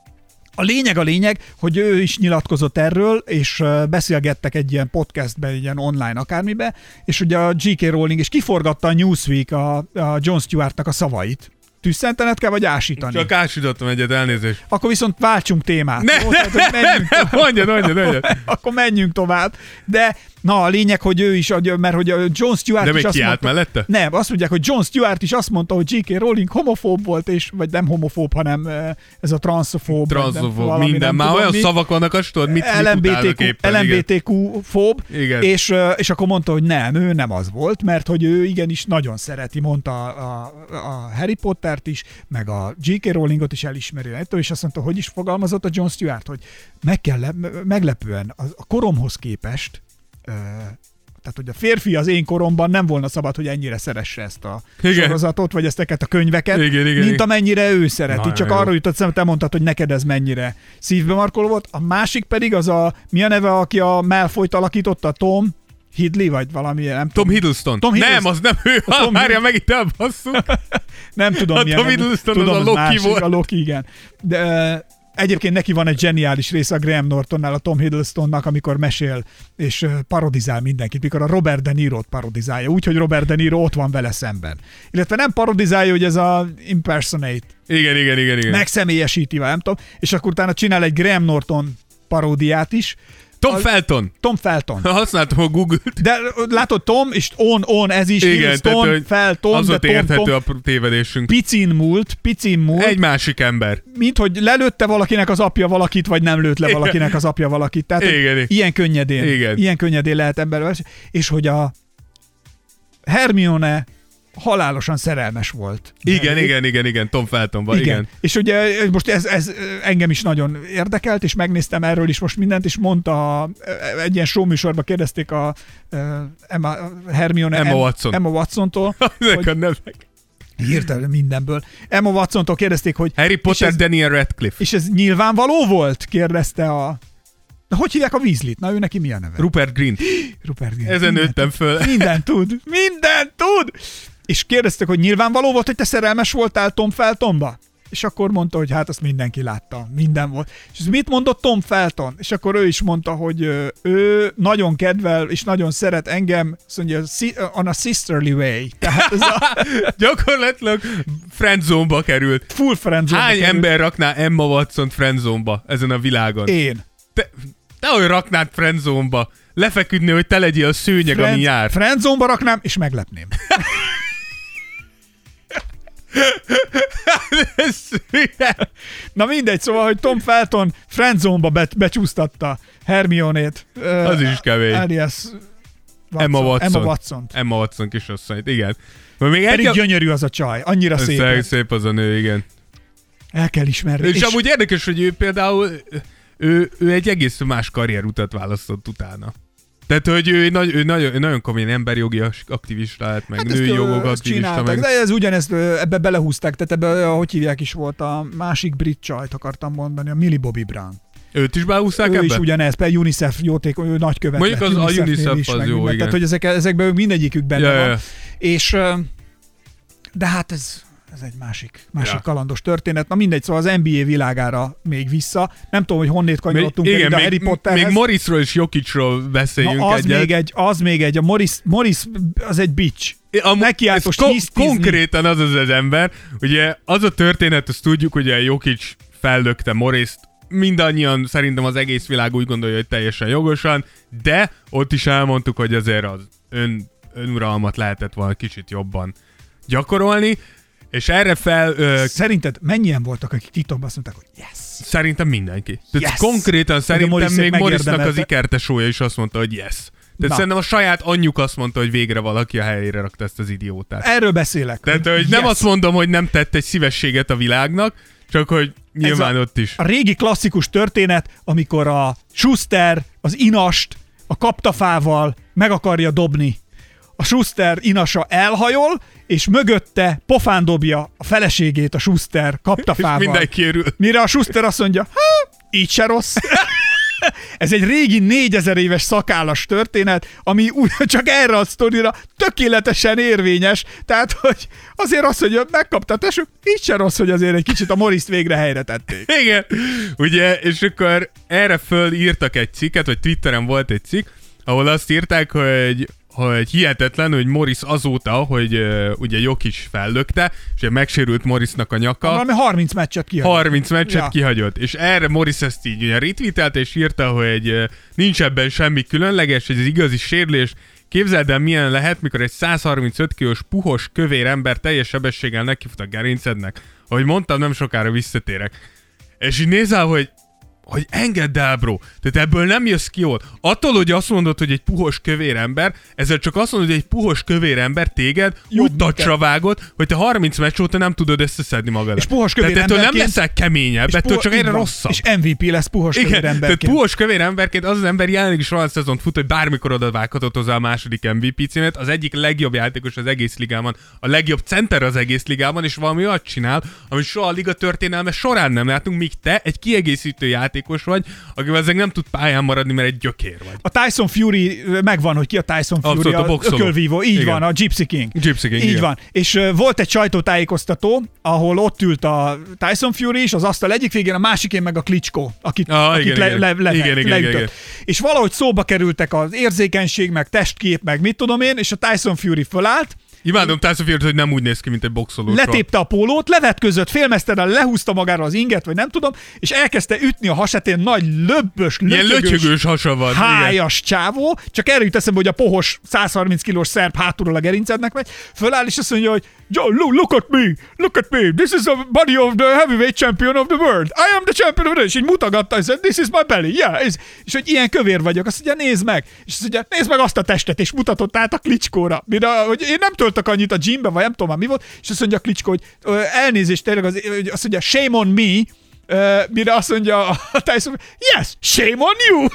a lényeg a lényeg, hogy ő is nyilatkozott erről, és uh, beszélgettek egy ilyen podcastben, egy ilyen online akármibe, és ugye a gé ká Rowling is kiforgatta a Newsweek a, a Jon Stewartnak a szavait. Tüsszentened kell, vagy ásítani? Csak ásítottam egyet, elnézést. Akkor viszont váltsunk témát. Ne, Jó, ne, tehát, hogy ne, menjünk ne, tovább. mondjad, mondjad, mondjad. Akkor menjünk tovább. De na, a lényeg, hogy ő is, mert hogy a Jon Stewart De is még azt kiállt mondta, mellette? Nem, azt mondják, hogy Jon Stewart is azt mondta, hogy gé ká Rowling homofób volt, és, vagy nem homofób, hanem eh, ez a transzofób. vagy nem, Transzofób, valami, minden. nem Már tudom olyan mi. szavak vannak, azt tudod, mit, mit utálnak éppen. el em bé té kú-fób, Igen. és, eh, és akkor mondta, hogy nem, ő nem az volt, mert hogy ő igenis nagyon szereti, mondta a, a, a Harry Pottert is, meg a gé ká Rowlingot is elismeri, és azt mondta, hogy is fogalmazott a Jon Stewart, hogy meg kell, meglepően a, a koromhoz képest, eh, tehát, hogy a férfi az én koromban nem volna szabad, hogy ennyire szeresse ezt a igen. sorozatot, vagy ezeket a könyveket, igen, igen, mint igen. amennyire ő szereti. Na, Csak jó. arra jutott szembe, te mondtad, hogy neked ez mennyire szívbe markoló volt. A másik pedig az a, mi a neve, aki a Malfoyt alakította, Tom Hiddleston, vagy valami, nem Tom tudom. Hiddleston. Tom Hiddleston. Nem, az nem ő. A Tom Várja, megint elbasszuk. Nem tudom, A milyen. Tom nem- Hiddleston tudom, az a Loki másik, volt. A Loki, igen. De ö, egyébként neki van egy zseniális része a Graham Nortonnál, a Tom Hiddlestonnak, amikor mesél és ö, parodizál mindenkit, mikor a Robert De Niro-t parodizálja, úgyhogy Robert De Niro ott van vele szemben. Illetve nem parodizálja, hogy ez a impersonate, Igen, igen, igen, igen. megszemélyesíti, vagy nem tudom, és akkor utána csinál egy Graham Norton paródiát is. Tom a- Felton. Tom Felton. Használtam a Google-t. De látod, Tom, és on, on, ez is, Igen, Hiddleston, tehát, hogy Felton, az de ott Tom, érthető Tom, a tévedésünk. picin múlt, picin múlt, Egy másik ember. mint hogy lelőtte valakinek az apja valakit, vagy nem lőtt le Igen. valakinek az apja valakit. Tehát Igen, hogy igen. ilyen könnyedén, Igen. ilyen könnyedén lehet emberről, és hogy a Hermione halálosan szerelmes volt. Igen, belé. igen, igen, igen, Tom Feltonban, igen. Igen. És ugye most ez, ez engem is nagyon érdekelt, és megnéztem erről is most mindent, és mondta, a, egy ilyen show műsorban kérdezték a, a Emma, Hermione Emma Em- Watson. Emma Watson-tól, Ezek hogy a nevek. hirtelen mindenből. Emma Watson-tól kérdezték, hogy Harry Potter, ez- Daniel Radcliffe. és ez nyilvánvaló volt? Kérdezte a... Na, hogy hívják a Weasley-t? Na, ő neki mi a neve? Rupert Grint. Rupert Grint. Ezen Mindent nőttem föl. tud. Mindent tud. Mindent tud! És kérdeztek, hogy nyilvánvaló volt, hogy te szerelmes voltál Tom Feltonba? És akkor mondta, hogy hát azt mindenki látta. Minden volt. És ez mit mondott Tom Felton? És akkor ő is mondta, hogy ö, ő nagyon kedvel, és nagyon szeret engem, azt mondja, "Si- on a sisterly way." Tehát ez a Gyakorlatilag friendzone-ba került. full friendzone. Hány ember rakná Emma Watson-t friendzone-ba ezen a világon? Én. Te, te hogy raknád friendzone-ba? Lefeküdni, hogy te legyél a szőnyeg, ami jár. Friendzone-ba raknám, és meglepném. Ez hülye. Na mindegy, szóval, hogy Tom Felton friendzone-ba be, becsúsztatta Hermione-t. ö, Az is kemény. Alias Watson, Emma Watson. Emma Watson. Emma Watson kisasszonyt, igen. Majd még Pedig egy... gyönyörű az a csaj, annyira szép. Szép, szép az a nő, igen. El kell ismerni. És, és amúgy érdekes, hogy ő például ő, ő egy egész más karrierutat választott utána. Tehát, hogy ő, nagy, ő, nagyon, ő nagyon komoly emberjogi aktivista lett, meg hát női ezt, jogok ö, aktivista, csináltak, meg... de ez ugyanezt ö, ebbe belehúzták, tehát ebbe, hogy hívják is volt a másik brit csajt, akartam mondani, a Millie Bobby Brown. Őt is behúzták Ő ebbe? is ugyanez, például UNICEF jótékony, ő nagykövet Mondjuk lett, az- a UNICEF-nél UNICEF is, az meg jó, minden. igen. Tehát, hogy ezek, ezekben mindegyikük benne Ja, van. ja, ja. És, ö, de hát ez, ez egy másik, másik Ja. kalandos történet. Na mindegy, szóval az en bé á világára még vissza. Nem tudom, hogy honnét kanyarodtunk el igen, ide a még, Harry Potterhez. még Morrisról és Jokicról beszéljünk Na, az egyet. még egy, az még egy, a Morris, Morris az egy bitch. A, Neki állt ez most ko- hisztizni. konkrétan az az az ember, ugye az a történet, azt tudjuk, hogy a Jokic fellökte Morrist, mindannyian szerintem az egész világ úgy gondolja, hogy teljesen jogosan, de ott is elmondtuk, hogy azért az ön, önuralmat lehetett volna kicsit jobban gyakorolni, és erre fel ö, Szerinted mennyien voltak, akik titokban azt mondták, hogy yes. szerintem mindenki. Tehát Yes! konkrétan szerintem Morris még Morrisnak az megérdemelte. ikertesója is azt mondta, hogy yes. Tehát Na. szerintem a saját anyjuk azt mondta, hogy végre valaki a helyére rakta ezt az idiótát. Erről beszélek. Tehát, hogy yes. nem azt mondom, hogy nem tett egy szívességet a világnak, Csak hogy nyilván a, ott is. A régi klasszikus történet, amikor a Schuster az inast a kaptafával meg akarja dobni. A Schuster inasa elhajol, és mögötte pofán dobja a feleségét a Schuster kaptafával. És mindenki örül. Mire a Schuster azt mondja, ha, így se rossz. Ez egy régi négyezer éves szakállas történet, ami csak erre a sztorira tökéletesen érvényes. Tehát, hogy azért az, hogy megkapta a tesők, így se rossz, hogy azért egy kicsit a Morrist végre helyre tették. Igen, ugye, és akkor erre föl írtak egy cikket, vagy Twitteren volt egy cikk, ahol azt írták, hogy hogy hihetetlen, hogy Morris azóta, hogy uh, ugye Jokic fellökte, és ugye megsérült Morrisnak a nyaka. Valami harminc meccset kihagyott. harminc meccset ja. kihagyott. És erre Morris ezt így ugye retweetelt, és írta, hogy uh, nincs ebben semmi különleges, hogy ez igazi sérülés. Képzeld el, milyen lehet, mikor egy száz harmincöt kilós puhos, kövér ember teljes sebességgel nekifut a gerincednek. Ahogy mondtam, nem sokára visszatérek. És így nézel, hogy hogy engedd el, bro. Tehát ebből nem jössz ki jól. Attól, hogy azt mondod, hogy egy puhos kövér ember, ezzel csak azt mondod, hogy egy puhos kövér ember téged Jobb úgy tacsra vágod, hogy te harminc meccs óta nem tudod összeszedni magadat. És puhos kövér tehát ettől nem emberként... leszel keményebb, és ettől puho... csak egyre rosszabb. És em vé pé lesz puhos Igen, kövér emberként. tehát puhos kövér emberként az az ember jelenleg is olyan szezont fut, hogy bármikor oda vághatott hozzá a második em vé pé címet, az egyik legjobb játékos az egész ligában, a legjobb center az egész ligában, és valami olyat csinál, amit soha a liga történelme során nem látunk, míg te egy kiegészítő játékos vagy, akivel ezek nem tud pályán maradni, mert egy gyökér vagy. A Tyson Fury, megvan, hogy ki a Tyson Fury, abszolút, a, a ökölvívó, így igen. van, a Gypsy King. Gypsy King, így igen. van. És uh, volt egy sajtótájékoztató, ahol ott ült a Tyson Fury is, az asztal egyik végén, a másikén meg a Klitschko, akit, ah, akit igen, le, igen. le, le, igen, igen, leütött. igen, igen. És valahogy szóba kerültek az érzékenység, meg testkép, meg mit tudom én, és a Tyson Fury fölállt, Imádom Tyson Fury-t, hogy nem úgy néz ki, mint egy boxoló. letépte a pólót, levetközött, félmeztelen lehúzta magára az inget, vagy nem tudom, és elkezdte ütni a hasátén nagy löbbös, Ilyen lötyögős, lötyögős hasa van. hájas csávó, csak erre jut eszembe, hogy a pohos száz harminc kilós szerb hátulról a gerincednek megy, föláll és azt mondja, hogy Joe, look at me, look at me, this is the body of the heavyweight champion of the world, I am the champion of the world, és így mutogatta, és this is my belly, yeah, és, és hogy ilyen kövér vagyok, azt mondja, nézd meg, és azt mondja, nézd meg azt a testet, és mutatott át a Klitschkóra, mire, hogy én nem töltök annyit a gymbe, vagy nem tudom már mi volt, és azt mondja a Klitschko, hogy ö, elnézést, tényleg az, hogy azt mondja, shame on me, ö, mire azt mondja a Tyson, yes, shame on you.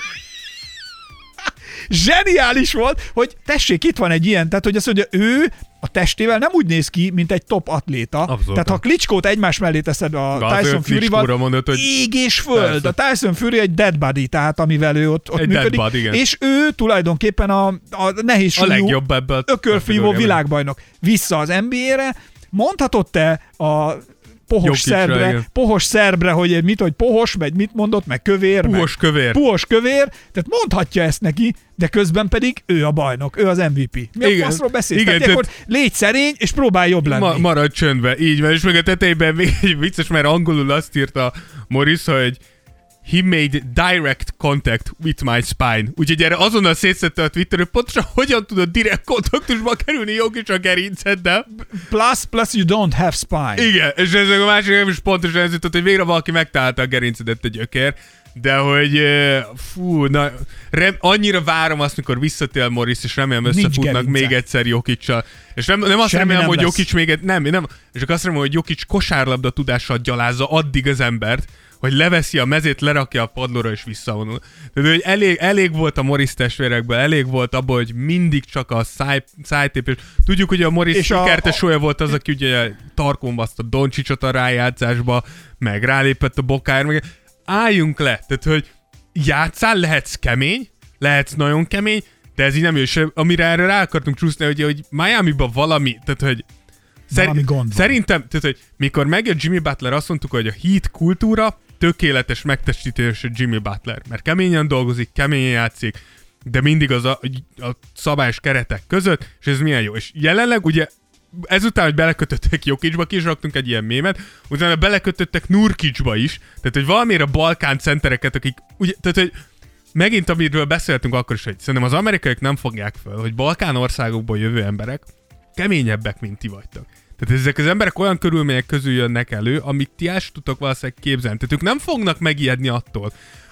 Zseniális volt, hogy tessék, itt van egy ilyen, tehát hogy azt mondja, ő a testével nem úgy néz ki, mint egy top atléta. Abszolút. Tehát ha a Klitschkót egymás mellé teszed a De Tyson Fury-val, mondod, hogy ég és föld. Persze. A Tyson Fury egy dead body, tehát amivel ő ott, ott Egy működik. dead body, igen. És ő tulajdonképpen a, a nehéz a legjobb ebből. ökölfívó világbajnok. Vissza az en bé á-re. Mondhatott-e a pohos Jokicsra, szerbre, igen. pohos szerbre, hogy mit, hogy pohos, meg mit mondott, meg kövér, Puhos meg kövér. puhos kövér, tehát mondhatja ezt neki, de közben pedig ő a bajnok, ő az em vé pé. Mi Igen. a faszról beszélsz? Igen, Tehát tehát- akkor légy szerény, és próbálj jobb lenni. Ma, maradj csöndbe, így van, és meg a tetejében még egy vicces, mert angolul azt írta Morris, hogy he made direct contact with my spine. Úgyhogy erre azonnal szétszette a Twitter, hogy pontosan hogyan tudod direkt kontaktusba kerülni Jokic a gerinceddel. Plus, plus you don't have spine. Igen, és ez a másik nem is pontosan ez jutott, hogy végre valaki megtalálta a gerincedet egy gyökér, de hogy uh, fú, na, rem, annyira várom azt, mikor visszatér Morris, és remélem összefutnak gerince. még egyszer Jokicsal. És nem, nem azt Semmi remélem, nem hogy lesz. Jokic még egy, nem, nem, és csak azt remélem, hogy Jokic kosárlabda tudással gyalázza addig az embert, hogy leveszi a mezét, lerakja a padlóra és visszavonul. Tehát, hogy elég, elég volt a Morris testvérekből, elég volt abból, hogy mindig csak a száj, szájtépés. Tudjuk, hogy a Morris És a- sikertesója volt az, aki ugye tarkon baszta Doncsicsot a rájátszásba, meg rálépett a bokára, meg álljunk le. Tehát, hogy játszál, lehetsz kemény, lehetsz nagyon kemény, de ez így nem jó. És amire erre rá akartunk csúszni, hogy, hogy Miami-ban valami, tehát, hogy Valami gond van. Szerintem, tehát, hogy mikor megjött Jimmy Butler, azt mondtuk, hogy a Heat kultúra tökéletes megtestítés Jimmy Butler, mert keményen dolgozik, keményen játszik, de mindig az a, a szabályos keretek között, és ez milyen jó. És jelenleg ugye ezután, hogy belekötöttek Jokicba, ki is raktunk egy ilyen mémet, utána belekötöttek Nurkicba is, tehát hogy valamire a Balkán centereket, akik, ugye, tehát hogy megint amiről beszéltünk akkor is, hogy szerintem az amerikaiak nem fogják föl, hogy Balkán országokból jövő emberek keményebbek, mint ti vagytok. Tehát ezek az emberek olyan körülmények közül jönnek elő, amit ti el sem tudtok valószínűleg képzelni. Tehát ők nem fognak megijedni attól,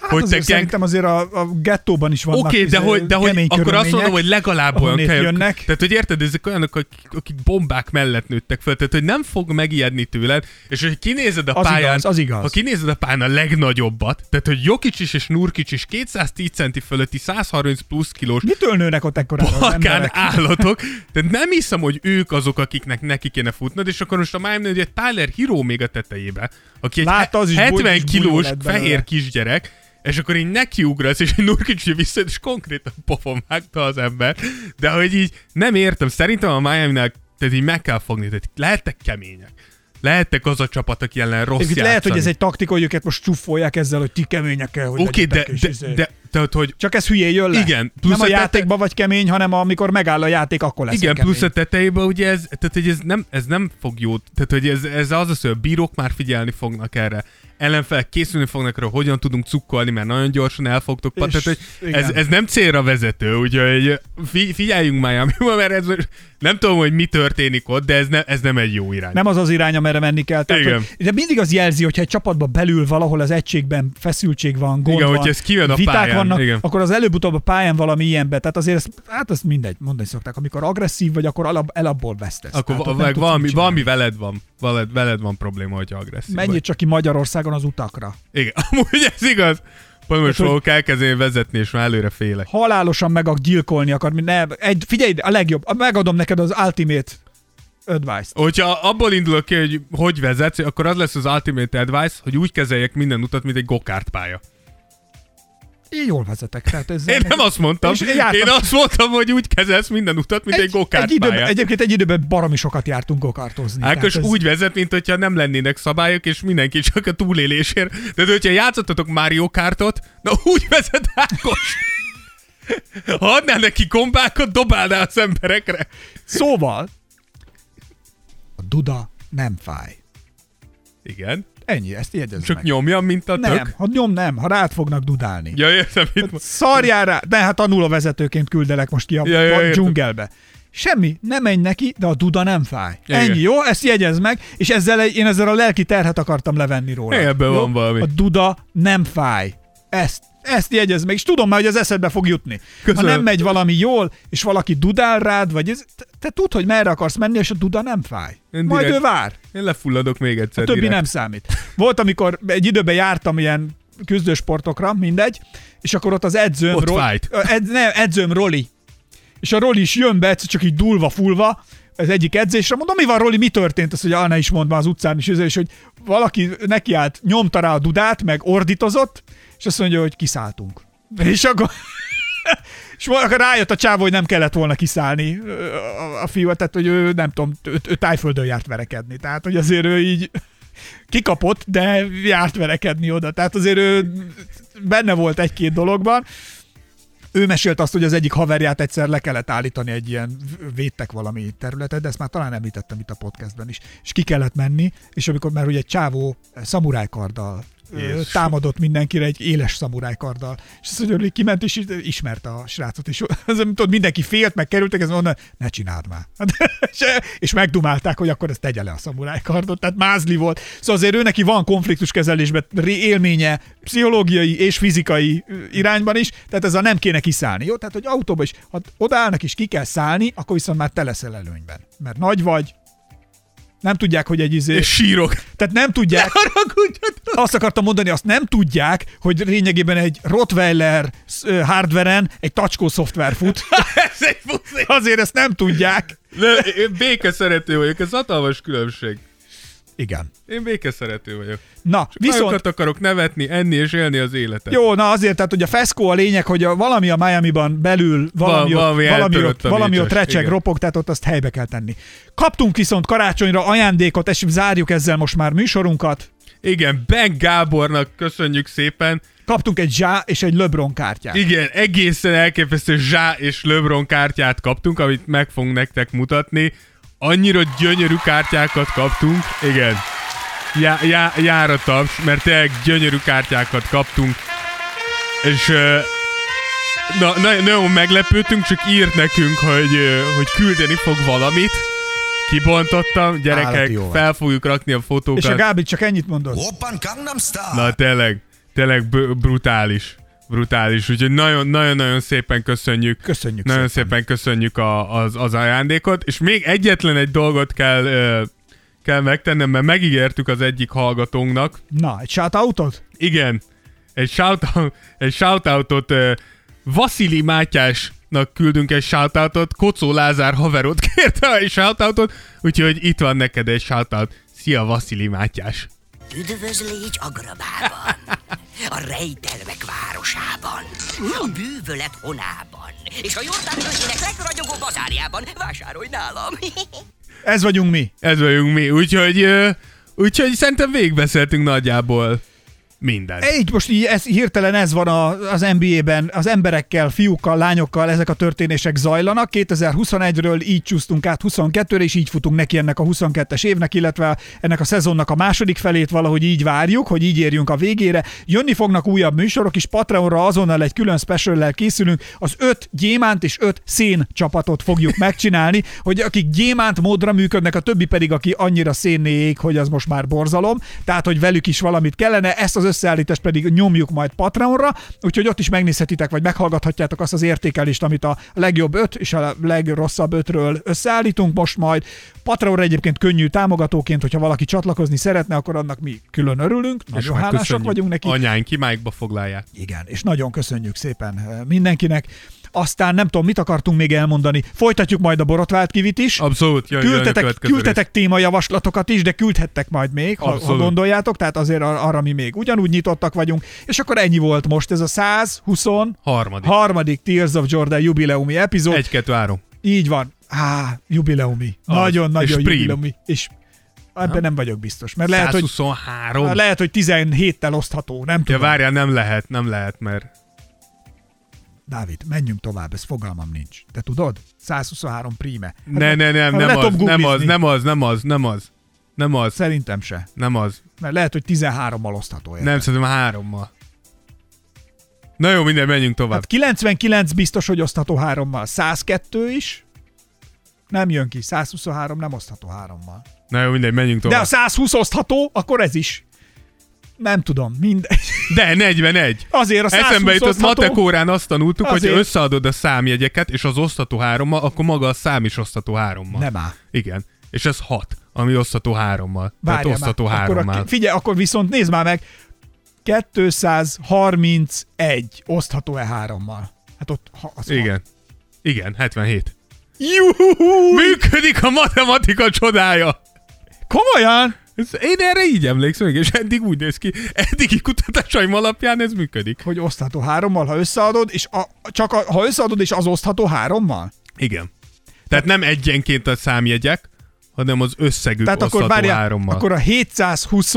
Hát hogy azért szerintem azért a, a gettóban is vannak. Oké, okay, de hogy, de hogy akkor azt mondom, hogy legalább olyan kell. Jönnek. Tehát, hogy érted, ezek olyanok, akik, akik bombák mellett nőttek fel, tehát, hogy nem fog megijedni tőled, és hogy kinézed a az pályán, igaz, az igaz. ha kinézed a pályán a legnagyobbat, tehát, hogy Jokic és Nurkic is kétszáztíz centi fölötti száz harminc plusz kilós mitől nőnek ott ekkorára az emberek? állatok, tehát nem hiszem, hogy ők azok, akiknek neki kéne futnod, és akkor most a Miami, hogy egy Tyler Hero még a tetejébe, aki egy Látta, az is hetven bugy- kilós bugyó fehér kisgyerek, és akkor így nekiugrasz, és egy Nurkic vissza, és konkrétan pofon vágta az ember. De hogy így nem értem, szerintem a Miami-nál tehát így meg kell fogni, tehát lehettek kemények. Lehettek az a csapat, aki ellen rossz játszani. Lehet, hogy ez egy taktika, hogy őket most csúfolják ezzel, hogy ti kemények kell, hogy Oké, de, de, izé. de, de, hogy... Csak ez hülyén jön le. Igen. Nem a, a tete... játékban vagy kemény, hanem amikor megáll a játék, akkor lesz igen, kemény. plusz a tetejében ugye ez, tehát, hogy ez, nem, ez nem fog jót, tehát hogy ez, ez az az, hogy a bírók már figyelni fognak erre. Ellenfel készülni fognak arra, hogyan tudunk cukkolni, mert nagyon gyorsan el fogtok pat, tehát, hogy ez, ez nem célra vezető, úgyhogy fi, figyeljünk Miami-ba, mert ez nem tudom, hogy mi történik ott, de ez, ne, ez nem egy jó irány. Nem az az irány, amerre menni kell. Tehát, igen. Hogy, de mindig az jelzi, hogyha egy csapatban belül valahol az egységben feszültség van, gond igen, van, hogy ez kijön a viták pályán, vannak, igen. akkor az előbb-utóbb a pályán valami ilyenbe. Tehát azért, ez, hát azt mindegy, mondani szokták, amikor agresszív vagy, akkor alap, elabból vesztesz. Akkor tehát, meg valami, valami veled van, veled, veled van probléma, hogyha agresszív menjél vagy. csak ki Magyarországon az utakra. Igen, amúgy ez igaz. Pont most fogok elkezdeni vezetni, és már előre félek. Halálosan meg gyilkolni akar. Ne, egy, figyelj, a legjobb, megadom neked az ultimate advice-t. Hogyha abból indulok ki, hogy hogy vezetsz, akkor az lesz az ultimate advice, hogy úgy kezeljek minden utat, mint egy go-kart pálya. Én jól vezetek. Tehát ez én nem azt mondtam. Én, én azt mondtam, hogy úgy kezelsz minden utat, mint egy, egy go-kart egy pálya. Időben, egyébként egy időben baromi sokat jártunk go-kartozni. Ákos ez... úgy vezet, mint hogyha nem lennének szabályok, és mindenki csak a túlélésért. De hogyha játszottatok Mario Kartot, na úgy vezet Ákos. Ha adnál neki gombákat, dobálnál az emberekre. Szóval, a duda nem fáj. Igen. Ennyi, ezt jegyezd Csak meg. nyomjam, mint a nem, tök? ha nyom nem, ha rád fognak dudálni. Ja, értem, mit hát, szarjál rá, de hát tanuló vezetőként küldelek most ki a, ja, ja, a dzsungelbe. Semmi, nem menj neki, de a duda nem fáj. Igen. Ennyi, jó? Ezt jegyezd meg, és ezzel én ezzel a lelki terhet akartam levenni róla. Ebben van valami. A duda nem fáj. Ezt, ezt jegyezd meg, és tudom már, hogy az eszedbe fog jutni. Köszönöm. Ha nem megy valami jól, és valaki dudál rád, vagy ez, te, te tudd, hogy merre akarsz menni, és a duda nem fáj. Én Majd direkt, ő vár. Én lefulladok még egyszer. A többi direkt. nem számít. Volt, amikor egy időben jártam ilyen küzdősportokra, mindegy, és akkor ott az edzőm... Ott Ro- fight. Ed, nem, edzőm Roli. És a Roli is jön be, egyszer csak így dulva, fulva, az egyik edzésre, mondom, mi van, Roli, mi történt? Azt, hogy ah, ne is mondd már az utcán is, és hogy valaki nekiállt, nyomta rá a dudát, meg ordítozott, és azt mondja, hogy kiszálltunk. És akkor... és akkor rájött a csávó, hogy nem kellett volna kiszállni a, a fiú, tehát, hogy ő, nem tudom, ő, ő Tájföldön járt verekedni. Tehát, hogy azért ő így kikapott, de járt verekedni oda. Tehát azért ő benne volt egy-két dologban. Ő mesélt azt, hogy az egyik haverját egyszer le kellett állítani egy ilyen, védtek valami területet, de ezt már talán említettem itt a podcastben is. És ki kellett menni, és amikor már ugye egy csávó szamurájkarddal Jézus. támadott mindenkire egy éles szamurájkarddal. És azt mondja, hogy kiment, és ismerte a srácot. És az, tudod, mindenki félt, meg kerültek, ez mondta, ne csináld már. És megdumálták, hogy akkor ezt tegye le a szamurájkardot. Tehát mázli volt. Szóval azért ő neki van konfliktuskezelésben élménye, pszichológiai és fizikai irányban is, tehát ez a nem kéne kiszállni. Jó? Tehát, hogy autóba is, ha odaállnak és ki kell szállni, akkor viszont már te leszel előnyben. Mert nagy vagy, nem tudják, hogy egy izé... És sírok. Tehát nem tudják... Azt akartam mondani, azt nem tudják, hogy lényegében egy Rottweiler hardveren egy tacskó szoftver fut. Ez egy puszi. Azért ezt nem tudják. Ne, én békeszerető vagyok, ez hatalmas különbség. Igen. Én békeszerető vagyok. Na, viszont... Nagyokat akarok nevetni, enni és élni az életet. Jó, na azért, tehát hogy a feszkó a lényeg, hogy a, valami a Miami-ban belül, valami, Val- ott, valami, valami, ott, valami ott recseg, igen. ropog, tehát ott azt helybe kell tenni. Kaptunk viszont karácsonyra ajándékot, és zárjuk ezzel most már műsorunkat. Igen, Ben Gábornak köszönjük szépen. Kaptunk egy Zsá és egy LeBron kártyát. Igen, egészen elképesztő Zsá és LeBron kártyát kaptunk, amit meg fogunk nektek mutatni. Annyira gyönyörű kártyákat kaptunk. Igen. Já, já, jár a taps, mert tényleg gyönyörű kártyákat kaptunk. És na, na, nagyon meglepődtünk, csak írt nekünk, hogy, hogy küldeni fog valamit. Kibontottam, gyerekek, fel fogjuk rakni a fotókat. És a Gábi csak ennyit mondott. Na tényleg, tényleg b- brutális. Brutális, úgyhogy nagyon-nagyon szépen köszönjük. Köszönjük Nagyon szépen. szépen köszönjük a, az, az ajándékot, és még egyetlen egy dolgot kell, ö, kell megtennem, mert megígértük az egyik hallgatónknak. Na, egy shoutoutot? Igen, egy, shoutout, egy shoutoutot ö, Vasili Mátyásnak küldünk egy shoutoutot, Kocó Lázár haverod kérte egy shoutoutot, úgyhogy itt van neked egy shoutout. Szia, Vasili Mátyás! Üdvözlégy Agrabában, a rejtelmek városában, a bűvölet honában, és a Jordán völgyének legragyogó bazárjában. Vásárolj nálam! Ez vagyunk mi. Ez vagyunk mi, úgyhogy, ö, úgyhogy szerintem végigbeszéltünk nagyjából minden. Így most így ez, hirtelen ez van a, az en bé á-ben, az emberekkel, fiúkkal, lányokkal ezek a történések zajlanak. kétezer-huszonegyről így csúsztunk át huszonkettőre, és így futunk neki ennek a huszonkettes évnek, illetve ennek a szezonnak a második felét valahogy így várjuk, hogy így érjünk a végére. Jönni fognak újabb műsorok is, Patreonra azonnal egy külön speciallel készülünk, az öt gyémánt és öt szén csapatot fogjuk megcsinálni, hogy akik gyémánt módra működnek, a többi pedig, aki annyira szénné ég, hogy az most már borzalom, tehát hogy velük is valamit kellene, ezt az összeállítást pedig nyomjuk majd Patreonra, úgyhogy ott is megnézhetitek, vagy meghallgathatjátok azt az értékelést, amit a legjobb öt és a legrosszabb ötről összeállítunk most majd. Patreonra egyébként könnyű támogatóként, hogyha valaki csatlakozni szeretne, akkor annak mi külön örülünk, nagyon hálásak vagyunk neki. Anyáink imáikba foglalják. Igen, és nagyon köszönjük szépen mindenkinek. Aztán nem tudom, mit akartunk még elmondani. Folytatjuk majd a borotvált kivit is. Abszolút. Jön, küldtetek jön küldtetek témajavaslatokat is, de küldhettek majd még, ha, ha gondoljátok, tehát azért arra mi még ugyanúgy nyitottak vagyunk. És akkor ennyi volt most, ez a száz huszonharmadik harmadik Tears of Jordan jubileumi epizód. egy kettő három Így van. Á, jubileumi. Nagyon-nagyon jubileumi. És ebben ha? nem vagyok biztos. Mert lehet, száz huszonhárom hogy, lehet, hogy tizenhéttel osztható. Nem tudom. Ja, várjál, nem lehet, nem lehet, mert... Dávid, menjünk tovább, ez fogalmam nincs. Te tudod? száz huszonhárom príme. Hát ne, ne, nem, nem az, nem az, nem az, nem az, nem az, nem az. Szerintem se. Nem az. Mert lehet, hogy tizenhárommal osztható. Érte. Nem, szerintem hárommal. Na jó, minden, menjünk tovább. Hát kilencvenkilenc biztos, hogy osztható hárommal. száz kettő is. Nem jön ki. száz huszonhárom nem osztható hárommal. Na jó, minden, menjünk tovább. De a száz húsz osztható, akkor ez is. Nem tudom, mindegy. De negyvenegy. Azért a száz húsz eszembe jutott, osztható... matek órán azt tanultuk, Azért... hogy összeadod a számjegyeket, és az osztható hárommal, akkor maga a szám is osztható hárommal. Nem áll. Igen. És ez hat, ami osztható hárommal. Tehát Várjál osztható már. hárommal. Akkor a, figyelj, akkor viszont nézd már meg, kétszázharmincegy osztható-e hárommal? Hát ott... Ha, az Igen. Hat. Igen, hetvenhét. Juhu! Működik a matematika csodája! Komolyan? Ez, én erre így emlékszem, és eddig úgy néz ki, eddigi kutatásaim alapján ez működik. Hogy osztható hárommal, ha összeadod, és a, csak a, ha összeadod, és az osztható hárommal? Igen. Tehát nem egyenként a számjegyek, hanem az összegük Tehát osztható akkor várjál, hárommal. akkor a hétszázhúsz...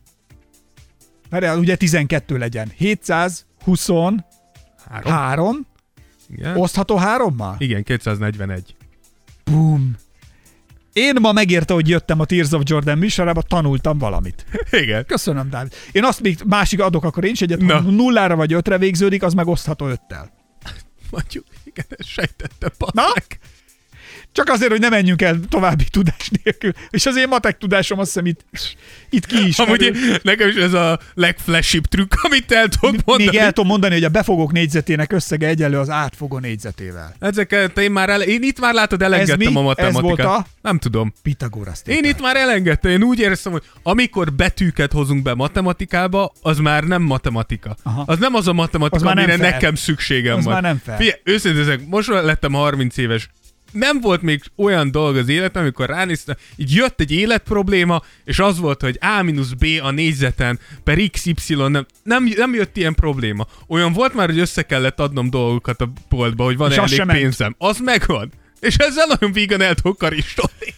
Várjál, ugye tizenkettő legyen. hétszázhuszonhárom Három? Igen. osztható hárommal? Igen, kétszáznegyvenegy. Bum. Én ma megérte, hogy jöttem a Tears of Jordan műsorába, tanultam valamit. Igen. Köszönöm, Dávid. Én azt még másik adok, akkor én is egyet, Na. ha nullára vagy ötre végződik, az meg osztható öttel. Mondjuk, igen, ezt sejtettem, Na? passzák. Csak azért, hogy ne menjünk el további tudás nélkül. És az én matek tudásom azt hiszem itt, itt ki is. Amúgy én- nekem is ez a legflashibb trükk, amit el tudok mondani. Még el tudom mondani, hogy a befogók négyzetének összege egyenlő az átfogó négyzetével. Ezeket én már ele- én itt már látod, elengedtem Ez mi? a matematikát. Ez volt a- Nem tudom. Pitagorasz Én itt már elengedtem, én úgy éreztem, hogy amikor betűket hozunk be matematikába, az már nem matematika. Aha. Az nem az a matematika, Az már nem amire fair. nekem szükségem Az van. már nem fair. Figyelj, őszintén ezek, most lettem harminc éves. Nem volt még olyan dolog az életem, amikor ránéztem, így jött egy életprobléma, és az volt, hogy A mínusz B a négyzeten per iksz ipszilon, nem, nem, nem jött ilyen probléma. Olyan volt már, hogy össze kellett adnom dolgokat a boltba, hogy van És az elég sem ment. pénzem. Az megvan. És ezzel nagyon vígan el tudok karistolni.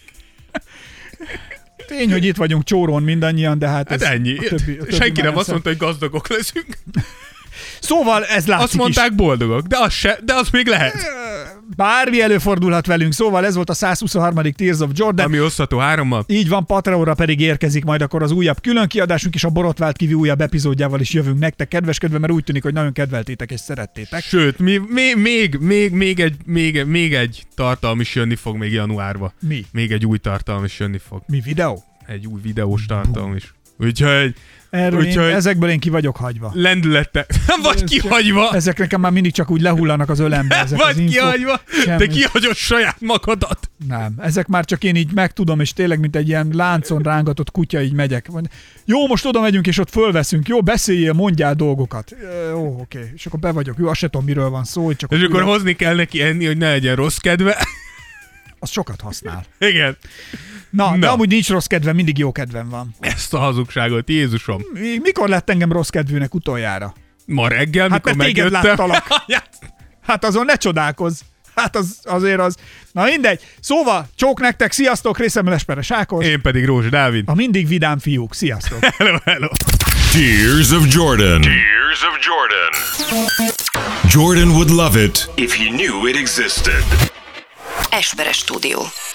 Tény, hogy itt vagyunk csórón mindannyian, de hát ez Hát ennyi. a többi, a többi Senki nem már azt mondta, hogy gazdagok leszünk. Szóval ez látszik Azt mondták is. boldogok, de az, se, de az még lehet. Bármi előfordulhat velünk. Szóval ez volt a száz huszonharmadik Tears of Jordan. Ami osztható hárommal. Így van, Patreonra pedig érkezik majd akkor az újabb külön kiadásunk, és a Borotvált Kivi újabb epizódjával is jövünk nektek kedveskedve, mert úgy tűnik, hogy nagyon kedveltétek és szerettétek. Sőt, mi, még, még, még, még, egy, még, még egy tartalom is jönni fog még januárba. Mi? Még egy új tartalom is jönni fog. Mi videó? Egy új videós tartalom is. Úgyhogy... Erről úgyhogy én, ezekből én ki vagyok hagyva. Lendülettek. Nem vagy kihagyva. Ezek nekem már mindig csak úgy lehullanak az ölembe. Ezek vagy az info. kihagyva. Semmi. Te kihagyod saját magadat. Nem, ezek már csak én így megtudom, és tényleg, mint egy ilyen láncon rángatott kutya, így megyek. Jó, most oda megyünk, és ott fölveszünk. Jó, beszéljél, mondjál dolgokat. Jó, oké. És akkor be vagyok. Jó, azt se tudom, miről van szó. Csak és akkor ülök. hozni kell neki enni, hogy ne legyen rossz kedve. Az sokat használ. Igen. Na, Na, de amúgy nincs rossz kedvem, mindig jó kedvem van. ezt a hazugságot, Jézusom. Mi- Mikor lett engem rossz kedvűnek utoljára? Ma reggel, Hát mikor mert téged megjöttem. láttalak. Hát azon ne csodálkozz. Hát az, azért az... Na mindegy. Szóval, csók nektek, sziasztok, részemről Esperes Ákos. Én pedig Rózsa Dávid. A mindig vidám fiúk, sziasztok. Hello, hello. Tears of Jordan. Tears of Jordan. Jordan would love it if he knew it existed. Esperes Stúdió.